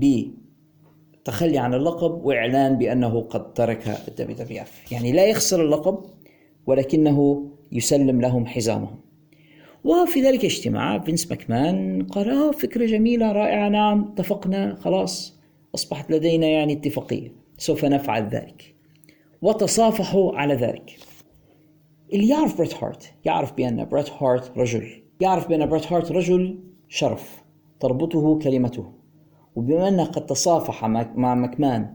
A: بتخلي عن اللقب وإعلان بأنه قد ترك دبليو دبليو إف، يعني لا يخسر اللقب ولكنه يسلم لهم حزامهم. وفي ذلك الاجتماع فينس ماكمان قال آه فكرة جميلة رائعة، نعم اتفقنا، خلاص أصبحت لدينا يعني اتفاقية، سوف نفعل ذلك، وتصافحوا على ذلك. اللي يعرف بريت هارت يعرف بأن بريت هارت رجل، يعرف بأن بريت هارت رجل شرف تربطه كلمته، وبما أنه قد تصافح مع ماكمان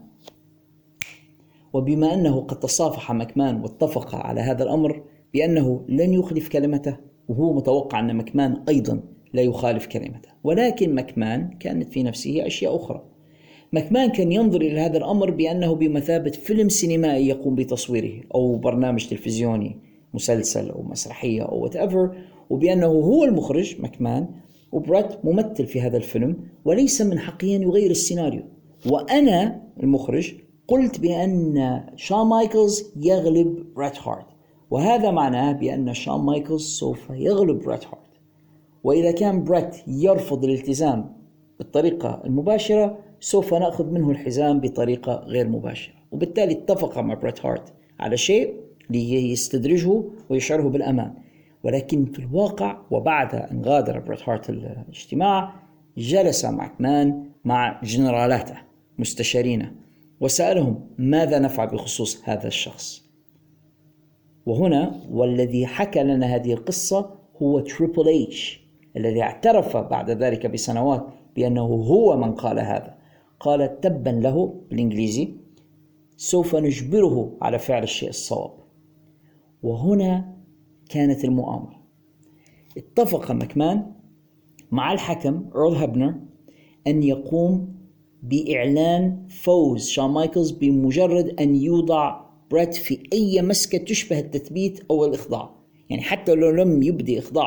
A: وبما أنه قد تصافح ماكمان واتفق على هذا الأمر بأنه لن يخلف كلمته، وهو متوقع أن ماكمان أيضا لا يخالف كلمته. ولكن ماكمان كانت في نفسه أشياء أخرى. ماكمان كان ينظر إلى هذا الأمر بأنه بمثابة فيلم سينمائي يقوم بتصويره أو برنامج تلفزيوني، مسلسل أو مسرحية أو whatever، وبأنه هو المخرج ماكمان وبريت ممثل في هذا الفيلم، وليس من حقه أن يغير السيناريو. وأنا المخرج قلت بأن شون مايكلز يغلب بريت هارت، وهذا معناه بأن شون مايكلز سوف يغلب بريت هارت، وإذا كان بريت يرفض الالتزام بالطريقة المباشرة سوف نأخذ منه الحزام بطريقة غير مباشرة. وبالتالي اتفق مع بريت هارت على شيء ليستدرجه ويشعره بالأمان. ولكن في الواقع وبعد أن غادر بريت هارت الاجتماع جلس ماكمان مع جنرالاته مستشارينه وسألهم ماذا نفعل بخصوص هذا الشخص. وهنا والذي حكى لنا هذه القصة هو تريبل إيتش، الذي اعترف بعد ذلك بسنوات بأنه هو من قال هذا. قال تبا له بالإنجليزي، سوف نجبره على فعل الشيء الصواب. وهنا كانت المؤامرة. اتفق ماكمان مع الحكم إيرل هابنر أن يقوم بإعلان فوز شون مايكلز بمجرد أن يوضع بريت في أي مسكة تشبه التثبيت أو الإخضاع، يعني حتى لو لم يبدي إخضاعه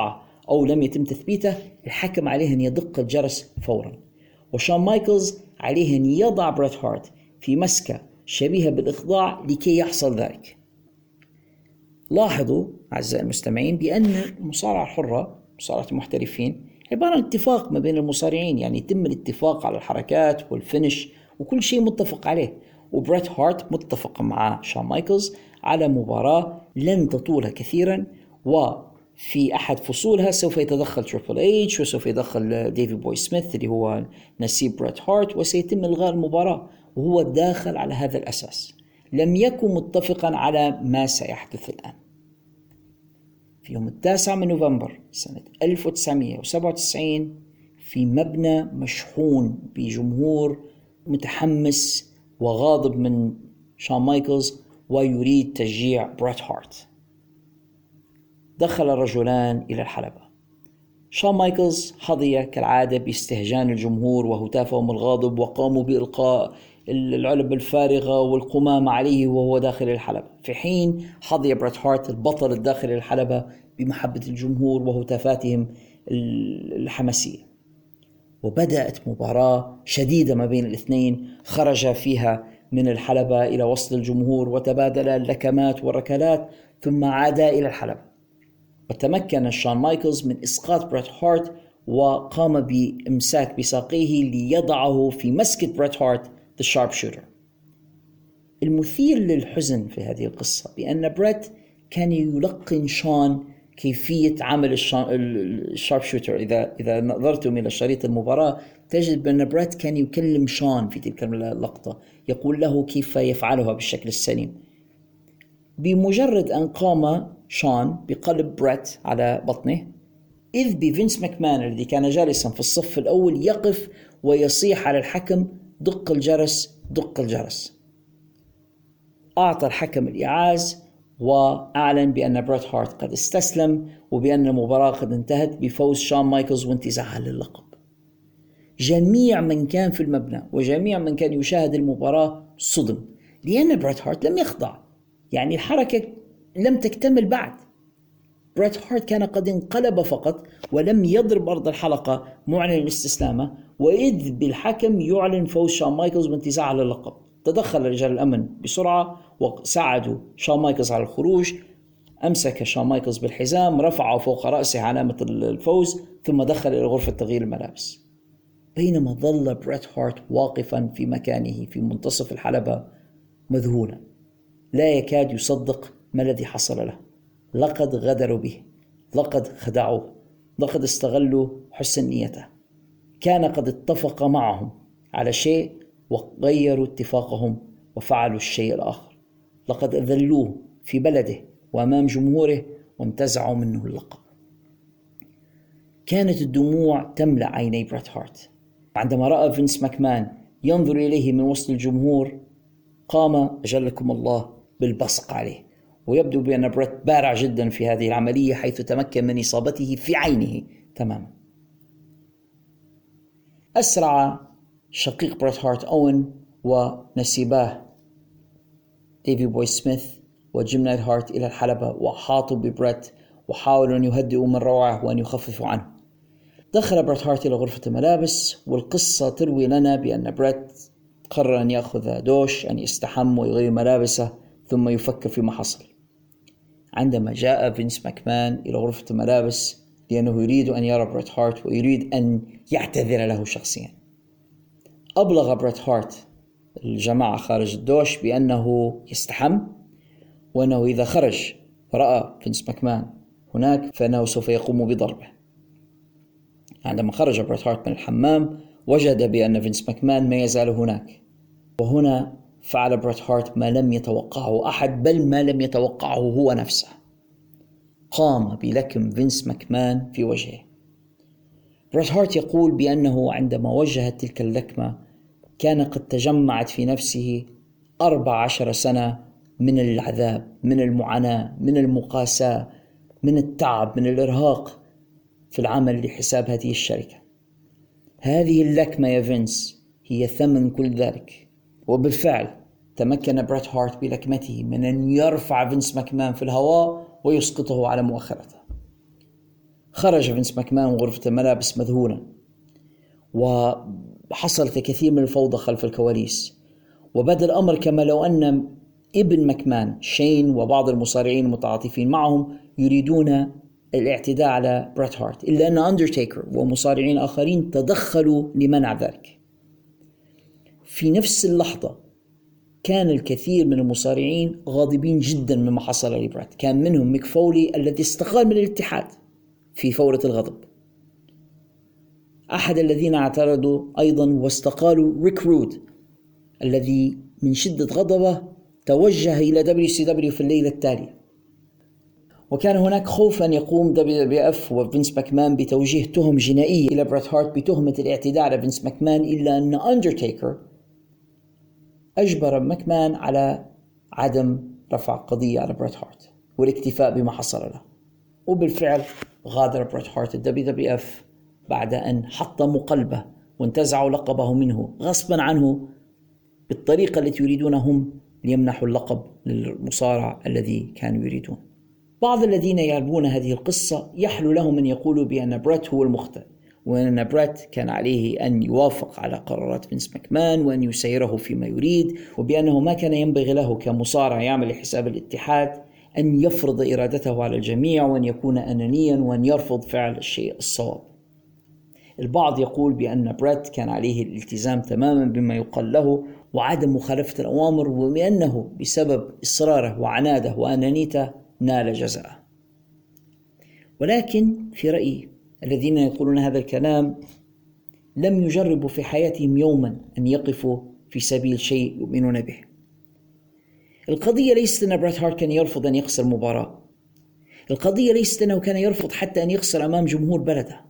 A: أو لم يتم تثبيته، الحكم عليه أن يدق الجرس فورا. وشون مايكلز عليه أن يضع بريت هارت في مسكة شبيهة بالإخضاع لكي يحصل ذلك. لاحظوا أعزائي المستمعين بأن المصارعة الحرة، مصارعة المحترفين، عبارة عن اتفاق ما بين المصارعين، يعني يتم الاتفاق على الحركات والفينش وكل شيء متفق عليه. وبريت هارت متفق مع شون مايكلز على مباراة لن تطول كثيرا، وفي أحد فصولها سوف يتدخل تريبل إيتش وسوف يدخل ديفي بوي سميث اللي هو نسيب بريت هارت، وسيتم إلغاء المباراة، وهو داخل على هذا الأساس. لم يكن متفقا على ما سيحدث الآن. في يوم التاسع من نوفمبر سنة ألف وتسعمائة وسبعة وتسعين في مبنى مشحون بجمهور متحمس وغاضب من شون مايكلز ويريد تشجيع بريت هارت، دخل الرجلان إلى الحلبة. شون مايكلز حظي كالعادة باستهجان الجمهور وهتافهم الغاضب، وقاموا بإلقاء العلب الفارغة والقمامة عليه وهو داخل الحلبة، في حين حظي بريت هارت البطل الداخل الحلبة بمحبة الجمهور وهتافاتهم الحماسية. وبدأت مباراة شديدة ما بين الاثنين، خرج فيها من الحلبة إلى وسط الجمهور وتبادل اللكمات والركلات، ثم عاد إلى الحلبة. وتمكن شون مايكلز من إسقاط بريت هارت، وقام بإمساك بساقيه ليضعه في مسكة بريت هارت The Sharpshooter. المثير للحزن في هذه القصة بأن بريت كان يلقن شون كيفية عمل الشاربشوتر. إذا إذا نظرتم إلى شريط المباراة تجد بأن بريت كان يكلم شون في تلك اللقطة، يقول له كيف يفعلها بالشكل السليم. بمجرد أن قام شون بقلب بريت على بطنه، إذ بفينس ماكمان الذي كان جالسا في الصف الأول يقف ويصيح على الحكم: دق الجرس، دق الجرس. أعطى الحكم الإعاز وأعلن بأن بريت هارت قد استسلم، وبأن المباراة قد انتهت بفوز شون مايكلز وانتزاعه للقب. جميع من كان في المبنى وجميع من كان يشاهد المباراة صدم، لأن بريت هارت لم يخضع، يعني الحركة لم تكتمل بعد. بريت هارت كان قد انقلب فقط ولم يضرب أرض الحلقة معلن استسلامه، وإذ بالحكم يعلن فوز شون مايكلز وانتزاعه للقب. تدخل رجال الأمن بسرعة وساعدوا شون مايكلز على الخروج. أمسك شون مايكلز بالحزام، رفعه فوق رأسه علامة الفوز، ثم دخل إلى غرفة تغيير الملابس. بينما ظل بريت هارت واقفا في مكانه في منتصف الحلبة مذهولا، لا يكاد يصدق ما الذي حصل له. لقد غدروا به، لقد خدعوه، لقد استغلوا حسن نيته. كان قد اتفق معهم على شيء وغيروا اتفاقهم وفعلوا الشيء الآخر. لقد أذلوه في بلده وأمام جمهوره وانتزعوا منه اللقب. كانت الدموع تملأ عيني بريت هارت عندما رأى فينس ماكمان ينظر إليه من وسط الجمهور. قام أجلكم الله بالبصق عليه، ويبدو بأن بريت بارع جدا في هذه العملية، حيث تمكن من إصابته في عينه تماما. أسرع شقيق بريت هارت أوين ونسيباه ديفي بوي سميث وجيم نايت هارت إلى الحلبة، وحاطوا ببريت وحاولوا أن يهدئوا من روعه وأن يخففوا عنه. دخل بريت هارت إلى غرفة الملابس، والقصة تروي لنا بأن بريت قرر أن يأخذ دوش، أن يستحم ويغير ملابسه ثم يفكر فيما حصل. عندما جاء فينس ماكمان إلى غرفة الملابس لأنه يريد أن يرى بريت هارت ويريد أن يعتذر له شخصيا، أبلغ بريت هارت الجماعة خارج الدوش بأنه يستحم، وأنه إذا خرج ورأى فينس ماكمان هناك فإنه سوف يقوم بضربه. عندما خرج بريت هارت من الحمام وجد بأن فينس ماكمان ما يزال هناك، وهنا فعل بريت هارت ما لم يتوقعه أحد، بل ما لم يتوقعه هو نفسه. قام بلكم فينس ماكمان في وجهه. بريت هارت يقول بأنه عندما وجهت تلك اللكمة كان قد تجمعت في نفسه أربع عشر سنة من العذاب، من المعاناة، من المقاساة، من التعب، من الإرهاق في العمل لحساب هذه الشركة. هذه اللكمة يا فينس هي ثمن كل ذلك. وبالفعل تمكن بريت هارت بلكمته من أن يرفع فينس ماكمان في الهواء ويسقطه على مؤخرته. خرج فينس ماكمان من غرفة الملابس مذهولا، وحصلت الكثير من الفوضى خلف الكواليس، وبدأ الأمر كما لو أن ابن ماكمان شين وبعض المصارعين المتعاطفين معهم يريدون الاعتداء على بريت هارت، إلا أن أندرتيكر ومصارعين آخرين تدخلوا لمنع ذلك. في نفس اللحظة كان الكثير من المصارعين غاضبين جدا مما حصل لبريت، كان منهم ميك فولي الذي استقال من الاتحاد في فورة الغضب. أحد الذين اعترضوا أيضا واستقالوا ريك رود الذي من شدة غضبه توجه إلى دبليو سي دبليو في الليلة التالية. وكان هناك خوف أن يقوم دبليو دبليو إف وفينس ماكمان بتوجيه تهم جنائية إلى بريت هارت بتهمة الاعتداء على فينس ماكمان، إلا أن أندرتيكر أجبر ماكمان على عدم رفع قضية على بريت هارت والاكتفاء بما حصل له. وبالفعل غادر بريت هارت الدبليو دبليو إف بعد أن حطموا قلبه وانتزعوا لقبه منه غصبا عنه بالطريقة التي يريدون هم ليمنحوا اللقب للمصارع الذي كانوا يريدون. بعض الذين يعرفون هذه القصة يحلو لهم أن يقولوا بأن بريت هو المخطئ، وأن بريت كان عليه أن يوافق على قرارات فينس ماكمان وأن يسيره فيما يريد، وبأنه ما كان ينبغي له كمصارع يعمل حساب الاتحاد أن يفرض إرادته على الجميع وأن يكون أنانيا وأن يرفض فعل الشيء الصواب. البعض يقول بأن بريت كان عليه الالتزام تماما بما يقال له وعدم مخالفة الأوامر، وبأنه بسبب إصراره وعناده وأنانيته نال جزاءه. ولكن في رأيي الذين يقولون هذا الكلام لم يجربوا في حياتهم يوما أن يقفوا في سبيل شيء يؤمنون به. القضية ليست أن بريت هارت كان يرفض أن يخسر مباراة، القضية ليست أنه كان يرفض حتى أن يخسر أمام جمهور بلده،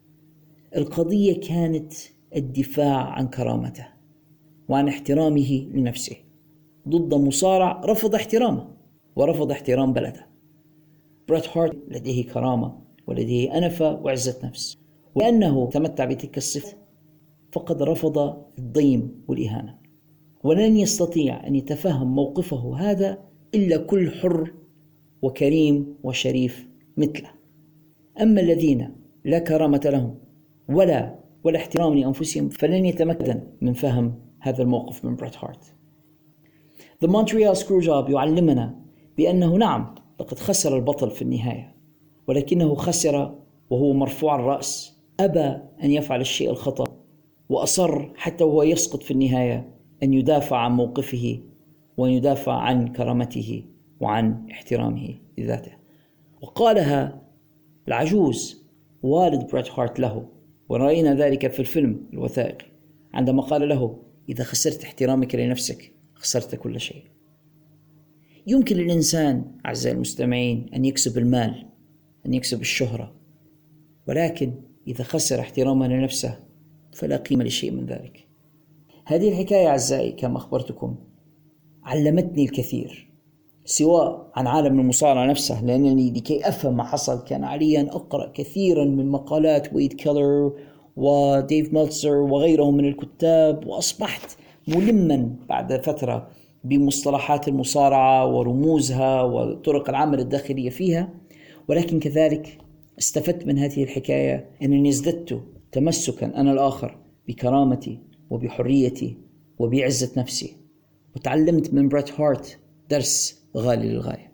A: القضية كانت الدفاع عن كرامته وعن احترامه لنفسه ضد مصارع رفض احترامه ورفض احترام بلده. بريت هارت لديه كرامة ولديه أنفة وعزة نفس، وأنه تمتع بتلك الصفة فقد رفض الضيم والإهانة، ولن يستطيع أن يتفهم موقفه هذا إلا كل حر وكريم وشريف مثله. أما الذين لا كرامة لهم ولا ولا احترام لأنفسهم فلن يتمكن من فهم هذا الموقف من بريت هارت. The Montreal Screwjob يعلمنا بأنه نعم لقد خسر البطل في النهاية، ولكنه خسر وهو مرفوع الرأس، أبى أن يفعل الشيء الخطأ وأصر حتى وهو يسقط في النهاية أن يدافع عن موقفه وأن يدافع عن كرامته وعن احترامه لذاته. وقالها العجوز والد بريت هارت له، ورأينا ذلك في الفيلم الوثائقي عندما قال له: إذا خسرت احترامك لنفسك خسرت كل شيء. يمكن للإنسان أعزائي المستمعين أن يكسب المال، أن يكسب الشهرة، ولكن إذا خسر احترامه لنفسه فلا قيمة لشيء من ذلك. هذه الحكاية أعزائي كما أخبرتكم علمتني الكثير، سواء عن عالم المصارعة نفسه، لأنني لكي أفهم ما حصل كان علي أن أقرأ كثيرا من مقالات ويد كيلر وديف ميلتزر وغيرهم من الكتاب، وأصبحت ملما بعد فترة بمصطلحات المصارعة ورموزها وطرق العمل الداخلية فيها. ولكن كذلك استفدت من هذه الحكاية أنني ازددت تمسكا أنا الآخر بكرامتي وبحريتي وبعزة نفسي، وتعلمت من بريت هارت درس غالي للغاية.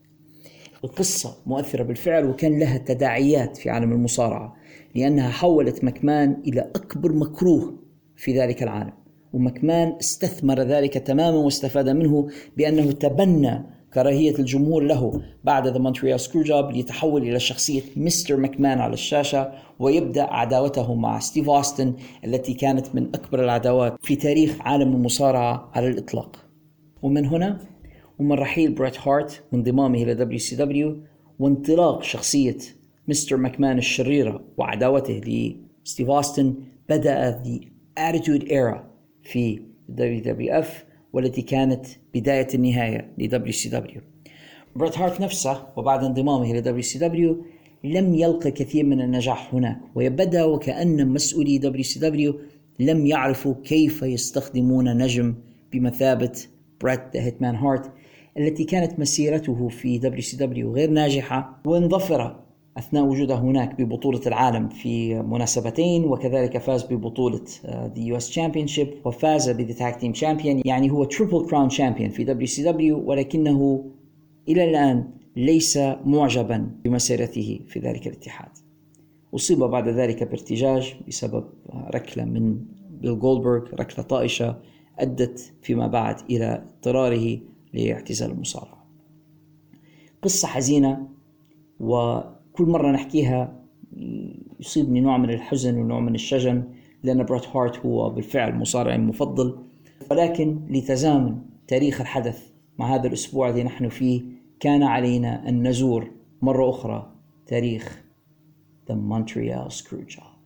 A: القصة مؤثرة بالفعل، وكان لها تداعيات في عالم المصارعة، لأنها حولت ماكمان إلى أكبر مكروه في ذلك العالم، وماكمان استثمر ذلك تماما واستفاد منه بأنه تبنى كراهية الجمهور له بعد ذا مونتريال سكروجوب ليتحول إلى شخصية مستر ماكمان على الشاشة، ويبدأ عداوته مع ستيف أوستن التي كانت من أكبر العداوات في تاريخ عالم المصارعة على الإطلاق. ومن هنا ومن رحيل بريت هارت وانضمامه إلى دبليو سي دبليو وانطلاق شخصية مستر ماكمان الشريرة وعداوته لستيف أوستن، بدأ The Attitude Era في دبليو دبليو إف، والتي كانت بداية النهاية لدبليو سي دبليو. بريت هارت نفسه وبعد انضمامه إلى دبليو سي دبليو لم يلقى كثير من النجاح هناك، ويبدأ وكأن مسؤولي دبليو سي دبليو لم يعرفوا كيف يستخدمون نجم بمثابة بريت ذا هيتمان هارت التي كانت مسيرته في دبليو سي دبليو غير ناجحة، وانظفر أثناء وجوده هناك ببطولة العالم في مناسبتين، وكذلك فاز ببطولة the يو إس Championship وفاز ب The Tag Team Champion. يعني هو Triple Crown Champion في دبليو سي دبليو، ولكنه إلى الآن ليس معجبا بمسيرته في ذلك الاتحاد. أصيب بعد ذلك بارتجاج بسبب ركلة من بيل جولدبرغ، ركلة طائشة أدت فيما بعد إلى اضطراره لاعتزال المصارعة. قصة حزينة، وكل مرة نحكيها يصيبني نوع من الحزن ونوع من الشجن، لأن بريت هارت هو بالفعل مصارعي المفضل. ولكن لتزامن تاريخ الحدث مع هذا الأسبوع الذي نحن فيه، كان علينا أن نزور مرة أخرى تاريخ The Montreal Screwjob.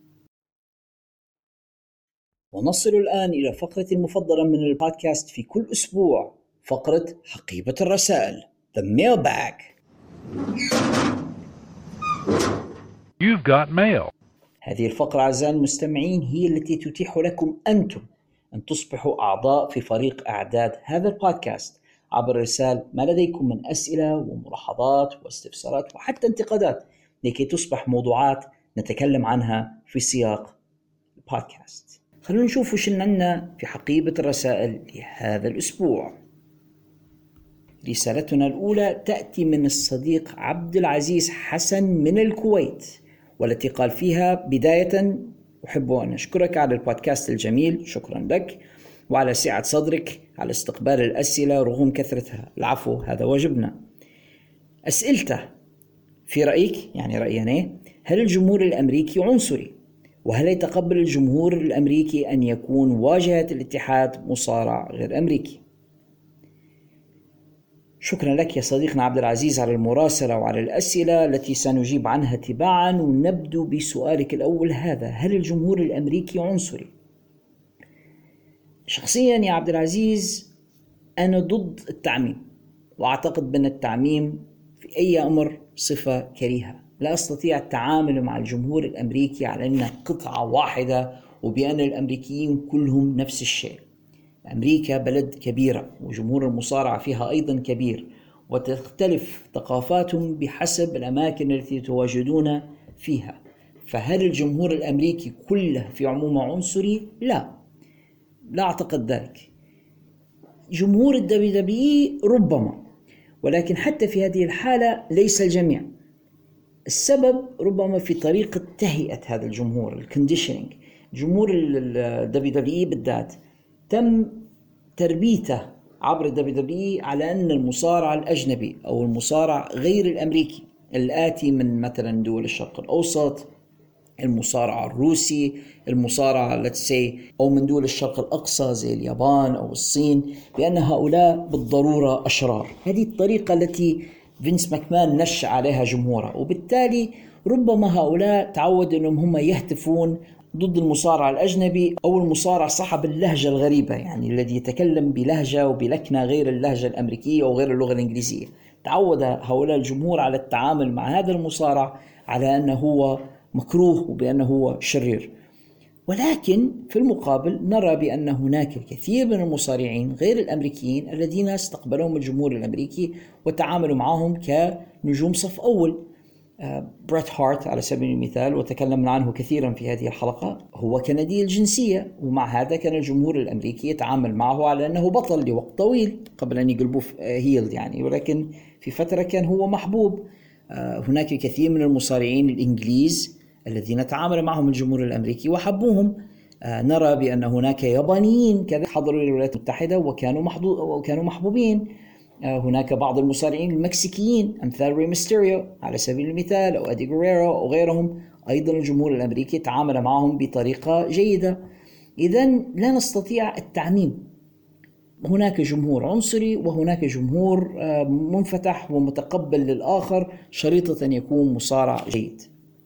A: ونصل الآن إلى فقرتي المفضلة من البودكاست في كل أسبوع، فقرة حقيبة الرسائل The Mailbag.
C: You've got mail.
A: هذه الفقرة أعزائي المستمعين هي التي تتيح لكم أنتم أن تصبحوا أعضاء في فريق أعداد هذا البودكاست عبر إرسال ما لديكم من أسئلة وملاحظات واستفسارات وحتى انتقادات، لكي تصبح موضوعات نتكلم عنها في سياق البودكاست. خلونا نشوف وش لنا في حقيبة الرسائل لهذا الأسبوع. رسالتنا الأولى تأتي من الصديق عبد العزيز حسن من الكويت، والتي قال فيها: بداية أحب أن أشكرك على البودكاست الجميل، شكرا لك، وعلى سعة صدرك على استقبال الأسئلة رغم كثرتها. العفو، هذا واجبنا. أسئلته: في رأيك، يعني رأينا، هل الجمهور الأمريكي عنصري؟ وهل يتقبل الجمهور الأمريكي أن يكون واجهة الاتحاد مصارع غير أمريكي؟ شكرا لك يا صديقنا عبد العزيز على المراسلة وعلى الأسئلة التي سنجيب عنها تباعا. ونبدو بسؤالك الأول هذا: هل الجمهور الأمريكي عنصري؟ شخصيا يا عبد العزيز أنا ضد التعميم، وأعتقد بأن التعميم في أي أمر صفة كريهة. لا أستطيع التعامل مع الجمهور الأمريكي على أنه قطعة واحدة وبأن الأمريكيين كلهم نفس الشيء. أمريكا بلد كبيرة، وجمهور المصارعة فيها أيضا كبير، وتختلف ثقافاتهم بحسب الأماكن التي يتواجدون فيها. فهل الجمهور الأمريكي كله في عمومه عنصري؟ لا، لا أعتقد ذلك. جمهور الدبليو دبليو إي ربما، ولكن حتى في هذه الحالة ليس الجميع. السبب ربما في طريقة تهيئة هذا الجمهور، الكونديشنينج. جمهور الدبليو دبليو إي بالذات تم تربيته عبر الدبليو دبليو إي على أن المصارع الأجنبي أو المصارع غير الأمريكي الآتي من مثلا دول الشرق الأوسط، المصارع الروسي، المصارع let's say أو من دول الشرق الأقصى زي اليابان أو الصين، بأن هؤلاء بالضرورة أشرار. هذه الطريقة التي فينس ماكمان نشأ عليها جمهوره، وبالتالي ربما هؤلاء تعودوا أنهم هم يهتفون ضد المصارع الأجنبي أو المصارع صاحب اللهجة الغريبة، يعني الذي يتكلم بلهجة وبلكنة غير اللهجة الأمريكية أو غير اللغة الإنجليزية. تعود هؤلاء الجمهور على التعامل مع هذا المصارع على أنه هو مكروه وبأنه هو شرير. ولكن في المقابل نرى بأن هناك الكثير من المصارعين غير الأمريكيين الذين استقبلهم الجمهور الأمريكي وتعاملوا معهم كنجوم صف أول. بريت هارت على سبيل المثال، وتكلمنا عنه كثيرا في هذه الحلقة، هو كندي الجنسية، ومع هذا كان الجمهور الأمريكي يتعامل معه على أنه بطل لوقت طويل قبل أن يقلبوه هيلد يعني، ولكن في فترة كان هو محبوب. هناك كثير من المصارعين الإنجليز الذين تعامل معهم الجمهور الأمريكي وحبوهم. نرى بأن هناك يابانيين كذا حضروا الولايات المتحدة وكانوا وكانوا محبوبين. هناك بعض المصارعين المكسيكيين أمثال ري ميستيريو على سبيل المثال أو أدي غيريرو أو غيرهم، أيضا الجمهور الأمريكي تعامل معهم بطريقة جيدة. إذن لا نستطيع التعميم، هناك جمهور عنصري وهناك جمهور منفتح ومتقبل للآخر، شريطة أن يكون مصارع جيد.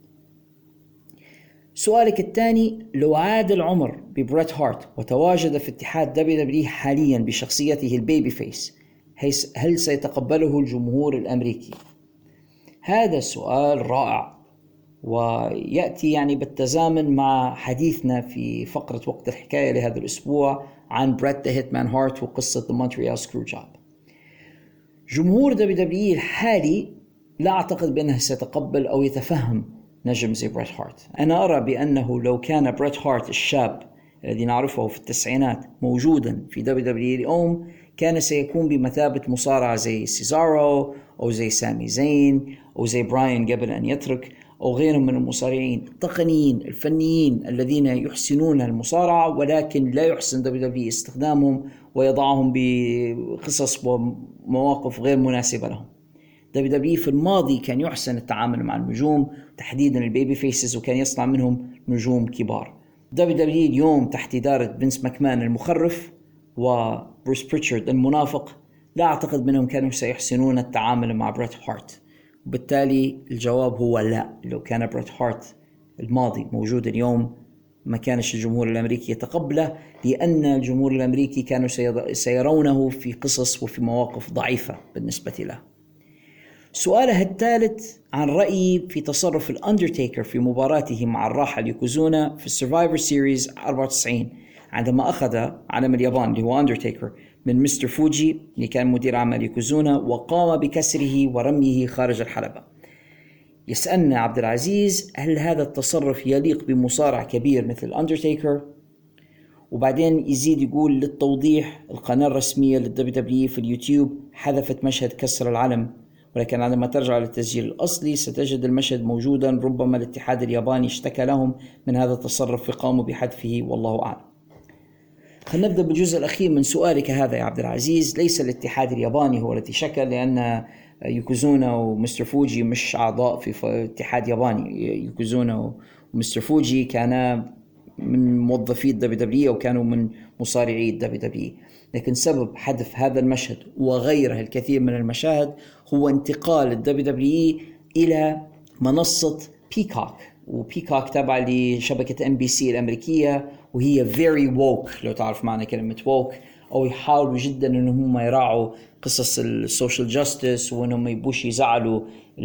A: سؤالك الثاني: لو عاد العمر ببريت هارت وتواجد في اتحاد دبليو دبليو إي حاليا بشخصيته البيبي فيس، هل سيتقبله الجمهور الأمريكي؟ هذا السؤال رائع، ويأتي يعني بالتزامن مع حديثنا في فقرة وقت الحكاية لهذا الأسبوع عن بريت ذا هيتمان هارت وقصة The Montreal Screwjob. جمهور دبليو دبليو إي الحالي لا أعتقد بأنه سيتقبل أو يتفهم نجم زي بريت هارت. أنا أرى بأنه لو كان بريت هارت الشاب الذي نعرفه في التسعينات موجودا في دبليو دبليو إي اليوم، كان سيكون بمثابة مصارع زي سيزارو أو زي سامي زين أو زي براين قبل أن يترك أو غيرهم من المصارعين التقنيين الفنيين الذين يحسنون المصارعة، ولكن لا يحسن دبليو دبليو إي استخدامهم ويضعهم بقصص ومواقف غير مناسبة لهم. دبليو دبليو إي في الماضي كان يحسن التعامل مع النجوم تحديدا البيبي فيسز، وكان يصنع منهم نجوم كبار. دبليو دبليو إي اليوم تحت إدارة فينس ماكمان المخرف وبروس بريتشارد المنافق لا أعتقد منهم كانوا سيحسنون التعامل مع بريت هارت، وبالتالي الجواب هو لا. لو كان بريت هارت الماضي موجود اليوم ما كانش الجمهور الأمريكي يتقبله، لأن الجمهور الأمريكي كانوا سيرونه في قصص وفي مواقف ضعيفة بالنسبة له. سؤاله الثالث عن رأيي في تصرف الأندرتيكر في مباراته مع الراحل يوكوزونا في السرفايفر سيريز أربعة وتسعين عندما أخذ علم اليابان اللي هو أندرتيكر من مستر فوجي اللي كان مدير عمل يوكوزونا وقام بكسره ورميه خارج الحلبة. يسألنا عبد العزيز هل هذا التصرف يليق بمصارع كبير مثل الأندرتيكر؟ وبعدين يزيد يقول للتوضيح القناة الرسمية للدبليو دبليو إي في اليوتيوب حذفت مشهد كسر العلم، ولكن عندما ترجع للتسجيل الأصلي ستجد المشهد موجودا. ربما الاتحاد الياباني اشتكى لهم من هذا التصرف فقاموا بحذفه، والله أعلم. خلينا نبدأ بالجزء الأخير من سؤالك هذا يا عبد العزيز. ليس الاتحاد الياباني هو الذي شكى، لأن يوكوزونا ومستر فوجي مش أعضاء في اتحاد ياباني. يوكوزونا ومستر فوجي كانا من موظفي الدبليو دبليو وكانوا من مصارعي الدبليو دبليو، لكن سبب حذف هذا المشهد وغيره الكثير من المشاهد هو انتقال الدبليو دبليو إلى منصة بيكوك، وبيكوك تابعة لشبكة ام بي سي الأمريكية، وهي very woke لو تعرف معنى كلمة woke، أو يحاولوا جدا أنهم يراعوا قصص السوشيال جاستس وأنهم يبوش يزعلوا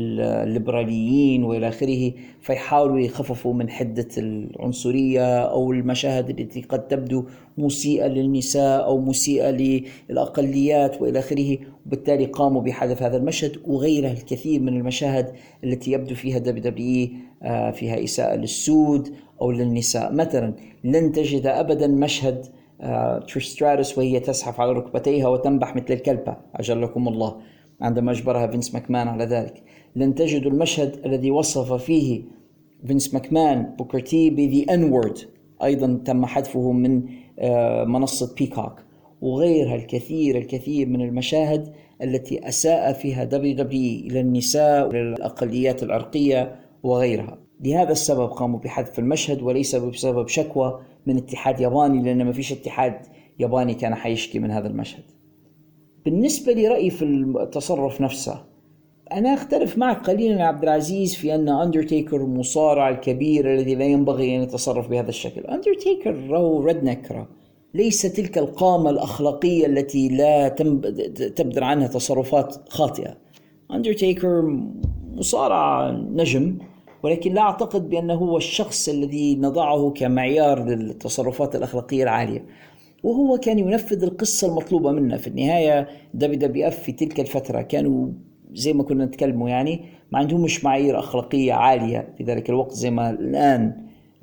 A: الليبراليين وإلى آخره، فيحاولوا يخففوا من حدة العنصرية أو المشاهد التي قد تبدو مسيئة للنساء أو مسيئة للأقليات وإلى آخره، وبالتالي قاموا بحذف هذا المشهد وغيره الكثير من المشاهد التي يبدو فيها دبليو دبليو إي فيها إساءة للسود أو للنساء. مثلا لن تجد أبدا مشهد تريش ستراتوس وهي تزحف على ركبتيها وتنبح مثل الكلبة أجلكم الله عندما أجبرها فينس ماكمان على ذلك. لن تجد المشهد الذي وصف فيه فينس ماكمان بوكر تي بذي أنورد، أيضا تم حذفه من منصة بيكوك، وغيرها الكثير الكثير من المشاهد التي أساء فيها دبليو دبليو إي إلى النساء والأقليات العرقية وغيرها. لهذا السبب قاموا بحذف المشهد، وليس بسبب شكوى من اتحاد ياباني، لأن ما فيش اتحاد ياباني كان حيشكي من هذا المشهد. بالنسبة لرأيي في التصرف نفسه، أنا أختلف معك قليلا يا عبد العزيز في أن أندرتيكر مصارع الكبير الذي لا ينبغي أن يتصرف بهذا الشكل. أندرتيكر هو ريدنك، ليس تلك القامة الأخلاقية التي لا تبدر عنها تصرفات خاطئة. أندرتيكر مصارع نجم، ولكن لا أعتقد بأنه هو الشخص الذي نضعه كمعيار للتصرفات الأخلاقية العالية، وهو كان ينفذ القصة المطلوبة منه. في النهاية دبليو دبليو إف في تلك الفترة كانوا زي ما كنا نتكلموا يعني ما عندهم مش معايير أخلاقية عالية في ذلك الوقت زي ما الآن،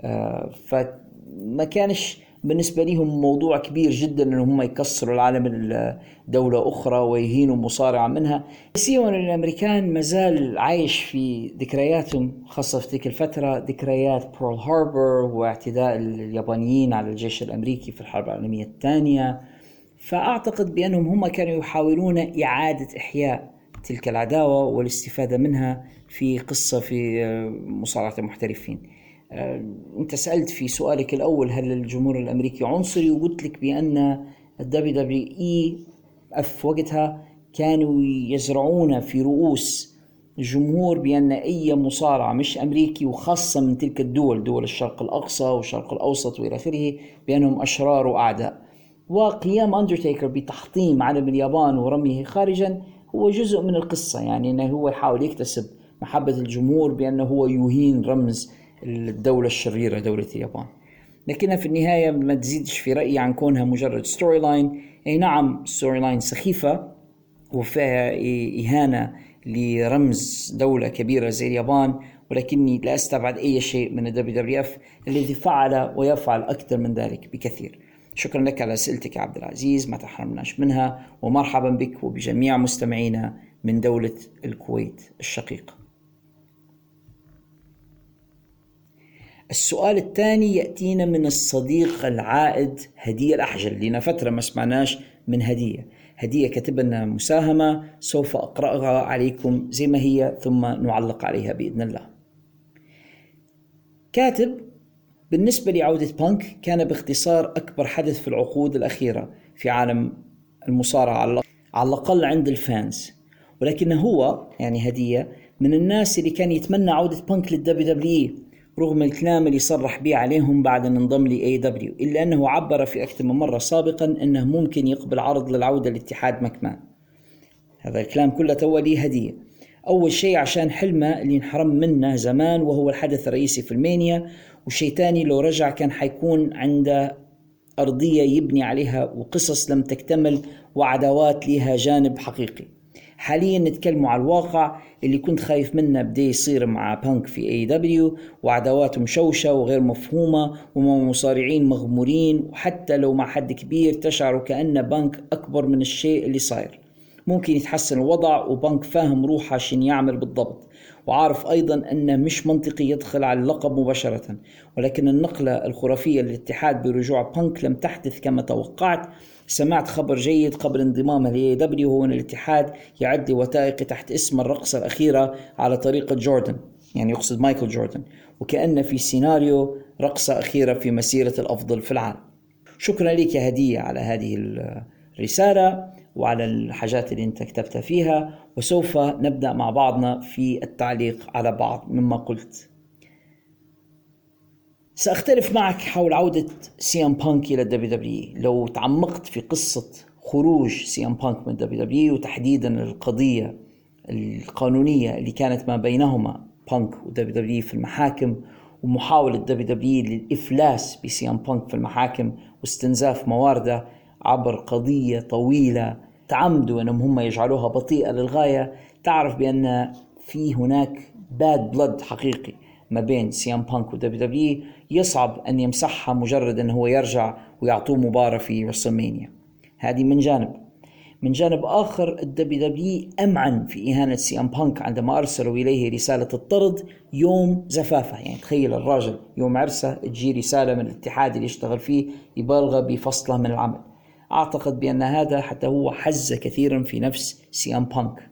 A: فما كانش بالنسبة لهم موضوع كبير جدا أنهم يكسروا العالم دولة أخرى ويهينوا مصارعة منها. سيون الأمريكان مازال عايش في ذكرياتهم، خاصة في تلك الفترة ذكريات بيرل هاربر واعتداء اليابانيين على الجيش الأمريكي في الحرب العالمية الثانية، فأعتقد بأنهم هم كانوا يحاولون إعادة إحياء تلك العداوة والاستفادة منها في قصة في مصارعة المحترفين. أنت سألت في سؤالك الأول هل الجمهور الأمريكي عنصري، وقلت لك بأن الدبليو دبليو إي في وقتها كانوا يزرعون في رؤوس الجمهور بأن أي مصارع مش أمريكي، وخاصة من تلك الدول دول الشرق الأقصى والشرق الأوسط وإلى آخره، بأنهم أشرار وأعداء. وقيام أندرتيكر بتحطيم علم اليابان ورميه خارجا هو جزء من القصة، يعني أنه هو يحاول يكتسب محبة الجمهور بأنه هو يهين رمز الدولة الشريرة دولة اليابان. لكنها في النهاية ما تزيدش في رأيي عن كونها مجرد ستوري لاين. أي نعم ستوري لاين سخيفة وفيها إهانة لرمز دولة كبيرة زي اليابان، ولكني لا أستبعد أي شيء من ال دبليو دبليو إف الذي فعل ويفعل أكثر من ذلك بكثير. شكرا لك على أسئلتك يا عبد العزيز، ما تحرمناش منها، ومرحبا بك وبجميع مستمعينا من دولة الكويت الشقيقة. السؤال الثاني يأتينا من الصديق العائد هدية الأحجل. لنا فترة ما سمعناش من هدية. هدية كتب لنا مساهمة سوف أقرأها عليكم زي ما هي ثم نعلق عليها بإذن الله. كاتب: بالنسبة لعودة بانك كان باختصار أكبر حدث في العقود الأخيرة في عالم المصارعة على الأقل عند الفانز، ولكن هو يعني هدية من الناس اللي كان يتمنى عودة بانك للدبليو دبليو رغم الكلام اللي صرح به عليهم بعد أن انضم ل إيه دبليو، إلا أنه عبر في أكثر من مرة سابقا أنه ممكن يقبل عرض للعودة لاتحاد مكمان. هذا الكلام كله تولي هدية. أول شيء عشان حلمه اللي انحرم منه زمان وهو الحدث الرئيسي في المانيا، وشيء تاني لو رجع كان حيكون عنده أرضية يبني عليها وقصص لم تكتمل وعداوات لها جانب حقيقي. حاليا نتكلم على الواقع اللي كنت خايف منه بدي يصير مع بانك في إيه دبليو، وعداوات مشوشة وغير مفهومة ومع مصارعين مغمورين، وحتى لو مع حد كبير تشعر كأن بانك أكبر من الشيء اللي صاير. ممكن يتحسن الوضع وبانك فاهم روحه عشان يعمل بالضبط، وعارف أيضا أنه مش منطقي يدخل على اللقب مباشرة، ولكن النقلة الخرافية للاتحاد برجوع بانك لم تحدث كما توقعت. سمعت خبر جيد قبل انضمامه ل إيه دبليو، هو أن الاتحاد يعد وثائق تحت اسم الرقصة الأخيرة على طريقة جوردن، يعني يقصد مايكل جوردن، وكأن في سيناريو رقصة أخيرة في مسيرة الأفضل في العالم. شكرا لك يا هدية على هذه الرسالة وعلى الحاجات اللي انت كتبتها فيها، وسوف نبدأ مع بعضنا في التعليق على بعض مما قلت. سأختلف معك حول عودة سي ام بانك إلى الدبليو دبليو. لو تعمقت في قصة خروج سي ام بانك من الدبليو دبليو وتحديدا القضية القانونية اللي كانت ما بينهما بانك ودبليو دبليو في المحاكم، ومحاولة دبليو دبليو للإفلاس بسي ام بانك في المحاكم واستنزاف موارده عبر قضية طويلة تعمدوا أنهم هم يجعلوها بطيئة للغاية، تعرف بأن في هناك باد بلد حقيقي ما بين سي ام بانك ودبليو دبليو يصعب أن يمسحها مجرد أنه هو يرجع ويعطوه مباراة في رسلمانيا. هذه من جانب. من جانب آخر الدبليو دبليو أمعن في إهانة سي ام بانك عندما أرسلوا إليه رسالة الطرد يوم زفافه. يعني تخيل الراجل يوم عرسه تجي رسالة من الاتحاد اللي يشتغل فيه يبالغ بفصله من العمل. أعتقد بأن هذا حتى هو حز كثيرا في نفس سي ام بانك.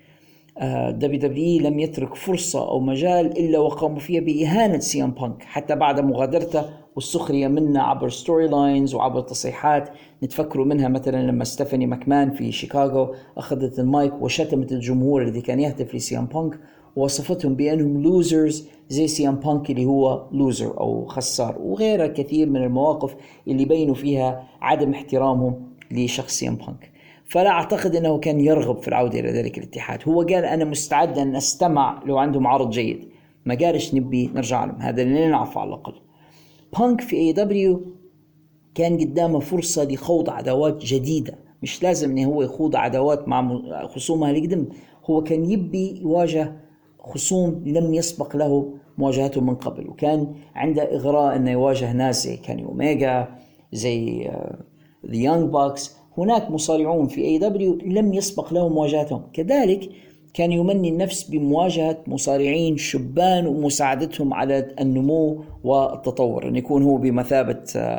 A: دبليو دبليو لم يترك فرصة أو مجال إلا وقاموا فيها بإهانة سي ام بانك حتى بعد مغادرته والسخرية منه عبر ستوري لاينز وعبر تصريحات. نتفكروا منها مثلا لما ستيفاني ماكمان في شيكاغو أخذت المايك وشتمت الجمهور الذي كان يهتف لسي ام بانك ووصفتهم بأنهم لوزرز زي سي ام بانك اللي هو لوزر أو خسار، وغيرها كثير من المواقف اللي بينوا فيها عدم احترامهم لشخص سي ام بانك. فلا أعتقد أنه كان يرغب في العودة إلى ذلك الاتحاد. هو قال أنا مستعد أن أستمع لو عندهم عرض جيد، ما قالش نبي نرجع لهم. هذا اللي نعرفه على الأقل. بانك في إيه دبليو كان قدامه فرصة لخوض عداوات جديدة، مش لازم أنه هو يخوض عداوات مع خصومها اللي قدم. هو كان يبي يواجه خصوم لم يسبق له مواجهته من قبل، وكان عنده إغراء أنه يواجه ناس زي كاني أوميجا زي The Young Bucks. هناك مصارعون في إيه دبليو لم يسبق لهم مواجهتهم. كذلك كان يمني النفس بمواجهة مصارعين شبان ومساعدتهم على النمو والتطور، أن يكون هو بمثابة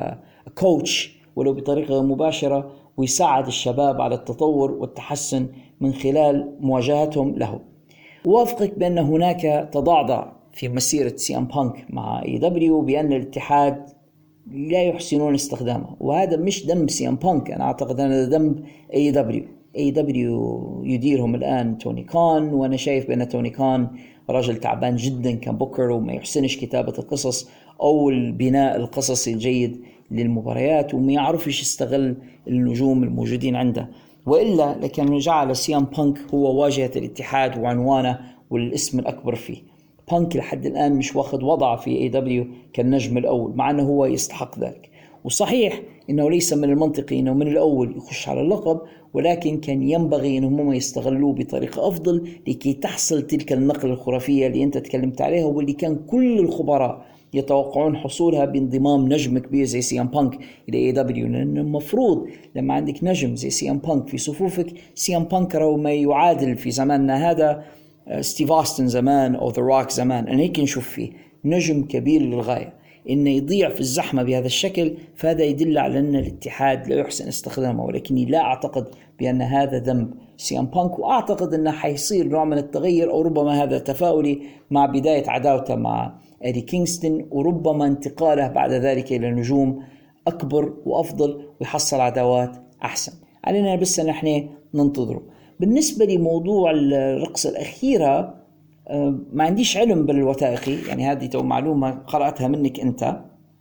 A: كوتش ولو بطريقة مباشرة ويساعد الشباب على التطور والتحسن من خلال مواجهتهم له. وافقك بأن هناك تضعضع في مسيرة سي ام بانك مع إيه دبليو بأن الاتحاد لا يحسنون استخدامه، وهذا مش ذنب سي ام بانك. أنا أعتقد أن هذا ذنب إيه دبليو. إيه دبليو يديرهم الآن توني كان، وأنا شايف بأن توني كان رجل تعبان جدا كان بوكر وما يحسنش كتابة القصص أو البناء القصصي الجيد للمباريات، وما يعرفش يستغل النجوم الموجودين عنده. وإلا لكن جعل سي ام بانك هو واجهة الاتحاد وعنوانه والاسم الأكبر فيه. بانك لحد الآن مش واخد وضع في إيه دبليو كالنجم الأول، مع أنه هو يستحق ذلك. وصحيح أنه ليس من المنطقي أنه من الأول يخش على اللقب، ولكن كان ينبغي أنهم يستغلوه بطريقة أفضل لكي تحصل تلك النقلة الخرافية اللي أنت تكلمت عليها، واللي كان كل الخبراء يتوقعون حصولها بانضمام نجم كبير زي سي ام بانك إلى اي دبليو. لأن المفروض لما عندك نجم زي سي ام بانك في صفوفك، سي ام بانك رأوا ما يعادل في زماننا هذا ستيف أوستن زمان أو ذا روك زمان. أنا هيك نشوف فيه نجم كبير للغاية، إنه يضيع في الزحمة بهذا الشكل، فهذا يدل على أن الاتحاد لا يحسن استخدامه. ولكني لا أعتقد بأن هذا ذنب سي ام بانك، وأعتقد أنه حيصير نوع من التغير، أو ربما هذا تفاؤلي مع بداية عداوته مع إيدي كينغستون، وربما انتقاله بعد ذلك إلى نجوم أكبر وأفضل ويحصل عداوات أحسن. علينا بس أن احنا ننتظره. بالنسبة لموضوع الرقصة الأخيرة، ما عنديش علم بالوثائقي، يعني هذه تو معلومة قرأتها منك أنت،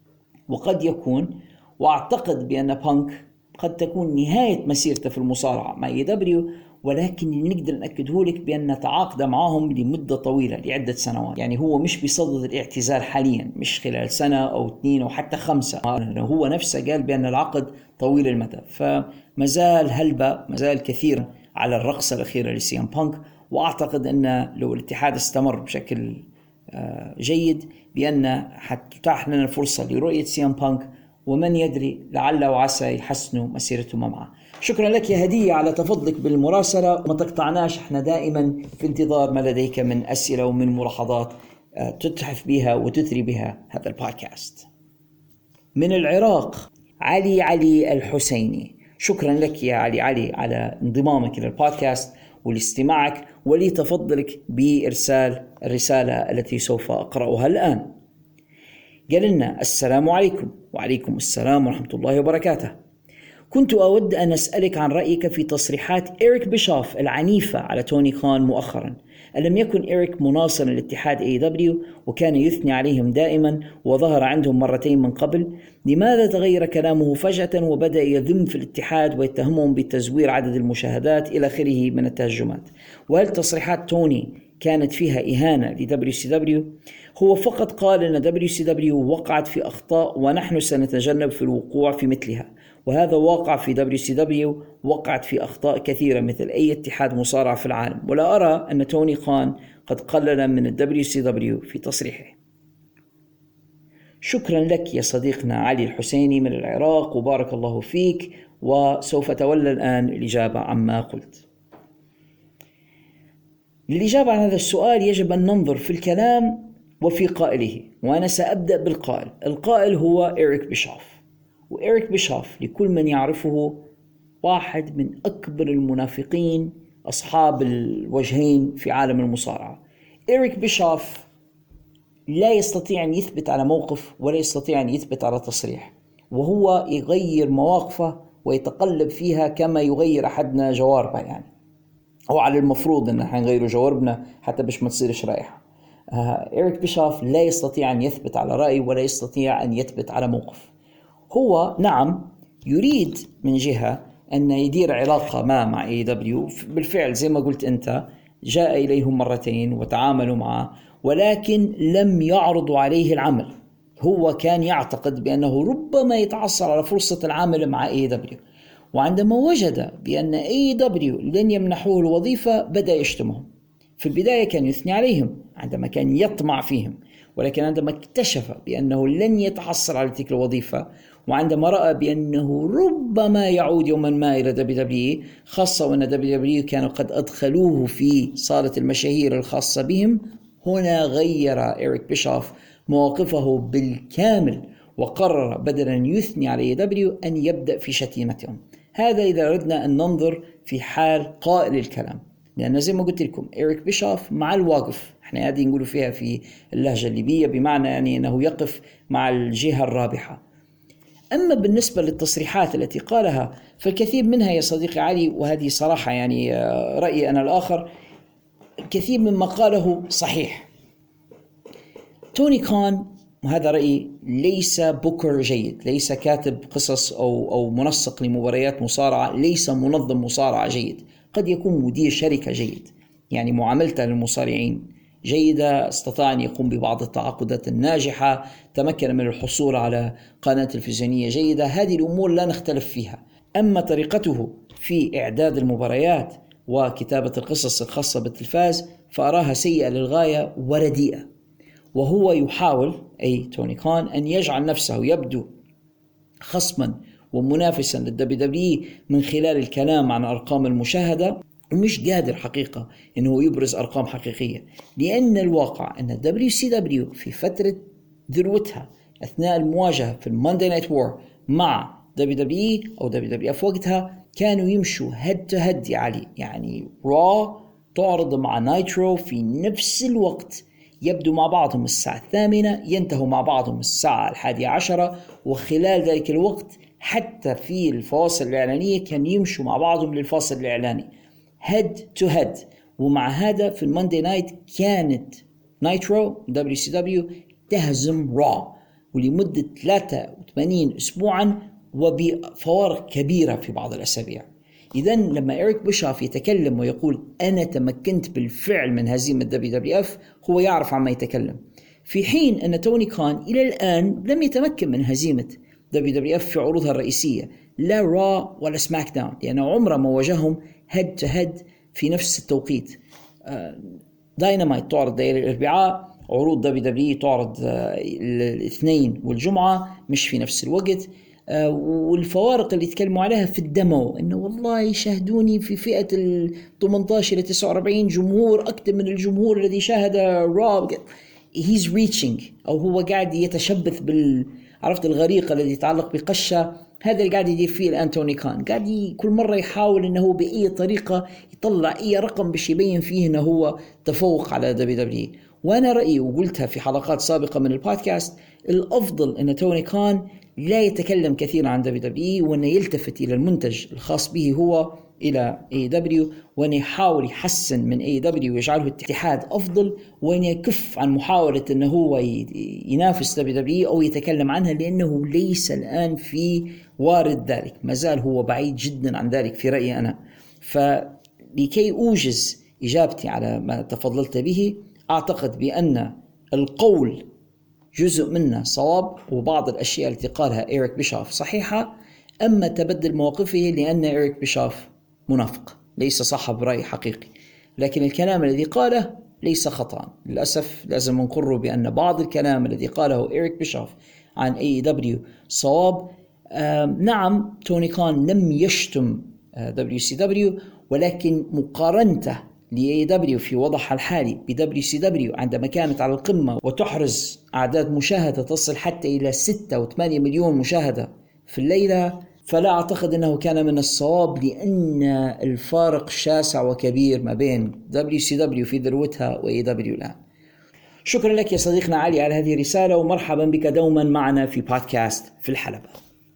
A: وقد يكون، وأعتقد بأن بانك قد تكون نهاية مسيرته في المصارعة مع اي دبليو، ولكن اللي نقدر نأكده لك بأن تعاقد معهم لمدة طويلة لعدة سنوات. يعني هو مش بصدد الاعتزال حاليا، مش خلال سنة أو اثنين أو حتى خمسة، هو نفسه قال بأن العقد طويل المدى، فمازال هلبة مازال كثير على الرقصة الأخيرة لسي ام بانك. وأعتقد أن لو الاتحاد استمر بشكل جيد بأن حتتاح لنا الفرصة لرؤية سي ام بانك، ومن يدري لعل وعسى يحسنوا مسيرته معه. شكرا لك يا هدية على تفضلك بالمراسلة، وما تقطعناش، احنا دائما في انتظار ما لديك من أسئلة ومن ملاحظات تتحف بها وتثري بها هذا البودكاست. من العراق علي علي الحسيني، شكرا لك يا علي علي على انضمامك إلى البودكاست ولاستماعك ولتفضلك بإرسال الرسالة التي سوف أقرأها الآن. قال لنا: السلام عليكم. وعليكم السلام ورحمة الله وبركاته. كنت أود أن أسألك عن رأيك في تصريحات إيريك بيشوف العنيفة على توني خان مؤخرا. ألم يكن إيريك مناصرا للاتحاد اي دبليو وكان يثني عليهم دائما وظهر عندهم مرتين من قبل؟ لماذا تغير كلامه فجأة وبدأ يذم في الاتحاد ويتهمهم بتزوير عدد المشاهدات إلى آخره من التهجمات؟ وهل تصريحات توني كانت فيها إهانة لدبليو سي دبليو؟ هو فقط قال أن دبليو سي دبليو وقعت في أخطاء ونحن سنتجنب في الوقوع في مثلها، وهذا واقع في دبليو سي دبليو وقعت في أخطاء كثيرة مثل أي اتحاد مصارعة في العالم، ولا أرى أن توني خان قد قلل من الدبليو سي دبليو في تصريحه. شكرا لك يا صديقنا علي الحسيني من العراق، وبارك الله فيك، وسوف تولى الآن الإجابة عما قلت. للإجابة عن هذا السؤال يجب أن ننظر في الكلام وفي قائله، وأنا سأبدأ بالقائل. القائل هو إيريك بيشوف، وإيريك بيشوف لكل من يعرفه واحد من أكبر المنافقين أصحاب الوجهين في عالم المصارعة. إيريك بيشوف لا يستطيع أن يثبت على موقف ولا يستطيع أن يثبت على تصريح، وهو يغير مواقفه ويتقلب فيها كما يغير أحدنا جواربه، يعني أو على المفروض أن احنا نغير جواربنا حتى باش ما تصيرش رائحة. آه إيريك بيشوف لا يستطيع أن يثبت على رأي ولا يستطيع أن يثبت على موقف. هو نعم يريد من جهة أن يدير علاقة ما مع اي دبليو، بالفعل زي ما قلت أنت جاء إليهم مرتين وتعاملوا معه، ولكن لم يعرضوا عليه العمل. هو كان يعتقد بأنه ربما يتعثر على فرصة العمل مع اي دبليو، وعندما وجد بأن اي دبليو لن يمنحوه الوظيفة بدأ يشتمهم. في البداية كان يثني عليهم عندما كان يطمع فيهم، ولكن عندما اكتشف بأنه لن يتحصل على تلك الوظيفة، وعندما رأى بأنه ربما يعود يوما ما إلى دبليو دبليو، خاصة وأن دبليو دبليو كانوا قد أدخلوه في صالة المشاهير الخاصة بهم، هنا غير إيريك بيشوف مواقفه بالكامل وقرر بدلا أن يثني على دبليو أن يبدأ في شتيمتهم. هذا إذا أردنا أن ننظر في حال قائل الكلام، لأن زي ما قلت لكم إيريك بيشوف مع الواقف، احنا هذه نقوله فيها في اللهجة الليبية بمعنى يعني أنه يقف مع الجهة الرابحة. أما بالنسبة للتصريحات التي قالها فالكثير منها يا صديقي علي، وهذه صراحة يعني رأيي أنا الآخر، كثير مما قاله صحيح. توني خان، وهذا رأيي، ليس بوكر جيد، ليس كاتب قصص أو, أو منسق لمباريات مصارعة، ليس منظم مصارعة جيد. قد يكون مدير شركة جيد، يعني معاملته للمصارعين جيدة، استطاع أن يقوم ببعض التعاقدات الناجحة، تمكن من الحصول على قناة تلفزيونية جيدة، هذه الأمور لا نختلف فيها. أما طريقته في إعداد المباريات وكتابة القصص الخاصة بالتلفاز، فأراها سيئة للغاية ورديئة. وهو يحاول أي توني كان أن يجعل نفسه يبدو خصما ومنافسا للدبليو دبليو إي من خلال الكلام عن أرقام المشاهدة، ومش قادر حقيقة أنه يبرز أرقام حقيقية، لأن الواقع أن دبليو سي دبليو في فترة ذروتها أثناء المواجهة في الماندي نايت وور مع دبليو دبليو إي أو دبليو دبليو إف وقتها كانوا يمشوا هيد تو هيد يا علي. يعني را تعرض مع نايترو في نفس الوقت، يبدو مع بعضهم الساعة الثامنة، ينتهوا مع بعضهم الساعة الحادية عشرة، وخلال ذلك الوقت حتى في الفواصل الإعلانية كان يمشوا مع بعضهم للفاصل الإعلاني هيد تو هيد. ومع هذا في الماندي نايت كانت نايترو دبليو سي دبليو تهزم را ولمدة ثلاثة وثمانين أسبوعا وبفوارق كبيرة في بعض الأسابيع. إذن لما إريك بيشوف يتكلم ويقول أنا تمكنت بالفعل من هزيمة دبليو دبليو إف، هو يعرف عما يتكلم، في حين أن توني كان إلى الآن لم يتمكن من هزيمة دبليو دبليو إف في عروضها الرئيسية، لا را ولا سماك داون، لأنه عمره ما واجههم هيد تو هيد في نفس التوقيت. داينامايت تعرض ليلة الأربعاء، عروض دبليو دبليو تعرض الاثنين والجمعة، مش في نفس الوقت. والفوارق اللي يتكلموا عليها في الدمو إنه والله يشاهدوني في فئة ال ثمانية عشر إلى تسعة وأربعين جمهور أكثر من الجمهور الذي شاهد را. he's reaching أو هو قاعد يتشبث بال عرفت الغريق الذي يتعلق بقشة. هذا اللي قاعد يدير فيه الآن توني كان، قاعد كل مرة يحاول إنه بأي طريقة يطلع أي رقم باش يبين فيه إنه هو تفوق على دبليو دبليو. وأنا رأيي وقلتها في حلقات سابقة من البودكاست، الأفضل إن توني كان لا يتكلم كثيرا عن دبليو دبليو، وأن يلتفت إلى المنتج الخاص به هو إلى إيه دبليو، وأن يحاول يحسن من إيه دبليو ويجعله اتحاد أفضل، وأن يكف عن محاولة أنه هو ينافس دبليو دبليو أو يتكلم عنها، لأنه ليس الآن في وارد ذلك، ما زال هو بعيد جدا عن ذلك في رأيي أنا. فلكي أوجز إجابتي على ما تفضلت به، أعتقد بأن القول جزء منه صواب، وبعض الأشياء التي قالها إيريك بيشوف صحيحة، أما تبدل مواقفه لأن إيريك بيشوف منافق ليس صاحب رأي حقيقي. لكن الكلام الذي قاله ليس خطأ، للأسف لازم نقر بأن بعض الكلام الذي قاله إيريك بيشوف عن إي دبليو صواب. نعم توني كان لم يشتم دبليو سي دبليو، ولكن مقارنته لإي دبليو في وضعها الحالي بدبليو سي دبليو عندما كانت على القمة وتحرز أعداد مشاهدة تصل حتى إلى ستة وثمانية مليون مشاهدة في الليلة، فلا أعتقد أنه كان من الصواب، لأن الفارق شاسع وكبير ما بين دبليو سي دبليو في ذروتها وإي دبليو الآن. شكرا لك يا صديقنا علي على هذه الرسالة، ومرحبا بك دوما معنا في بودكاست في الحلبة.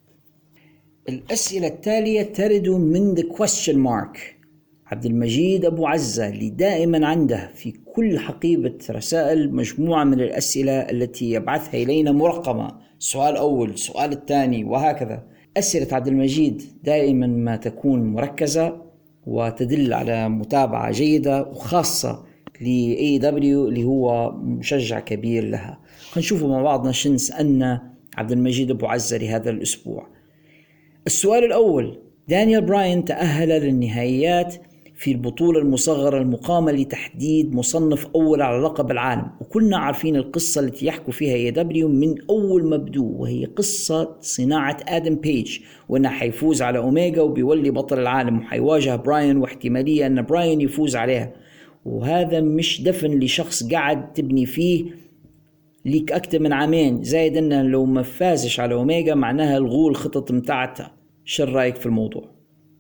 A: الأسئلة التالية ترد من The Question Mark عبد المجيد أبو عزة، اللي دائما عنده في كل حقيبة رسائل مجموعة من الأسئلة التي يبعثها إلينا مرقمة، سؤال أول سؤال الثاني وهكذا. أسئلة عبد المجيد دائما ما تكون مركزة وتدل على متابعة جيدة، وخاصة لإي دبليو اللي هو مشجع كبير لها. خنشوفوا مع بعضنا شن سألنا عبد المجيد أبو عزة لهذا الأسبوع. السؤال الأول: دانيال براين تأهل للنهائيات في البطولة المصغرة المقامة لتحديد مصنف أول على لقب العالم، وكلنا عارفين القصة التي يحكوا فيها إيه دبليو من أول ما بدو، وهي قصة صناعة آدم بيج، وأنه حيفوز على أوميجا وبيولي بطل العالم وحيواجه براين، واحتمالية أن براين يفوز عليها. وهذا مش دفن لشخص قاعد تبني فيه ليك أكتر من عامين، زائد أنه لو ما فازش على أوميجا معناها الغول خطط متاعتها. شو رأيك في الموضوع؟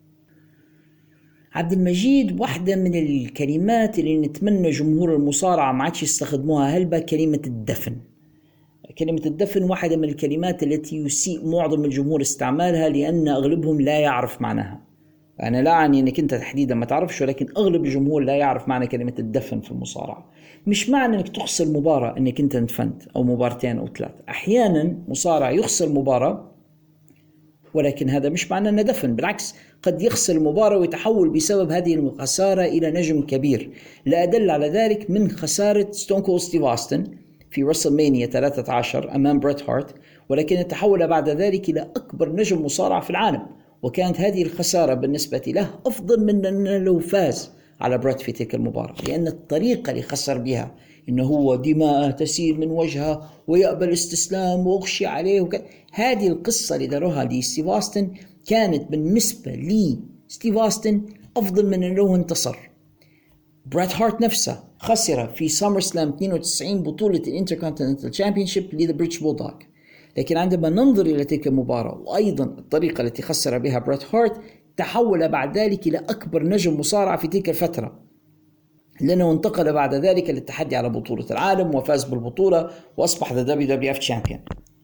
A: عبد المجيد، واحدة من الكلمات اللي نتمنى جمهور المصارعة ما عادش يستخدموها هلبة كلمة الدفن. كلمة الدفن واحدة من الكلمات التي يسيء معظم الجمهور استعمالها، لأن أغلبهم لا يعرف معناها. أنا لا أعني أنك أنت تحديدا ما تعرفش، ولكن أغلب الجمهور لا يعرف معنى كلمة الدفن في المصارعة. مش معنى أنك تخسر مباراة أنك أنت انتفنت، أو مبارتين أو ثلاثة. أحيانا مصارع يخسر مباراة ولكن هذا مش معنى أنه دفن، بالعكس قد يخسر المباراة ويتحول بسبب هذه الخسارة إلى نجم كبير. لا أدل على ذلك من خسارة ستون كولد ستيف أوستن في رسلمانيا ثلاثة عشر أمام بريت هارت، ولكن تحول بعد ذلك إلى أكبر نجم مصارع في العالم، وكانت هذه الخسارة بالنسبة له أفضل من أنه لو فاز على بريت في تلك المباراة، لأن الطريقة اللي خسر بها إنه هو دماء تسيل من وجهه ويقبل استسلام وأغشي عليه وك... هذه القصة اللي داروها لستيف أوستن كانت بالنسبة لي ستيف أوستن أفضل من أنه لو انتصر. بريت هارت نفسه خسر في سامر سلام اثنين وتسعين بطولة الانتركونتيننتال تشامبيونشيب لذا بريتش بولدوغ، لكن عندما ننظر إلى تلك المباراة وأيضا الطريقة التي خسر بها بريت هارت، تحول بعد ذلك إلى أكبر نجم مصارعة في تلك الفترة، لأنه انتقل بعد ذلك للتحدي على بطولة العالم وفاز بالبطولة وأصبح ذا دبليو دبليو إف تشامبيون.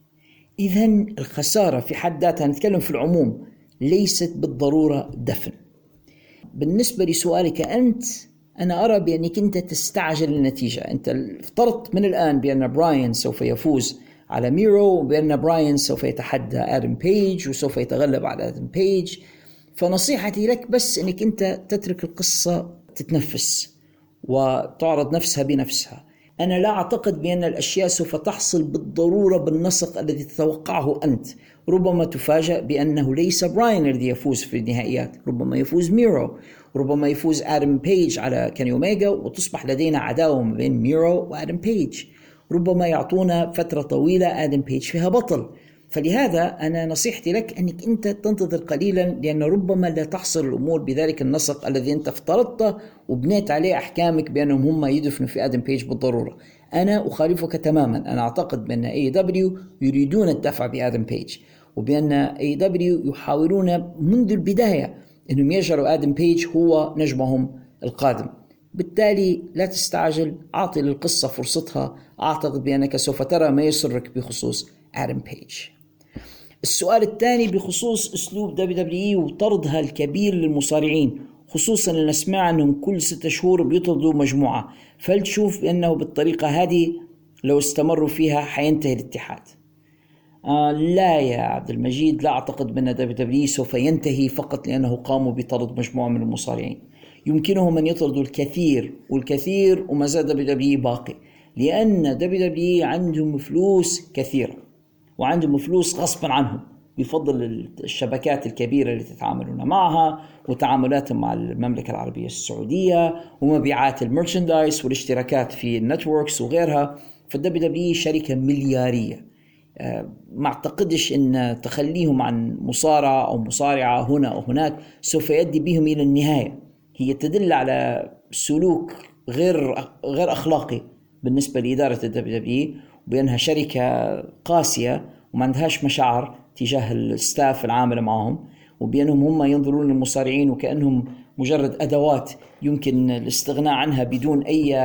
A: إذن الخسارة في حد ذاتها، نتكلم في العموم، ليست بالضرورة دفن. بالنسبة لسؤالك أنت، أنا أرى بأنك أنت تستعجل النتيجة. أنت افترضت من الآن بأن براين سوف يفوز على ميرو، وبأن براين سوف يتحدى آدم بيج وسوف يتغلب على آدم بيج. فنصيحتي لك بس أنك أنت تترك القصة تتنفس وتعرض نفسها بنفسها. أنا لا أعتقد بأن الأشياء سوف تحصل بالضرورة بالنسق الذي تتوقعه أنت. ربما تفاجأ بأنه ليس براين الذي يفوز في النهائيات، ربما يفوز ميرو، ربما يفوز آدم بيج على كيني أوميجا وتصبح لدينا عداوة ما بين ميرو وآدم بيج، ربما يعطونا فترة طويلة آدم بيج فيها بطل. فلهذا أنا نصيحتي لك أنك أنت تنتظر قليلا، لأن ربما لا تحصل الأمور بذلك النسق الذي أنت افترضته وبنيت عليه أحكامك بأنهم هم يدفنوا في آدم بيج بالضرورة. أنا أخالفك تماما. أنا أعتقد بأن إيه دبليو يريدون الدفع بآدم بيج، وبأن إيه دبليو يحاولون منذ البداية أنهم يجعلوا آدم بيج هو نجمهم القادم. بالتالي لا تستعجل، أعطي للقصة فرصتها. أعتقد بأنك سوف ترى ما يسرك بخصوص آدم بيج. السؤال الثاني بخصوص أسلوب دبليو دبليو إي وطردها الكبير للمصارعين، خصوصا أن نسمع أنهم كل ستة شهور بيطردوا مجموعة. فهل تشوف بأنه بالطريقة هذه لو استمروا فيها حينتهي الاتحاد؟ آه لا يا عبد المجيد، لا أعتقد بأن دبليو دبليو إي سوف ينتهي فقط لأنه قاموا بطرد مجموعة من المصارعين. يمكنهم أن يطردوا الكثير والكثير وما زال دبليو دبليو إي باقي، لأن دبليو دبليو إي عندهم فلوس كثيرة وعندهم فلوس غصبا عنهم بفضل الشبكات الكبيرة اللي تتعاملون معها وتعاملاتهم مع المملكة العربية السعودية ومبيعات الميرشندايز والاشتراكات في النتوركس وغيرها. فالدبليو دبليو إي شركة مليارية. ما اعتقدش ان تخليهم عن مصارعة او مصارعة هنا او هناك سوف يؤدي بهم الى النهاية. هي تدل على سلوك غير غير اخلاقي بالنسبة لإدارة الدبليو دبليو إي، وبأنها شركة قاسية وما عندهاش مشاعر تجاه الستاف العامل معهم، وبأنهم هم ينظرون للمصارعين وكأنهم مجرد أدوات يمكن الاستغناء عنها بدون أي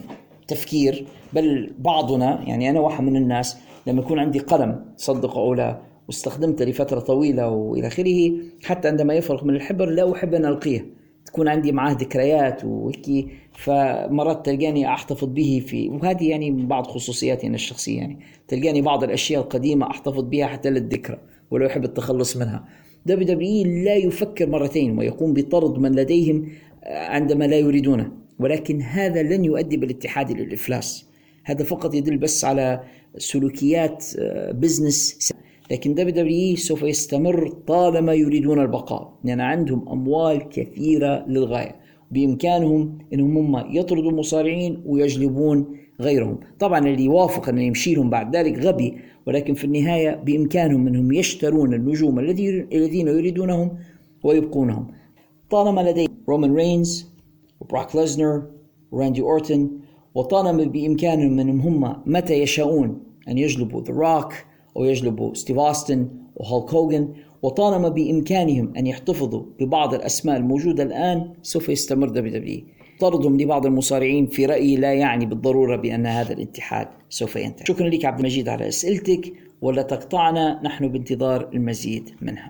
A: تفكير. بل بعضنا، يعني أنا واحد من الناس، لما يكون عندي قلم صدق أو لا واستخدمته لفترة طويلة وإلى آخره، حتى عندما يفرغ من الحبر لا أحب أن ألقيه، تكون عندي معاه ذكريات وهيك، فمرات تلقاني أحتفظ به في، وهذه يعني بعض خصوصياتي أنا الشخصية، يعني تلقاني بعض الأشياء القديمة أحتفظ بها حتى للذكرى ولو يحب التخلص منها. دبليو دبليو إي لا يفكر مرتين ويقوم بطرد من لديهم عندما لا يريدونه، ولكن هذا لن يؤدي بالاتحاد للإفلاس. هذا فقط يدل بس على سلوكيات بزنس. لكن دبليو دبليو إي سوف يستمر طالما يريدون البقاء، لأن عندهم أموال كثيرة للغاية، بإمكانهم أنهم هم يطردوا المصارعين ويجلبون غيرهم. طبعا اللي يوافق أن يمشيلهم بعد ذلك غبي، ولكن في النهاية بإمكانهم أنهم يشترون النجوم الذين يريدونهم ويبقونهم. طالما لديهم رومان رينز وبراك ليزنر وراندي أورتن، وطالما بإمكانهم أنهم هم متى يشاءون أن يجلبوا ذا روك أو يجلبوا ستيف أوستن وهالك هوغن، وطالما بإمكانهم أن يحتفظوا ببعض الأسماء الموجودة الآن، سوف يستمر دبليو دبليو إي. طردهم لبعض المصارعين في رأيي لا يعني بالضرورة بأن هذا الاتحاد سوف ينتهي. شكرا لك عبد المجيد على أسئلتك، ولا تقطعنا، نحن بانتظار المزيد منها.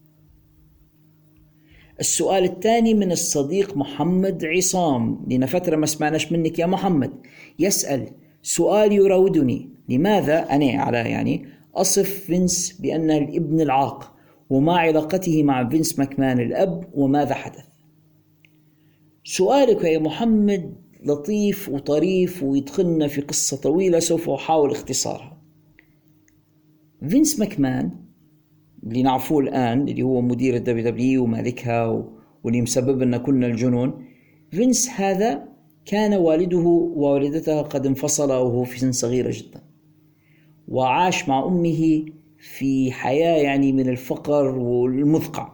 A: السؤال الثاني من الصديق محمد عصام، لنا فترة ما سمعناش منك يا محمد. يسأل: سؤال يراودني، لماذا أنا على يعني أصف فينس بأنه الابن العاق، وما علاقته مع فينس ماكمان الأب، وماذا حدث؟ سؤالك يا محمد لطيف وطريف ويدخلنا في قصة طويلة سوف أحاول اختصارها. فينس ماكمان اللي نعرفوه الآن اللي هو مدير الدبليو دبليو ومالكها واللي مسبب لنا كلنا الجنون، فينس هذا كان والده ووالدته قد انفصلا وهو في سن صغيرة جدا، وعاش مع أمه في حياة يعني من الفقر والمذقع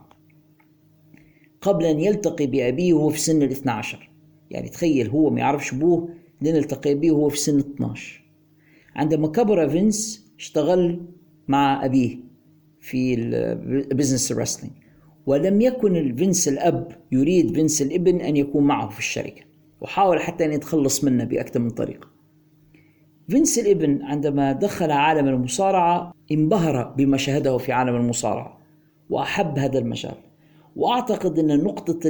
A: قبل أن يلتقي بأبيه وهو في سن الاثنى عشر. يعني تخيل هو ما يعرفش أبوه لين التقي بيه وهو في سن اثنا عشر. عندما كبر فينس اشتغل مع أبيه في البزنس الرسلينج، ولم يكن فينس الأب يريد فينس الابن أن يكون معه في الشركة، وحاول حتى أن يتخلص منه بأكثر من طريقة. فينس الابن عندما دخل عالم المصارعة انبهر بما شاهده في عالم المصارعة وأحب هذا المجال، وأعتقد أن نقطة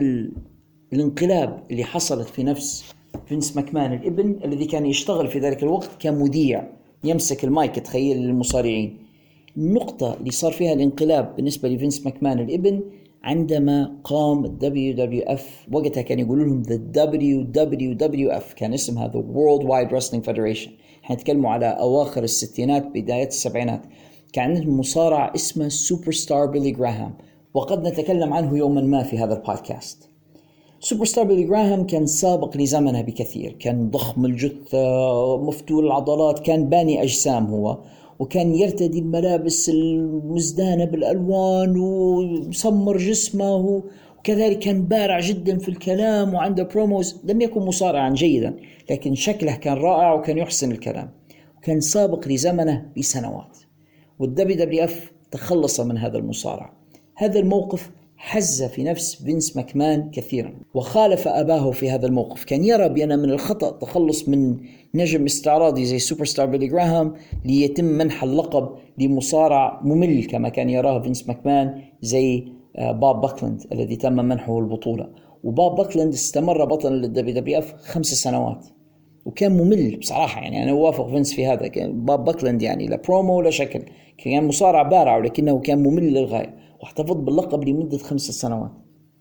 A: الانقلاب اللي حصلت في نفس فينس ماكمان الابن الذي كان يشتغل في ذلك الوقت كمذيع يمسك المايك تخيل للمصارعين، النقطة اللي صار فيها الانقلاب بالنسبة لفينس ماكمان الابن عندما قام ال دبليو دبليو إف. وقتها كان يقولوا لهم the دبليو دبليو دبليو إف، كان اسمها the World Wide Wrestling Federation. احنا نتكلموا على أواخر الستينات بداية السبعينات. كان عندهم مصارع اسمه سوبر ستار بيلي جراهام، وقد نتكلم عنه يوما ما في هذا البودكاست. سوبر ستار بيلي جراهام كان سابق لزمنه بكثير، كان ضخم الجثة مفتول العضلات، كان باني أجسام هو، وكان يرتدي الملابس المزدانة بالألوان ومسمر جسمه، وكذلك كان بارع جدا في الكلام وعنده بروموز. لم يكن مصارعا جيدا لكن شكله كان رائع وكان يحسن الكلام، وكان سابق لزمنه بسنوات. والدبليو دبليو إف تخلص من هذا المصارع. هذا الموقف حز في نفس فينس ماكمان كثيرا وخالف أباه في هذا الموقف. كان يرى بأن من الخطأ تخلص من نجم استعراضي زي سوبر ستار بيلي جراهام ليتم منح اللقب لمصارع ممل كما كان يراه فينس ماكمان زي بوب باكلاند الذي تم منحه البطولة. وبوب باكلاند استمر بطلا للدبليو دبليو إف خمس سنوات وكان ممل بصراحة. يعني أنا أوافق فينس في هذا. كان بوب باكلاند يعني لا برومو ولا شكل، كان مصارع بارع ولكنه كان ممل للغاية، واحتفظ باللقب لمدة خمس سنوات.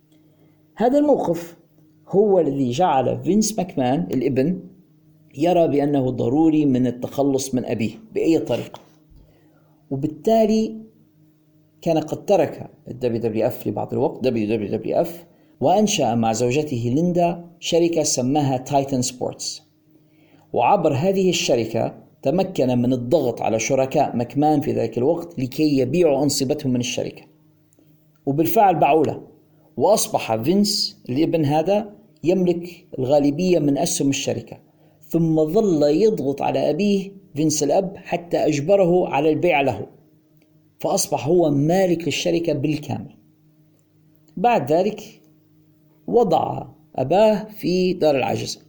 A: هذا الموقف هو الذي جعل فينس ماكمان الابن يرى بأنه ضروري من التخلص من أبيه بأي طريقة، وبالتالي كان قد ترك الدبليو دبليو إف لبعض الوقت دبليو دبليو دبليو إف وأنشأ مع زوجته ليندا شركة سماها تايتن سبورتس. وعبر هذه الشركة تمكن من الضغط على شركاء ماكمان في ذلك الوقت لكي يبيعوا أنصبتهم من الشركة، وبالفعل باعوا له، وأصبح فينس الابن هذا يملك الغالبية من أسهم الشركة. ثم ظل يضغط على أبيه فينس الأب حتى أجبره على البيع له، فأصبح هو مالك الشركة بالكامل. بعد ذلك وضع أباه في دار العجزة،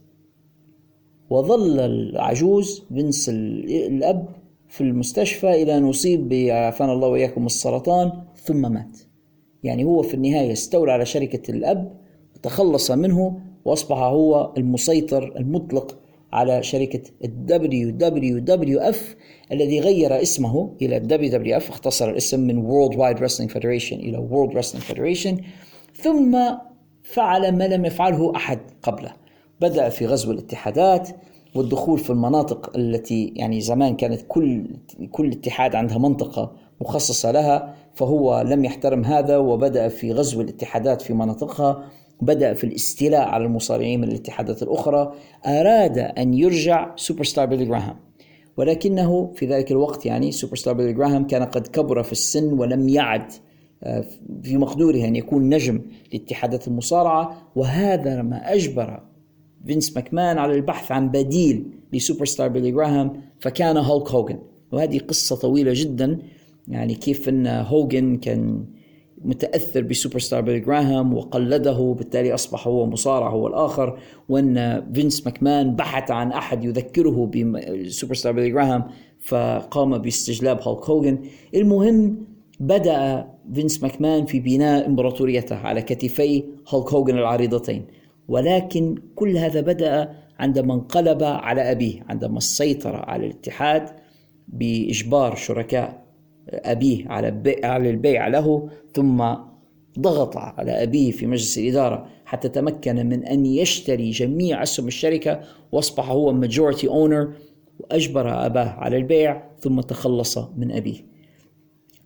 A: وظل العجوز فينس الأب في المستشفى إلى أن أصيب بعافانا الله وإياكم السرطان ثم مات. يعني هو في النهاية استولى على شركة الأب وتخلص منه، وأصبح هو المسيطر المطلق على شركة دبليو دبليو دبليو إف الذي غير اسمه إلى دبليو دبليو إف، اختصر الاسم من World Wide Wrestling Federation إلى World Wrestling Federation. ثم فعل ما لم يفعله أحد قبله، بدأ في غزو الاتحادات والدخول في المناطق التي يعني زمان كانت كل كل اتحاد عندها منطقة مخصصة لها، فهو لم يحترم هذا وبدأ في غزو الاتحادات في مناطقها، بدأ في الاستيلاء على المصارعين من الاتحادات الأخرى. أراد أن يرجع سوبر ستار بيلي جراهام، ولكنه في ذلك الوقت يعني سوبر ستار بيلي جراهام كان قد كبر في السن ولم يعد في مقدوره أن يكون نجم لاتحادات المصارعة، وهذا ما أجبر فينس ماكمان على البحث عن بديل لسوبر ستار بيلي جراهام، فكان هولك هوغن. وهذه قصة طويلة جدا، يعني كيف أن هوغن كان متأثر بسوبر ستار بيلي جراهام وقلده، بالتالي أصبح هو مصارع هو الآخر، وأن فينس ماكمان بحث عن أحد يذكره بسوبر ستار بيلي جراهام فقام باستجلاب هولك هوغن. المهم بدأ فينس ماكمان في بناء إمبراطوريته على كتفي هولك هوغن العريضتين، ولكن كل هذا بدأ عندما انقلب على أبيه، عندما سيطر على الاتحاد بإجبار شركاء أبيه على البيع له، ثم ضغط على أبيه في مجلس الإدارة حتى تمكن من أن يشتري جميع أسهم الشركة وأصبح هو majority owner، وأجبر أباه على البيع ثم تخلص من أبيه.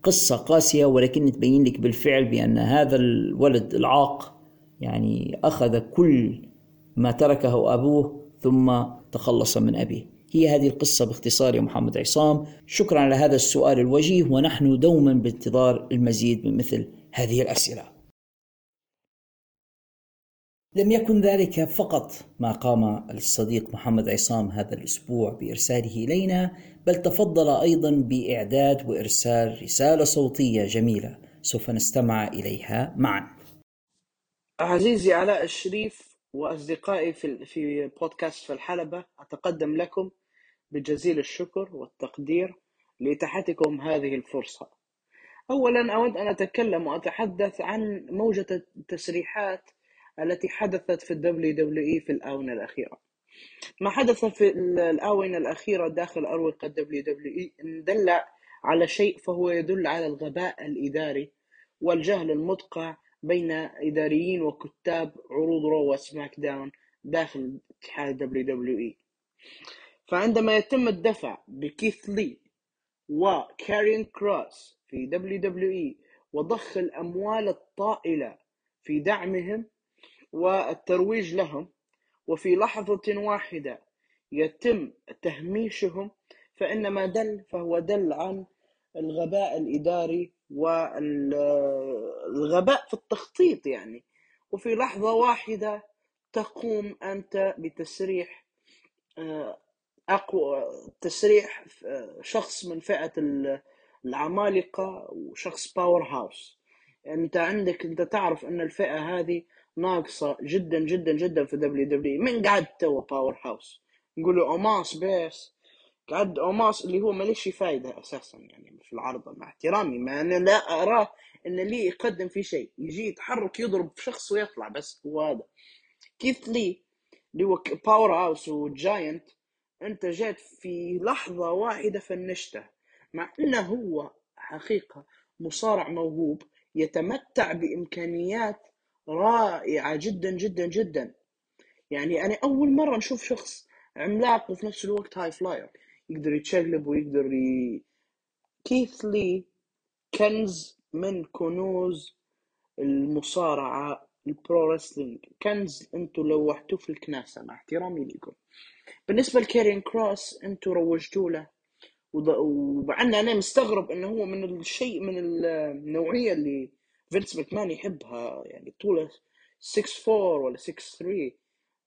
A: قصة قاسية، ولكن تبين لك بالفعل بأن هذا الولد العاق يعني أخذ كل ما تركه أبوه ثم تخلص من أبيه. هي هذه القصة باختصار يا محمد عصام. شكرا على هذا السؤال الوجيه، ونحن دوما بانتظار المزيد من مثل هذه الأسئلة. لم يكن ذلك فقط ما قام الصديق محمد عصام هذا الأسبوع بإرساله إلينا، بل تفضل أيضا بإعداد وإرسال رسالة صوتية جميلة سوف نستمع إليها معا.
E: عزيزي علاء الشريف وأصدقائي في في بودكاست في الحلبة، أتقدم لكم بجزيل الشكر والتقدير لإتاحتكم هذه الفرصة. أولا أود أن أتكلم وأتحدث عن موجة التسريحات التي حدثت في الدبليو دبليو إي في الآونة الأخيرة. ما حدث في الآونة الأخيرة داخل أروقة الدبليو دبليو إي إن دل على شيء فهو يدل على الغباء الإداري والجهل المدقع بين إداريين وكتاب عروض رو وسماك داون داخل اتحاد دبليو دبليو إي. فعندما يتم الدفع بكيث لي وكارين كروس في دبليو دبليو إي وضخ الأموال الطائلة في دعمهم والترويج لهم، وفي لحظة واحدة يتم تهميشهم، فإنما دل فهو دل عن الغباء الإداري والغباء في التخطيط يعني. وفي لحظة واحدة تقوم أنت بتسريح أقوى تسريح شخص من فئة العمالقة وشخص باور هاوس. أنت عندك أنت تعرف أن الفئة هذه ناقصة جدا جدا جدا في دبليو دبليو. من قاعد تو باور هاوس نقولوا أوماس بس قاعد أوماس اللي هو ماليش فايدة أساسا يعني في العرض، مع احترامي ما أنا لا أراه إن لي يقدم في شيء، يجي يتحرك يضرب في شخص ويطلع بس. هو هذا كيث لي اللي هو باور هاوس وجاينت، أنت جات في لحظة واحدة فنشته، مع أنه هو حقيقة مصارع موهوب يتمتع بإمكانيات رائعة جدا جدا جدا. يعني أنا أول مرة نشوف شخص عملاق وفي نفس الوقت هاي فلاير يقدر يتشقلب ويقدر ي... كيث لي كنز من كنوز المصارعة البرو رسلينج، كنز أنتوا لوحتوه في الكناسة مع احترامي لكم. بالنسبة لكارين كروس أنتوا روجتوا له، وبعنا أنا مستغرب إنه هو من الشيء من النوعية اللي فينس ماكمان يحبها، يعني طوله ستة فور ولا ستة ثري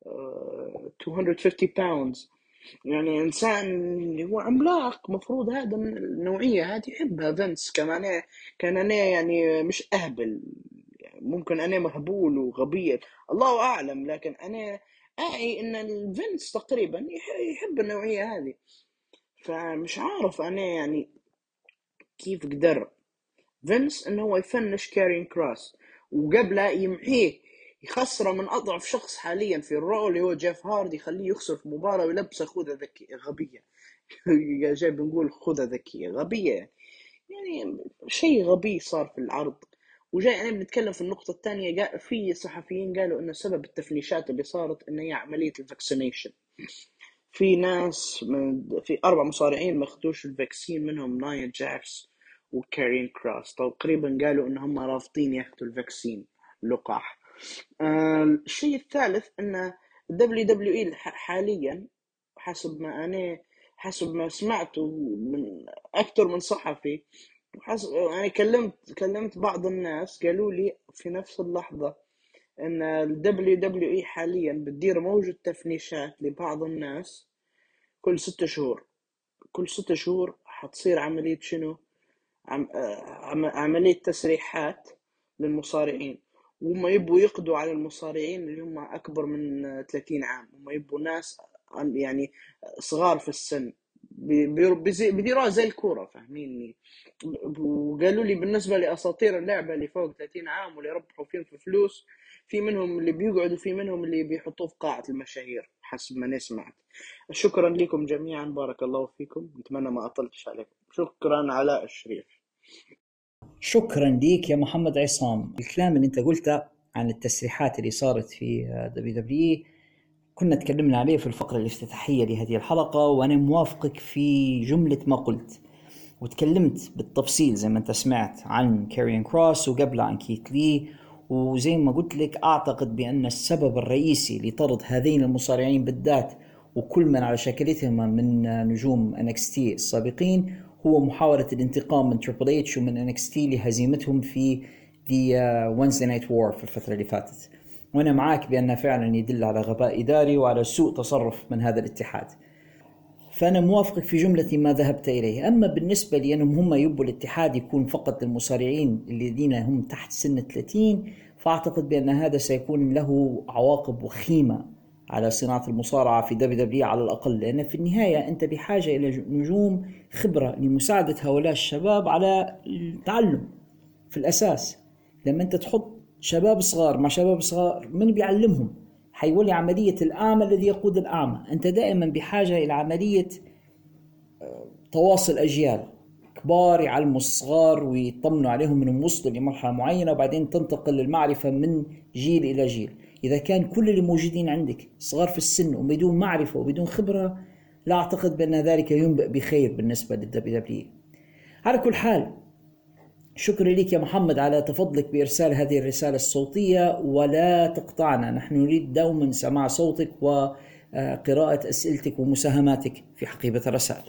E: مئتين وخمسين باوندز، يعني إنسان اللي هو عملاق. مفروض هذا من النوعية هذه يحبها فينس. كمان كان أنا يعني مش أهبل، يعني ممكن أنا مهبول وغبي الله أعلم، لكن أنا أعي إن الفينس تقريبا يحب النوعية هذه. فمش عارف أنا يعني كيف قدر فينس إنه هو يفنش كارين كروس وقبله يمحيه يخسره من أضعف شخص حاليا في الرو اللي هو جيف هاردي، يخليه يخسر في مباراة ويلبسه خوذة ذكية غبية. جاي بنقول خوذة ذكية غبية يعني. يعني شيء غبي صار في العرض. وجاي أنا بنتكلم في النقطة الثانية، في صحفيين قالوا إن سبب التفنيشات اللي صارت إن هي عملية الفاكسينيشن. في ناس من في أربع مصارعين ما أخذوش الفاكسين، منهم نايا جاكس وكارين كروس، تقريبا قالوا إن هم رافضين ياخذوا الفاكسين اللقاح. آه الشيء الثالث إن دبليو دبليو إي حاليا حسب ما أنا حسب ما سمعته من أكثر من صحفي، حسب أنا كلمت كلمت بعض الناس قالوا لي في نفس اللحظة إن ال دبليو دبليو إي حاليا بتدير موجة تفنيشات لبعض الناس كل ستة شهور. كل ستة شهور حتصير عملية شنو؟ عم... عم... عملية تسريحات للمصارعين، وهم يبوا يقضوا على المصارعين اللي هم أكبر من ثلاثين عام، هم يبوا ناس يعني صغار في السن بيديروها زي الكورة، فاهميني؟ وقالوا لي بالنسبة لأساطير اللعبة اللي فوق ثلاثين عام واللي ربحوا فيهم في فلوس، في منهم اللي بيقعدوا في منهم اللي بيحطوه في قاعة المشاهير حسب ما نسمعت. شكرا لكم جميعا، بارك الله فيكم، نتمنى ما أطلتش عليكم. شكرا علاء الشريف.
A: شكرا ليك يا محمد عصام. الكلام اللي انت قلته عن التسريحات اللي صارت في دبليو دبليو كنا تكلمنا عليه في الفقرة الافتتاحية لهذه الحلقة، وأنا موافقك في جملة ما قلت. وتكلمت بالتفصيل زي ما انت سمعت عن كاريان كروس وقبل عن كيت لي. وزي ما قلت لك أعتقد بأن السبب الرئيسي لطرد هذين المصارعين بالذات وكل من على شكلتهما من نجوم إن إكس تي السابقين هو محاولة الانتقام من تريبل إتش ومن إن إكس تي لهزيمتهم في The Wednesday Night War في الفترة اللي فاتت. وأنا معاك بأنه فعلا يدل على غباء إداري وعلى سوء تصرف من هذا الاتحاد، فأنا موافقك في جملة ما ذهبت إليه. أما بالنسبة لي أنهم هم يبوا الاتحاد يكون فقط للمصارعين الذين هم تحت سن ثلاثين، فأعتقد بأن هذا سيكون له عواقب وخيمة على صناعة المصارعة في دبليو دبليو على الأقل، لأن في النهاية أنت بحاجة إلى نجوم خبرة لمساعدة هؤلاء الشباب على التعلم. في الأساس لما أنت تحط شباب صغار مع شباب صغار، من بيعلمهم؟ حيولي عملية الأعمى الذي يقود الأعمى. أنت دائما بحاجة إلى عملية تواصل أجيال، كبار يعلموا الصغار ويطمنوا عليهم من وصلوا لمرحلة معينة وبعدين تنتقل المعرفة من جيل إلى جيل. إذا كان كل اللي موجودين عندك صغار في السن وبدون معرفة وبدون خبرة، لا أعتقد بأن ذلك ينبئ بخير بالنسبة للدبليو دبليو. على كل حال، شكرا لك يا محمد على تفضلك بإرسال هذه الرسالة الصوتية، ولا تقطعنا، نحن نريد دوما سماع صوتك وقراءة أسئلتك ومساهماتك في حقيبة الرسائل.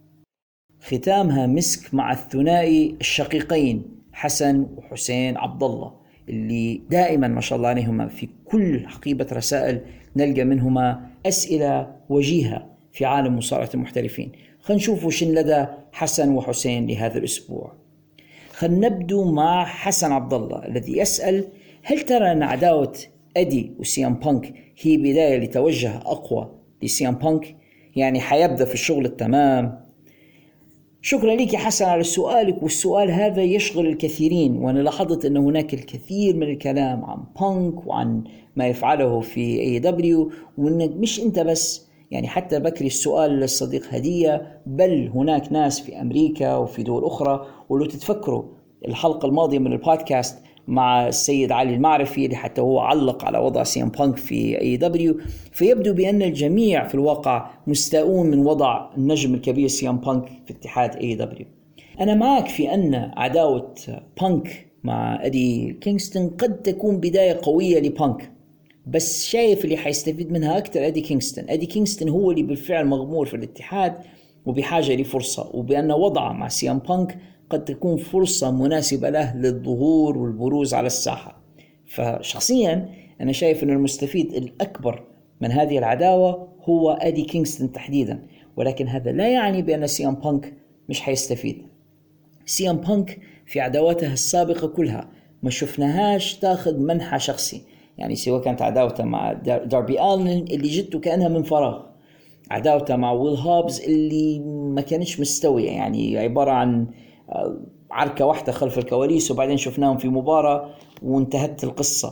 A: ختامها مسك مع الثنائي الشقيقين حسن وحسين عبد الله، اللي دائما ما شاء الله عليهما في كل حقيبة رسائل نلقى منهما أسئلة وجيهة في عالم مصارعة المحترفين. خلينا نشوف شن لدى حسن وحسين لهذا الأسبوع. خلينا نبدو مع حسن عبد الله الذي يسأل: هل ترى أن عداوة أدي وسيام بانك هي بداية لتوجه أقوى لسيام بانك؟ يعني حيبدأ في الشغل التمام. شكرا لك يا حسن على سؤالك، والسؤال هذا يشغل الكثيرين، وأنا لاحظت أن هناك الكثير من الكلام عن بانك وعن ما يفعله في اي دبليو، وأنك مش أنت بس، يعني حتى بكري السؤال للصديق هدية، بل هناك ناس في أمريكا وفي دول أخرى. ولو تتفكروا الحلقة الماضية من البودكاست مع السيد علي المعرفي اللي حتى هو علق على وضع سيام بانك في اي دبليو، فيبدو بأن الجميع في الواقع مستاءون من وضع النجم الكبير سيام بانك في اتحاد اي دبليو. أنا معك في أن عداوة بانك مع أدي كينغستون قد تكون بداية قوية لبانك، بس شايف اللي حيستفيد منها أكتر أدي كينغستون. أدي كينغستون هو اللي بالفعل مغمور في الاتحاد وبحاجة لفرصة، وبأن وضعه مع سيام بانك قد تكون فرصة مناسبة له للظهور والبروز على الساحة. فشخصيا أنا شايف أن المستفيد الأكبر من هذه العداوة هو أدي كينغستون تحديدا، ولكن هذا لا يعني بأن سيام بانك مش حيستفيد. سيام بانك في عداواتها السابقة كلها ما شفناهاش تاخذ منحى شخصي، يعني سواء كانت عداوته مع داربي آلن اللي جدته كأنها من فراغ، عداوته مع ويل هابز اللي ما كانتش مستوية، يعني عبارة عن عركة واحدة خلف الكواليس وبعدين شفناهم في مباراة وانتهت القصة.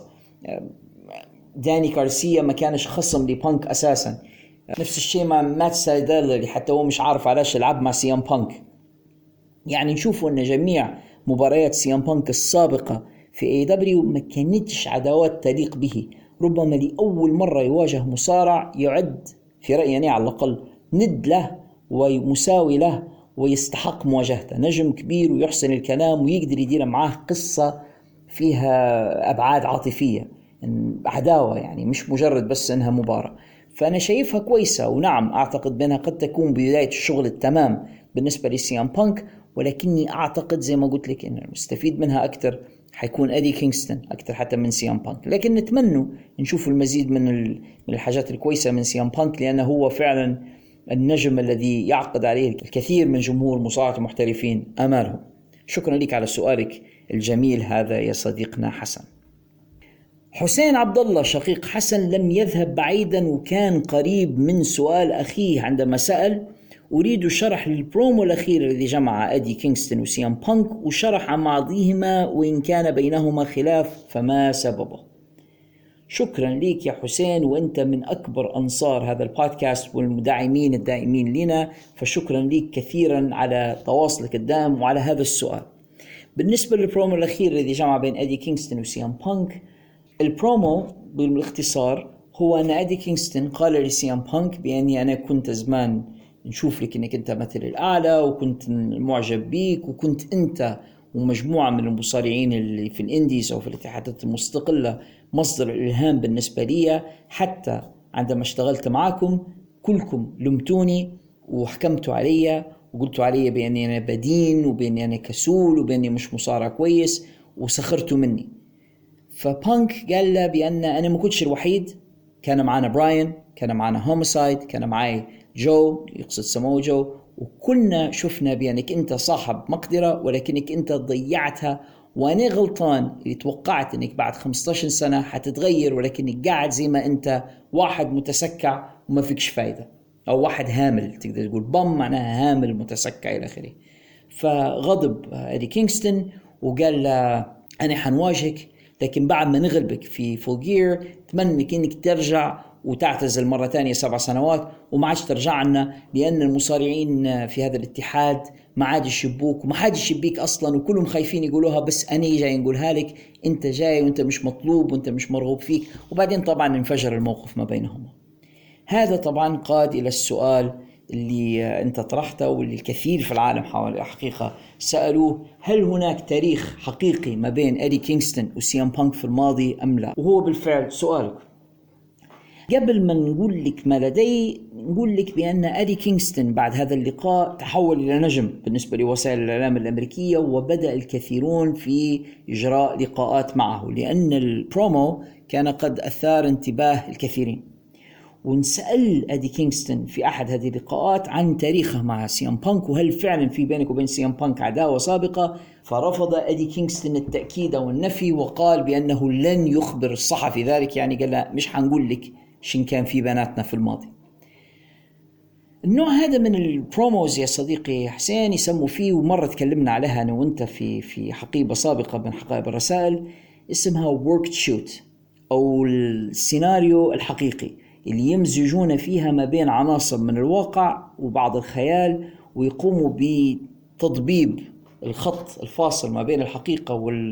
A: داني كارسيا ما كانش خصم لبانك أساسا. نفس الشيء مع مات سايدل اللي حتى هو مش عارف علاش يلعب مع سيام بانك. يعني نشوفوا أن جميع مباريات سيام بانك السابقة في اي دبليو ما كانتش عداوات تليق به، ربما لأول مرة يواجه مصارع يعد في رأيي يعني على الأقل ند له ومساوي له ويستحق مواجهته، نجم كبير ويحسن الكلام ويقدر يدير معاه قصة فيها أبعاد عاطفية، عداوة يعني مش مجرد بس إنها مباراة. فأنا شايفها كويسة، ونعم أعتقد بأنها قد تكون بداية الشغل التمام بالنسبة لسيام بانك، ولكني أعتقد زي ما قلت لك إن المستفيد منها أكتر حيكون أدي كينغستون أكتر حتى من سيام بانك. لكن نتمنى نشوف المزيد من من الحاجات الكويسة من سيام بانك، لأنه هو فعلا النجم الذي يعقد عليه الكثير من جمهور مصارعة المحترفين آمالهم. شكرا لك على سؤالك الجميل هذا يا صديقنا حسن. حسين عبد الله شقيق حسن لم يذهب بعيدا وكان قريب من سؤال أخيه عندما سأل: أريد شرح للبرومو الأخير الذي جمع أدي كينغستون وسيام بانك وشرح عن ماضيهما وإن كان بينهما خلاف فما سببه. شكرا لك يا حسين، وأنت من أكبر أنصار هذا البودكاست والمدعمين الدائمين لنا، فشكرا لك كثيرا على تواصلك الدائم وعلى هذا السؤال. بالنسبة للبرومو الأخير الذي جمع بين أدي كينغستون وسيام بانك، البرومو بالاختصار هو أن أدي كينغستون قال لسيام بانك بأني أنا كنت زمان نشوف لك انك انت مثل الاعلى، وكنت معجب بيك، وكنت انت ومجموعة من المصارعين اللي في الانديز او في الاتحادات المستقلة مصدر الالهام بالنسبة لي. حتى عندما اشتغلت معاكم كلكم لمتوني وحكمتوا علي وقلتوا علي باني انا بدين وباني انا كسول وباني مش مصارع كويس وسخرتوا مني. فبانك قال له بان انا ما كنتش الوحيد، كان معنا براين، كان معنا هوميسايد، كان معي جو يقصد سمو جو، وكلنا شفنا بأنك أنت صاحب مقدرة ولكنك أنت ضيعتها، وأنا غلطان اللي توقعت أنك بعد خمسة عشر سنة حتتغير ولكنك قاعد زي ما أنت واحد متسكع وما فيكش فايدة، أو واحد هامل تقدر تقول بم معناها هامل متسكع إلى آخره. فغضب إيدي كينغستون وقال له أنا حنواجهك، لكن بعد ما نغلبك في فول جير تمنى انك ترجع وتعتزل مرة ثانية سبع سنوات وما عادش ترجع عنا، لأن المصارعين في هذا الاتحاد ما عاد يشبوك وما عاد يشبيك أصلا، وكلهم خايفين يقولوها، بس أنا جاي نقولها لك، أنت جاي وأنت مش مطلوب وأنت مش مرغوب فيك. وبعدين طبعا انفجر الموقف ما بينهما. هذا طبعا قاد إلى السؤال اللي أنت طرحته واللي الكثير في العالم حوالي حقيقة سألوه: هل هناك تاريخ حقيقي ما بين إيدي كينغستون وسي إم بانك في الماضي أم لا؟ وهو بالفعل سؤالك. قبل ما نقول لك ما لدي، نقول لك بأن إيدي كينغستون بعد هذا اللقاء تحول إلى نجم بالنسبة لوسائل الإعلام الأمريكية، وبدأ الكثيرون في إجراء لقاءات معه لأن البرومو كان قد أثار انتباه الكثيرين. ونسأل إيدي كينغستون في أحد هذه اللقاءات عن تاريخه مع سي إم بانك، وهل فعلا في بينك وبين سي إم بانك عداوة سابقة. فرفض إيدي كينغستون التأكيد أو النفي، وقال بأنه لن يخبر الصحفي ذلك، يعني قال لا مش حنقول لك شن كان في بيناتنا في الماضي. النوع هذا من البروموز يا صديقي حسين يسموا فيه، ومرة تكلمنا عليها أنا وأنت في في حقيبة سابقة من حقائب الرسائل، اسمها worked shoot أو السيناريو الحقيقي، اللي يمزجون فيها ما بين عناصر من الواقع وبعض الخيال، ويقوموا بتضبيب الخط الفاصل ما بين الحقيقة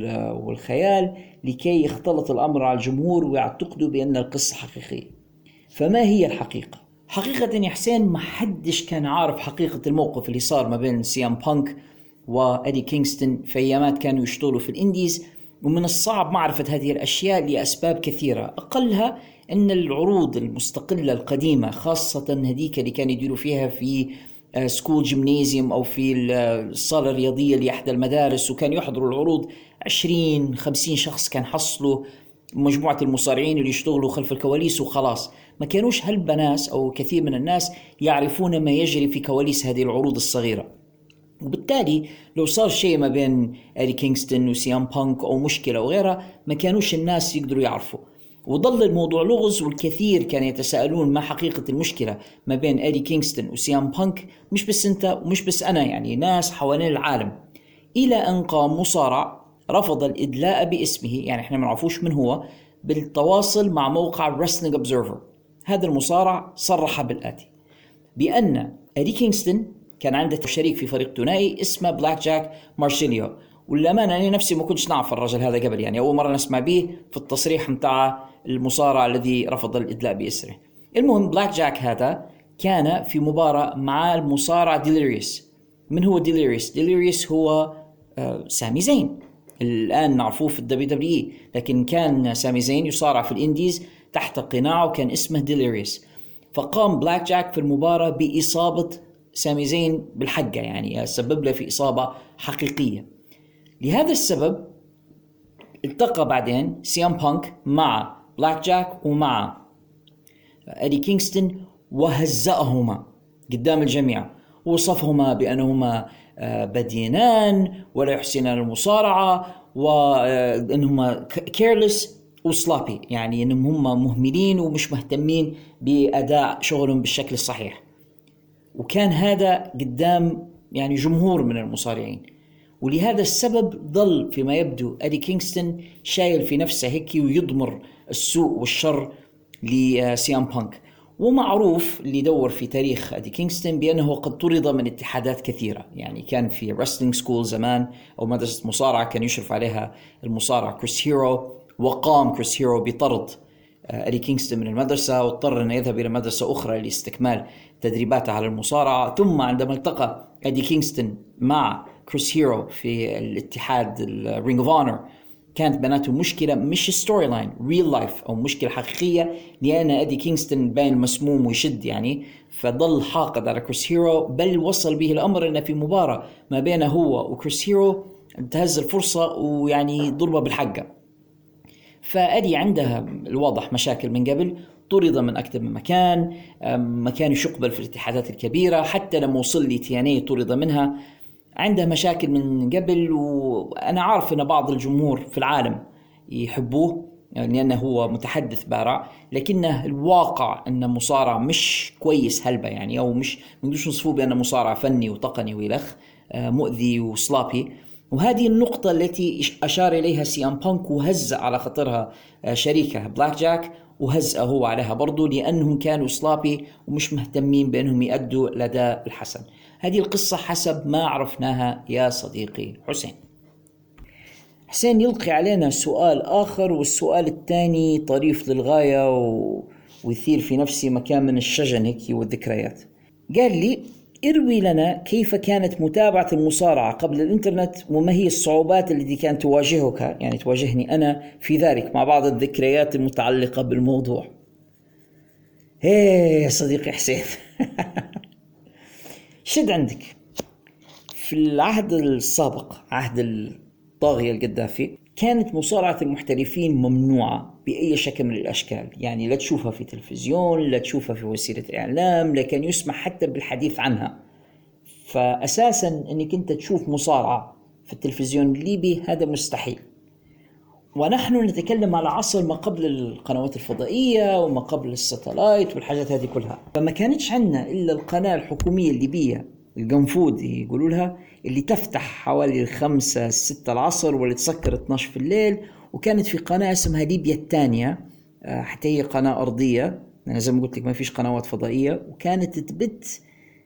A: والخيال لكي يختلط الأمر على الجمهور ويعتقدوا بأن القصة حقيقية. فما هي الحقيقة؟ حقيقة يا حسين ما حدش كان عارف حقيقة الموقف اللي صار ما بين سي إم بانك وإيدي كينغستون في أيامات كانوا يشتغلوا في الإنديز، ومن الصعب معرفة هذه الأشياء لأسباب كثيرة، أقلها أن العروض المستقلة القديمة خاصة هذيك اللي كانوا يديروا فيها في سكول جيمنازيوم أو في الصالة الرياضية لإحدى المدارس، وكان يحضروا العروض عشرين خمسين شخص، كان حصلوا مجموعة المصارعين اللي يشتغلوا خلف الكواليس وخلاص. ما كانوش هالبناس أو كثير من الناس يعرفون ما يجري في كواليس هذه العروض الصغيرة. وبالتالي لو صار شيء ما بين إيدي كينغستون وسي إم بانك أو مشكلة وغيرها ما كانوش الناس يقدروا يعرفوا، وظل الموضوع لغز، والكثير كانوا يتساءلون ما حقيقة المشكلة ما بين إيدي كينغستون وسي إم بانك، مش بس أنت ومش بس أنا، يعني ناس حوالين العالم. إلى أن قام مصارع رفض الإدلاء باسمه، يعني إحنا ما نعرفوش من هو، بالتواصل مع موقع Wrestling Observer. هذا المصارع صرح بالآتي: بأن إيدي كينغستون كان عنده شريك في فريق ثنائي اسمه بلاك جاك مارسيليو، والأمانة أنا نفسي ما كنتش نعرف الرجل هذا قبل، يعني أول مرة نسمع به في التصريح متاع المصارع الذي رفض الإدلاء باسمه. المهم بلاك جاك هذا كان في مباراة مع المصارع ديليريوس. من هو ديليريوس؟ ديليريوس هو آه سامي زين، الآن نعرفوه في الدبليو دبليو إي، لكن كان سامي زين يصارع في الإنديز تحت قناعه وكان اسمه ديليريوس. فقام بلاك جاك في المباراة بإصابة سامي زين بالحقة، يعني سبب له في إصابة حقيقية. لهذا السبب التقى بعدين سي إم بانك مع بلاك جاك ومع إيدي كينغستون وهزأهما قدام الجميع، ووصفهما بأنهما بدينان ولا يحسنان المصارعة، وأنهما كيرلس وسلابي، يعني أنهم هم مهملين ومش مهتمين بأداء شغلهم بالشكل الصحيح. وكان هذا قدام يعني جمهور من المصارعين، ولهذا السبب ظل فيما يبدو إيدي كينغستون شايل في نفسه هيك ويضمر السوء والشر لسي إم بانك. ومعروف اللي دور في تاريخ إيدي كينغستون بأنه قد طرد من اتحادات كثيرة، يعني كان في رسلينج سكول زمان أو مدرسة مصارعة كان يشرف عليها المصارع كريس هيرو، وقام كريس هيرو بطرد إدي كينغستون من المدرسة، واضطر أن يذهب إلى مدرسة أخرى لاستكمال تدريباته على المصارعة. ثم عندما التقى إدي كينغستون مع كريس هيرو في الاتحاد الرينج اوف اونر، كانت بيناتهم مشكلة مش ستوري لاين، ريل لايف أو مشكلة حقيقية، لأن إدي كينغستون باين مسموم ويشد يعني، فضل حاقد على كريس هيرو، بل وصل به الأمر أن في مباراة ما بينه هو وكريس هيرو انتهز الفرصة ويعني ضربه بالحقة. فأدي عندها الواضح مشاكل من قبل، طرد من أكثر من مكان، ما كان يقبل في الاتحادات الكبيرة، حتى لما وصل لي تي ان اي طرد منها. عنده مشاكل من قبل، وأنا عارف أن بعض الجمهور في العالم يحبوه يعني لأنه هو متحدث بارع، لكنه الواقع أن مصارع مش كويس هلبة يعني، أو مش منقدرش نصفوه بأنه مصارع فني وتقني ويلخ مؤذي وسلابي. وهذه النقطة التي أشار إليها سي أم بانك، وهزأ على خطرها شريكه بلاك جاك، وهزأ هو عليها برضو، لأنهم كانوا سلابي ومش مهتمين بأنهم يأدوا الأداء الحسن. هذه القصة حسب ما عرفناها يا صديقي حسين. حسين يلقي علينا سؤال آخر، والسؤال الثاني طريف للغاية و... ويثير في نفسي مكان من الشجن هيك والذكريات. قال لي: اروي لنا كيف كانت متابعة المصارعة قبل الإنترنت، وما هي الصعوبات التي كانت تواجهك يعني تواجهني أنا في ذلك، مع بعض الذكريات المتعلقة بالموضوع. هيه يا صديقي حسين شد عندك. في العهد السابق، عهد الطاغية القذافي، كانت مصارعة المحترفين ممنوعة بأي شكل من الأشكال، يعني لا تشوفها في تلفزيون، لا تشوفها في وسيلة إعلام، لا كان يسمح حتى بالحديث عنها. فأساسا أنك أنت تشوف مصارعة في التلفزيون الليبي هذا مستحيل. ونحن نتكلم على عصر ما قبل القنوات الفضائية وما قبل الساتلايت والحاجات هذه كلها، فما كانتش عندنا إلا القناة الحكومية الليبية القنفود يقولوا لها، اللي تفتح حوالي الخمسة ستة العصر واللي تسكر اثناشر في الليل. وكانت في قناة اسمها ليبيا الثانية، حتى هي قناة أرضية، أنا زي ما قلت لك ما فيش قنوات فضائية، وكانت تبت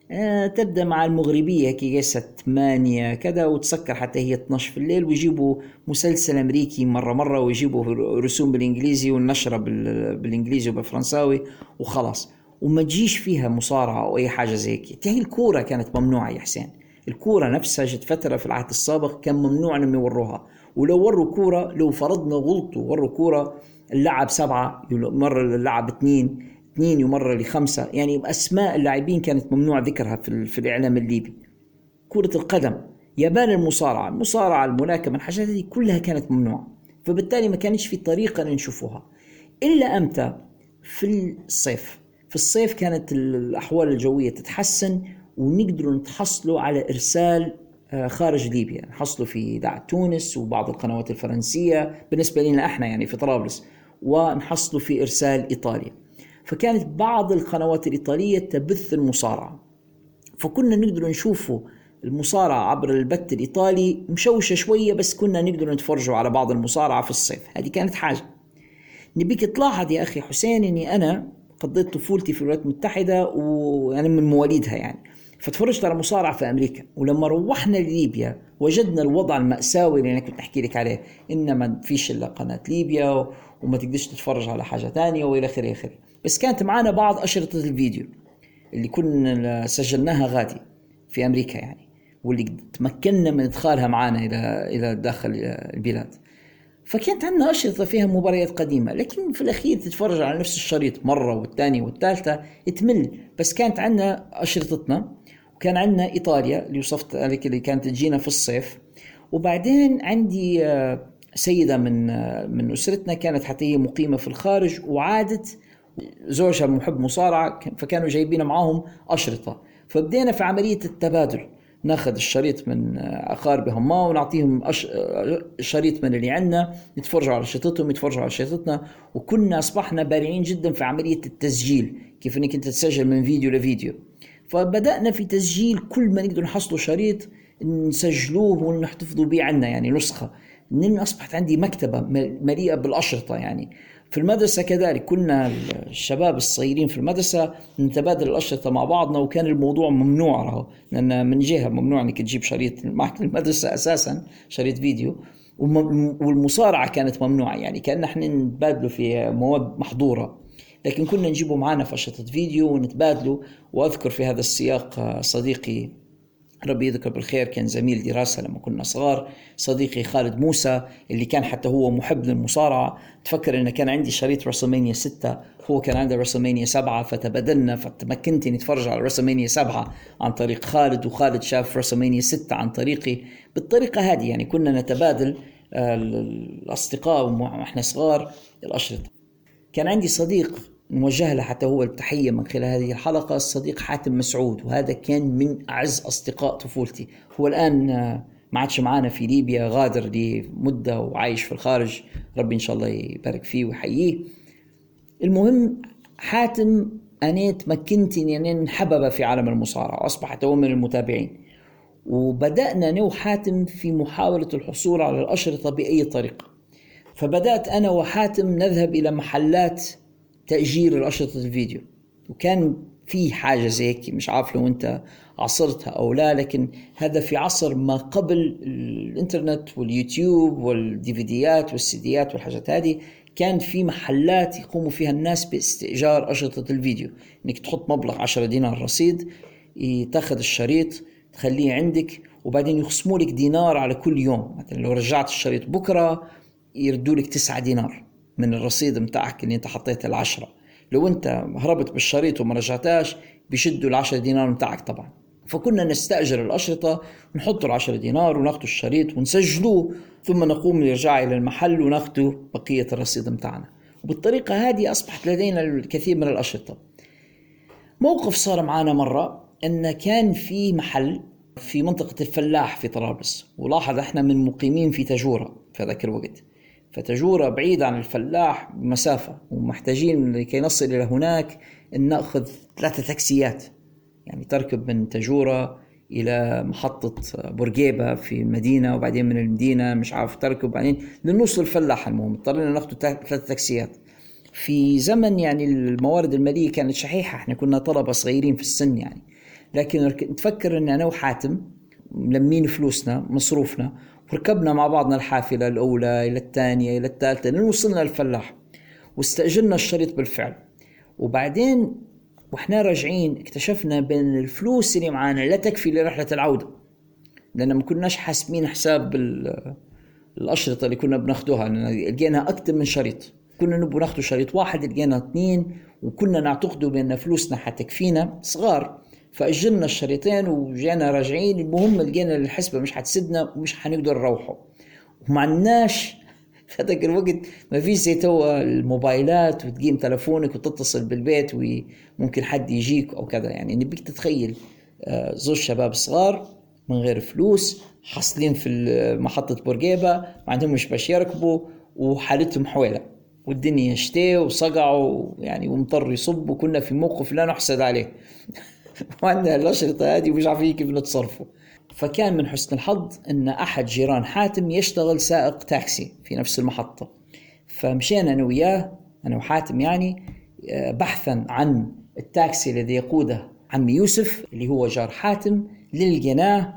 A: تبدأ مع المغربية كي جسة ثمانية كذا، وتسكر حتى هي اثناشر في الليل، ويجيبوا مسلسل أمريكي مرة مرة، ويجيبوا رسوم بالإنجليزي والنشرة بالإنجليزي وبالفرنساوي وخلاص، وما تجيش فيها مصارعة أو أي حاجة زي كده. هي الكورة كانت ممنوعة يا حسين، الكورة نفسها جت فترة في العهد السابق كان ممنوع أنهم يوروها، ولو وروا كورة، لو فرضنا غلطوا وروا كورة اللعب سبعة مرة اللعب اثنين اثنين ومرة لخمسة، يعني أسماء اللاعبين كانت ممنوع ذكرها في, في الإعلام الليبي. كرة القدم، يابان، المصارعة المصارعة الملاكمة، الحاجات دي كلها كانت ممنوعة، فبالتالي ما كانش في طريقة نشوفوها إلا أمتى؟ في الصيف. في الصيف كانت الأحوال الجوية تتحسن، ونقدروا نتحصلوا على إرسال خارج ليبيا، نحصلوا في دع تونس وبعض القنوات الفرنسية بالنسبة لنا احنا يعني في طرابلس، ونحصلوا في إرسال إيطاليا. فكانت بعض القنوات الإيطالية تبث المصارعة، فكنا نقدر نشوفوا المصارعة عبر البث الإيطالي مشوشة شوية، بس كنا نقدر نتفرجوا على بعض المصارعة في الصيف. هذه كانت حاجة. نبيك تلاحظ يا أخي حسين أني أنا قضيت طفولتي في الولايات المتحدة، وأنا من مواليدها يعني، فتفرجت على مصارعة في أمريكا. ولما روحنا لليبيا وجدنا الوضع المأساوي اللي أنا كنت أحكي لك عليه، إن ما فيش إلا قناة ليبيا وما تقدرش تتفرج على حاجة تانية وإلى آخره آخره. بس كانت معنا بعض أشرطة الفيديو اللي كنا سجلناها غادي في أمريكا يعني، واللي تمكننا من إدخالها معنا إلى إلى داخل البلاد. فكانت عندنا أشرطة فيها مباريات قديمة، لكن في الأخير تتفرج على نفس الشريط مرة والثانية والثالثة تمل. بس كانت عندنا أشرطتنا، وكان عندنا إيطاليا اللي وصفت عليك اللي كانت تجينا في الصيف. وبعدين عندي سيدة من من أسرتنا كانت حتى هي مقيمة في الخارج، وعادت زوجها محب مصارعة، فكانوا جايبين معاهم أشرطة. فبدينا في عملية التبادل، ناخذ الشريط من أقاربهم ما ونعطيهم أش... شريط من اللي عندنا، يتفرجوا على شريطتهم يتفرجوا على شريطتنا. وكنا أصبحنا بارعين جدا في عملية التسجيل، كيف أنك أنت تسجل من فيديو لفيديو. فبدأنا في تسجيل كل ما نقدر نحصلوا شريط نسجلوه ونحتفظوا به عنا، يعني نسخة. إن أصبحت عندي مكتبة مليئة بالأشرطة. يعني في المدرسة كذلك كنا الشباب الصغيرين في المدرسة نتبادل الأشرطة مع بعضنا، وكان الموضوع ممنوع له، لأن من جهة ممنوع أنك تجيب شريط معك المدرسة أساسا، شريط فيديو، والمصارعة كانت ممنوعة، يعني كأن احنا نتبادلوا في مواد محظورة، لكن كنا نجيبه معنا في أشرطة فيديو ونتبادله. وأذكر في هذا السياق صديقي ربي يذكر بالخير كان زميل دراسة لما كنا صغار، صديقي خالد موسى اللي كان حتى هو محب للمصارعة. تفكر إنه كان عندي شريط رسلمانيا ستة، هو كان عنده رسلمانيا سبعة، فتبادلنا، فتمكنت نتفرج على رسلمانيا سبعة عن طريق خالد، وخالد شاف رسلمانيا ستة عن طريقي. بالطريقة هذه يعني كنا نتبادل الأصدقاء وإحنا صغار الأشرطة. كان عندي صديق نوجه له حتى هو التحية من خلال هذه الحلقة، الصديق حاتم مسعود، وهذا كان من أعز أصدقاء طفولتي. هو الآن ما عادش معانا في ليبيا، غادر لمدة وعايش في الخارج، ربي إن شاء الله يبارك فيه ويحييه. المهم حاتم أنا تمكنتني يعني نحبب في عالم المصارعة، وأصبحت هو من المتابعين، وبدأنا أنا وحاتم في محاولة الحصول على الأشرطة بأي طريقة. فبدأت أنا وحاتم نذهب إلى محلات تأجير الأشرطة الفيديو، وكان في حاجة زي هيك، مش عارف لو أنت عصرتها أو لا، لكن هذا في عصر ما قبل الإنترنت واليوتيوب والديفيديات والسيديات والحاجات هذه. كان في محلات يقوموا فيها الناس باستئجار أشرطة الفيديو، إنك تحط مبلغ عشرة دينار رصيد، تاخذ الشريط تخليه عندك، وبعدين يخصموا لك دينار على كل يوم. مثلا لو رجعت الشريط بكرة يردوا لك تسعة دينار من الرصيد متاعك اللي انت حطيت العشرة. لو انت هربت بالشريط وما رجعتاش بيشدوا العشرة دينار متاعك طبعا. فكنا نستأجر الأشرطة ونحط العشرة دينار وناخد الشريط ونسجلوه، ثم نقوم نرجع إلى المحل وناخد بقية الرصيد متاعنا. وبالطريقة هذه أصبحت لدينا الكثير من الأشرطة. موقف صار معنا مرة أن كان في محل في منطقة الفلاح في طرابلس، ولاحظ احنا من مقيمين في تجورة في ذاك الوقت، فتجورة بعيد عن الفلاح بمسافة، ومحتاجين لكي نصل إلى هناك أن نأخذ ثلاثة تاكسيات، يعني تركب من تجورة إلى محطة بورقيبة في المدينة، وبعدين من المدينة مش عارف تركب بعدين لنوصل الفلاح. المهم اضطرينا نأخذ ثلاثة تاكسيات. في زمن يعني الموارد المالية كانت شحيحة، احنا كنا طلبة صغيرين في السن يعني، لكن تفكر أن أنا وحاتم ملمين فلوسنا مصروفنا، وركبنا مع بعضنا الحافلة الأولى إلى الثانية إلى الثالثة لين وصلنا للفلاح، واستأجرنا الشريط بالفعل. وبعدين وإحنا راجعين اكتشفنا بأن الفلوس اللي معانا لا تكفي لرحلة العودة، لأن ما كناش حاسمين حساب الأشرطة اللي كنا بناخدوها، لأن لقينا أكثر من شريط، كنا نبغى ناخده شريط واحد لقينا اثنين، وكنا نعتقدوا بأن فلوسنا حتكفينا صغار، فأجلنا الشريطين وجينا راجعين. المهم لقينا الحسبة مش حتسدنا ومش حنقدر نروحوا، ومعناش في هذاك الوقت ما فيش زي توا الموبايلات وتقيم تلفونك وتتصل بالبيت وممكن حد يجيك أو كذا. يعني نبيك تتخيل زوج شباب صغار من غير فلوس حاصلين في محطة بورقيبة، ما عندهم مش باش يركبوا، وحالتهم حوالة، والدنيا شتاء وصقعوا يعني ومضطر يصب، وكنا في موقف لا نحسد عليه وعندنا الأشرطة هذه ومش عارفين كيف نتصرفوا. فكان من حسن الحظ أن أحد جيران حاتم يشتغل سائق تاكسي في نفس المحطة، فمشينا أنا وياه أنا وحاتم يعني بحثا عن التاكسي الذي يقوده عمي يوسف اللي هو جار حاتم، للقناه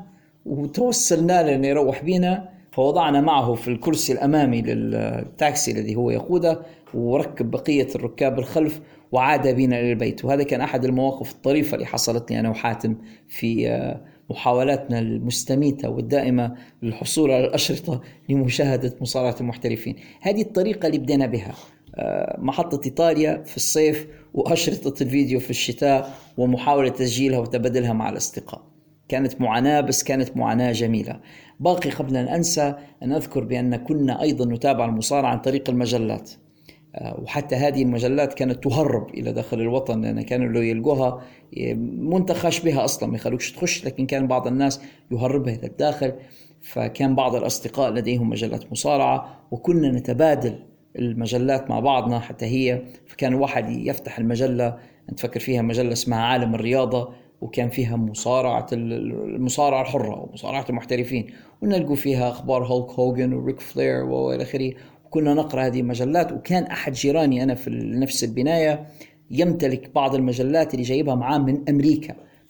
A: وتوصلنا لأنه يروح بينا. فوضعنا معه في الكرسي الأمامي للتاكسي الذي هو يقوده، وركب بقية الركاب الخلف وعاد بنا للبيت. وهذا كان أحد المواقف الطريفة اللي حصلت لي أنا وحاتم في محاولاتنا المستميتة والدائمة للحصول على الأشرطة لمشاهدة مصارعة المحترفين. هذه الطريقة اللي بدينا بها، محطة إيطاليا في الصيف وأشرطة الفيديو في الشتاء، ومحاولة تسجيلها وتبادلها مع الأصدقاء. كانت معاناة، بس كانت معاناة جميلة. باقي قبل أن أنسى أن أذكر بأن كنا أيضا نتابع المصارعة عن طريق المجلات، وحتى هذه المجلات كانت تهرب إلى داخل الوطن، لأن كانوا لو يلقوها منتخش بها أصلا ما يخلوكش تخش، لكن كان بعض الناس يهربها إلى الداخل. فكان بعض الأصدقاء لديهم مجلات مصارعة، وكنا نتبادل المجلات مع بعضنا حتى هي. فكان واحد يفتح المجلة، نتفكر فيها مجلة اسمها عالم الرياضة، وكان فيها مصارعة المصارعة الحرة ومصارعة المحترفين، ونلقوا فيها أخبار هولك هوغن وريك فلير وإلى آخره. كنا نقرأ هذه المجلات، وكان أحد جيراني أنا في نفس البناية يمتلك بعض المجلات اللي جايبها معاه من أمريكا،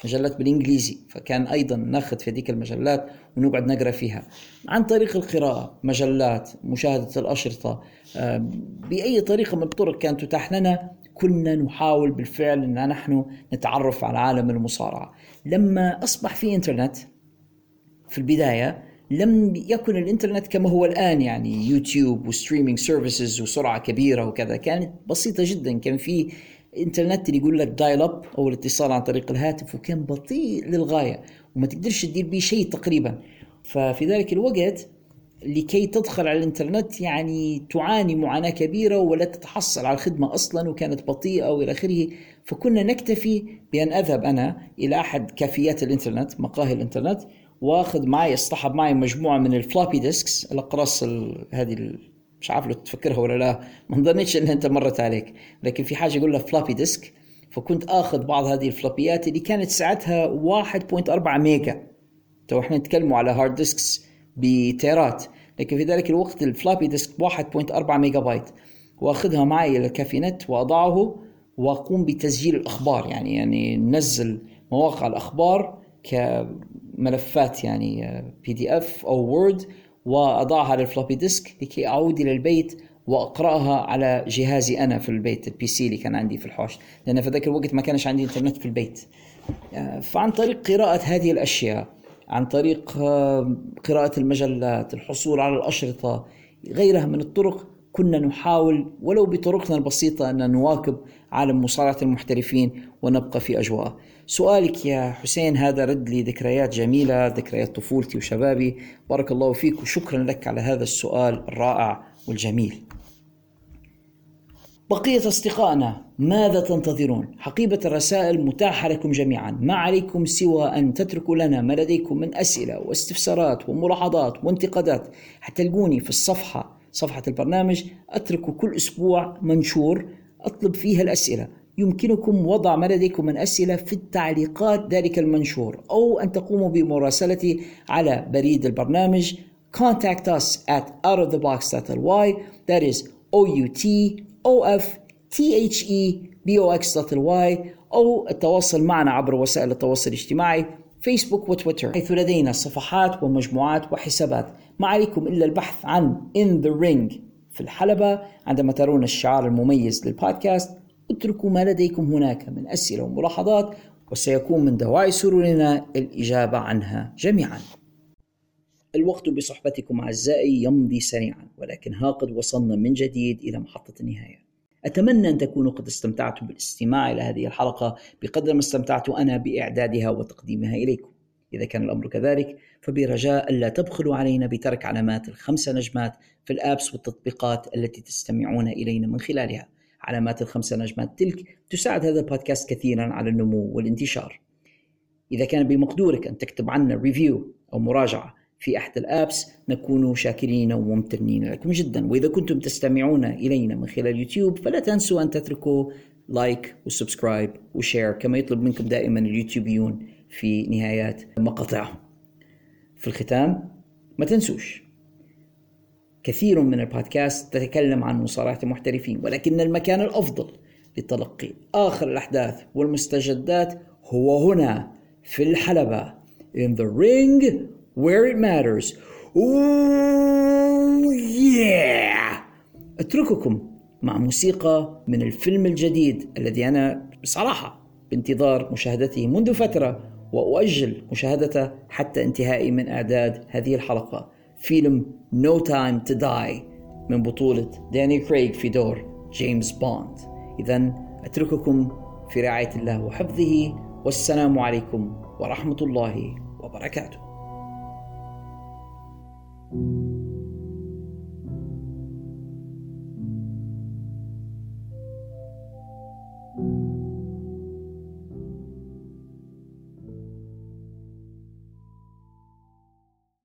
A: مجلات بالإنجليزي، فكان أيضا ناخذ في هذيك المجلات ونقعد نقرأ فيها عن طريق القراءة، مجلات، مشاهدة الأشرطة، بأي طريقة من الطرق كانت تتاح لنا. كنا نحاول بالفعل أن نحن نتعرف على عالم المصارعة. لما أصبح في إنترنت في البداية لم يكن الإنترنت كما هو الآن، يعني يوتيوب وستريمينج سيرفيسز وسرعة كبيرة وكذا، كانت بسيطة جدا. كان في إنترنت اللي يقول لك دايل أب أو الاتصال عن طريق الهاتف، وكان بطيء للغاية وما تقدرش تدير به شيء تقريبا. ففي ذلك الوقت لكي تدخل على الإنترنت يعني تعاني معاناة كبيرة ولا تتحصل على الخدمة أصلا، وكانت بطيئة وإلى آخره. فكنا نكتفي بأن أذهب أنا إلى أحد كافيات الإنترنت، مقاهي الإنترنت، واخذ معي اصطحب معي مجموعة من الفلوبي ديسكس، الأقراص هذه مش عارف لو تفكرها ولا لا، ما ظنيتش إنها أنت مرت عليك، لكن في حاجة يقول لها فلوبي ديسك. فكنت آخذ بعض هذه الفلوبيات اللي كانت ساعتها واحد فاصلة أربعة ميجا، تو احنا نتكلموا على هارد ديسكس بتيرات، لكن في ذلك الوقت الفلوبي ديسك واحد فاصلة أربعة ميجا بايت، واخذها معي إلى الكافينت وأضعه وأقوم بتسجيل الأخبار، يعني يعني ننزل مواقع الأخبار كملفات يعني بي دي اف أو وورد، وأضعها على الفلوبي ديسك لكي أعود إلى البيت وأقرأها على جهازي أنا في البيت، البي سي اللي كان عندي في الحوش، لأن في ذاك الوقت ما كانش عندي إنترنت في البيت. فعن طريق قراءة هذه الأشياء، عن طريق قراءة المجلات، الحصول على الأشرطة، غيرها من الطرق، كنا نحاول ولو بطرقنا البسيطة أن نواكب عالم مصارعة المحترفين ونبقى في أجواء. سؤالك يا حسين هذا رد لي ذكريات جميلة، ذكريات طفولتي وشبابي. بارك الله فيك وشكرا لك على هذا السؤال الرائع والجميل. بقية أصدقائنا ماذا تنتظرون؟ حقيبة الرسائل متاحة لكم جميعا، ما عليكم سوى أن تتركوا لنا ما لديكم من أسئلة واستفسارات وملاحظات وانتقادات. هتلقوني في الصفحة، صفحة البرنامج، أترك كل أسبوع منشور أطلب فيها الأسئلة. يمكنكم وضع ما لديكم من أسئلة في التعليقات ذلك المنشور، أو أن تقوموا بمراسلتي على بريد البرنامج contact us at out of the box dot l y, that is O U T O F T H E B O X dot l y، أو التواصل معنا عبر وسائل التواصل الاجتماعي فيسبوك وتويتر، حيث لدينا صفحات ومجموعات وحسابات. ما عليكم إلا البحث عن In the Ring في الحلبة عندما ترون الشعار المميز للبودكاست. اتركوا ما لديكم هناك من أسئلة وملاحظات، وسيكون من دواعي سرورنا الإجابة عنها جميعا. الوقت بصحبتكم أعزائي يمضي سريعا، ولكن ها قد وصلنا من جديد إلى محطة النهاية. أتمنى أن تكونوا قد استمتعتم بالاستماع إلى هذه الحلقة بقدر ما استمتعت أنا بإعدادها وتقديمها إليكم. إذا كان الأمر كذلك فبرجاء ألا تبخلوا علينا بترك علامات الخمسة نجمات في الآبس والتطبيقات التي تستمعون إلينا من خلالها. علامات الخمسة نجمات تلك تساعد هذا البودكاست كثيرا على النمو والانتشار. إذا كان بمقدورك أن تكتب عنا ريفيو أو مراجعة في أحد الآبس نكون شاكرين وممتنين لكم جدا. وإذا كنتم تستمعون إلينا من خلال يوتيوب فلا تنسوا أن تتركوا لايك وسبسكرايب وشير كما يطلب منكم دائما اليوتيوبيون في نهايات مقاطعهم. في الختام ما تنسوش كثير من البودكاست تتكلم عن مصارعة المحترفين، ولكن المكان الأفضل لتلقي آخر الأحداث والمستجدات هو هنا في الحلبة in the ring where it matters. Ooh yeah! أترككم مع موسيقى من الفيلم الجديد الذي أنا بصراحة بانتظار مشاهدته منذ فترة، وأؤجل مشاهدته حتى انتهائي من إعداد هذه الحلقة. فيلم No Time to Die من بطولة داني كريغ في دور جيمس بوند. إذن أترككم في رعاية الله وحفظه، والسلام عليكم ورحمة الله وبركاته.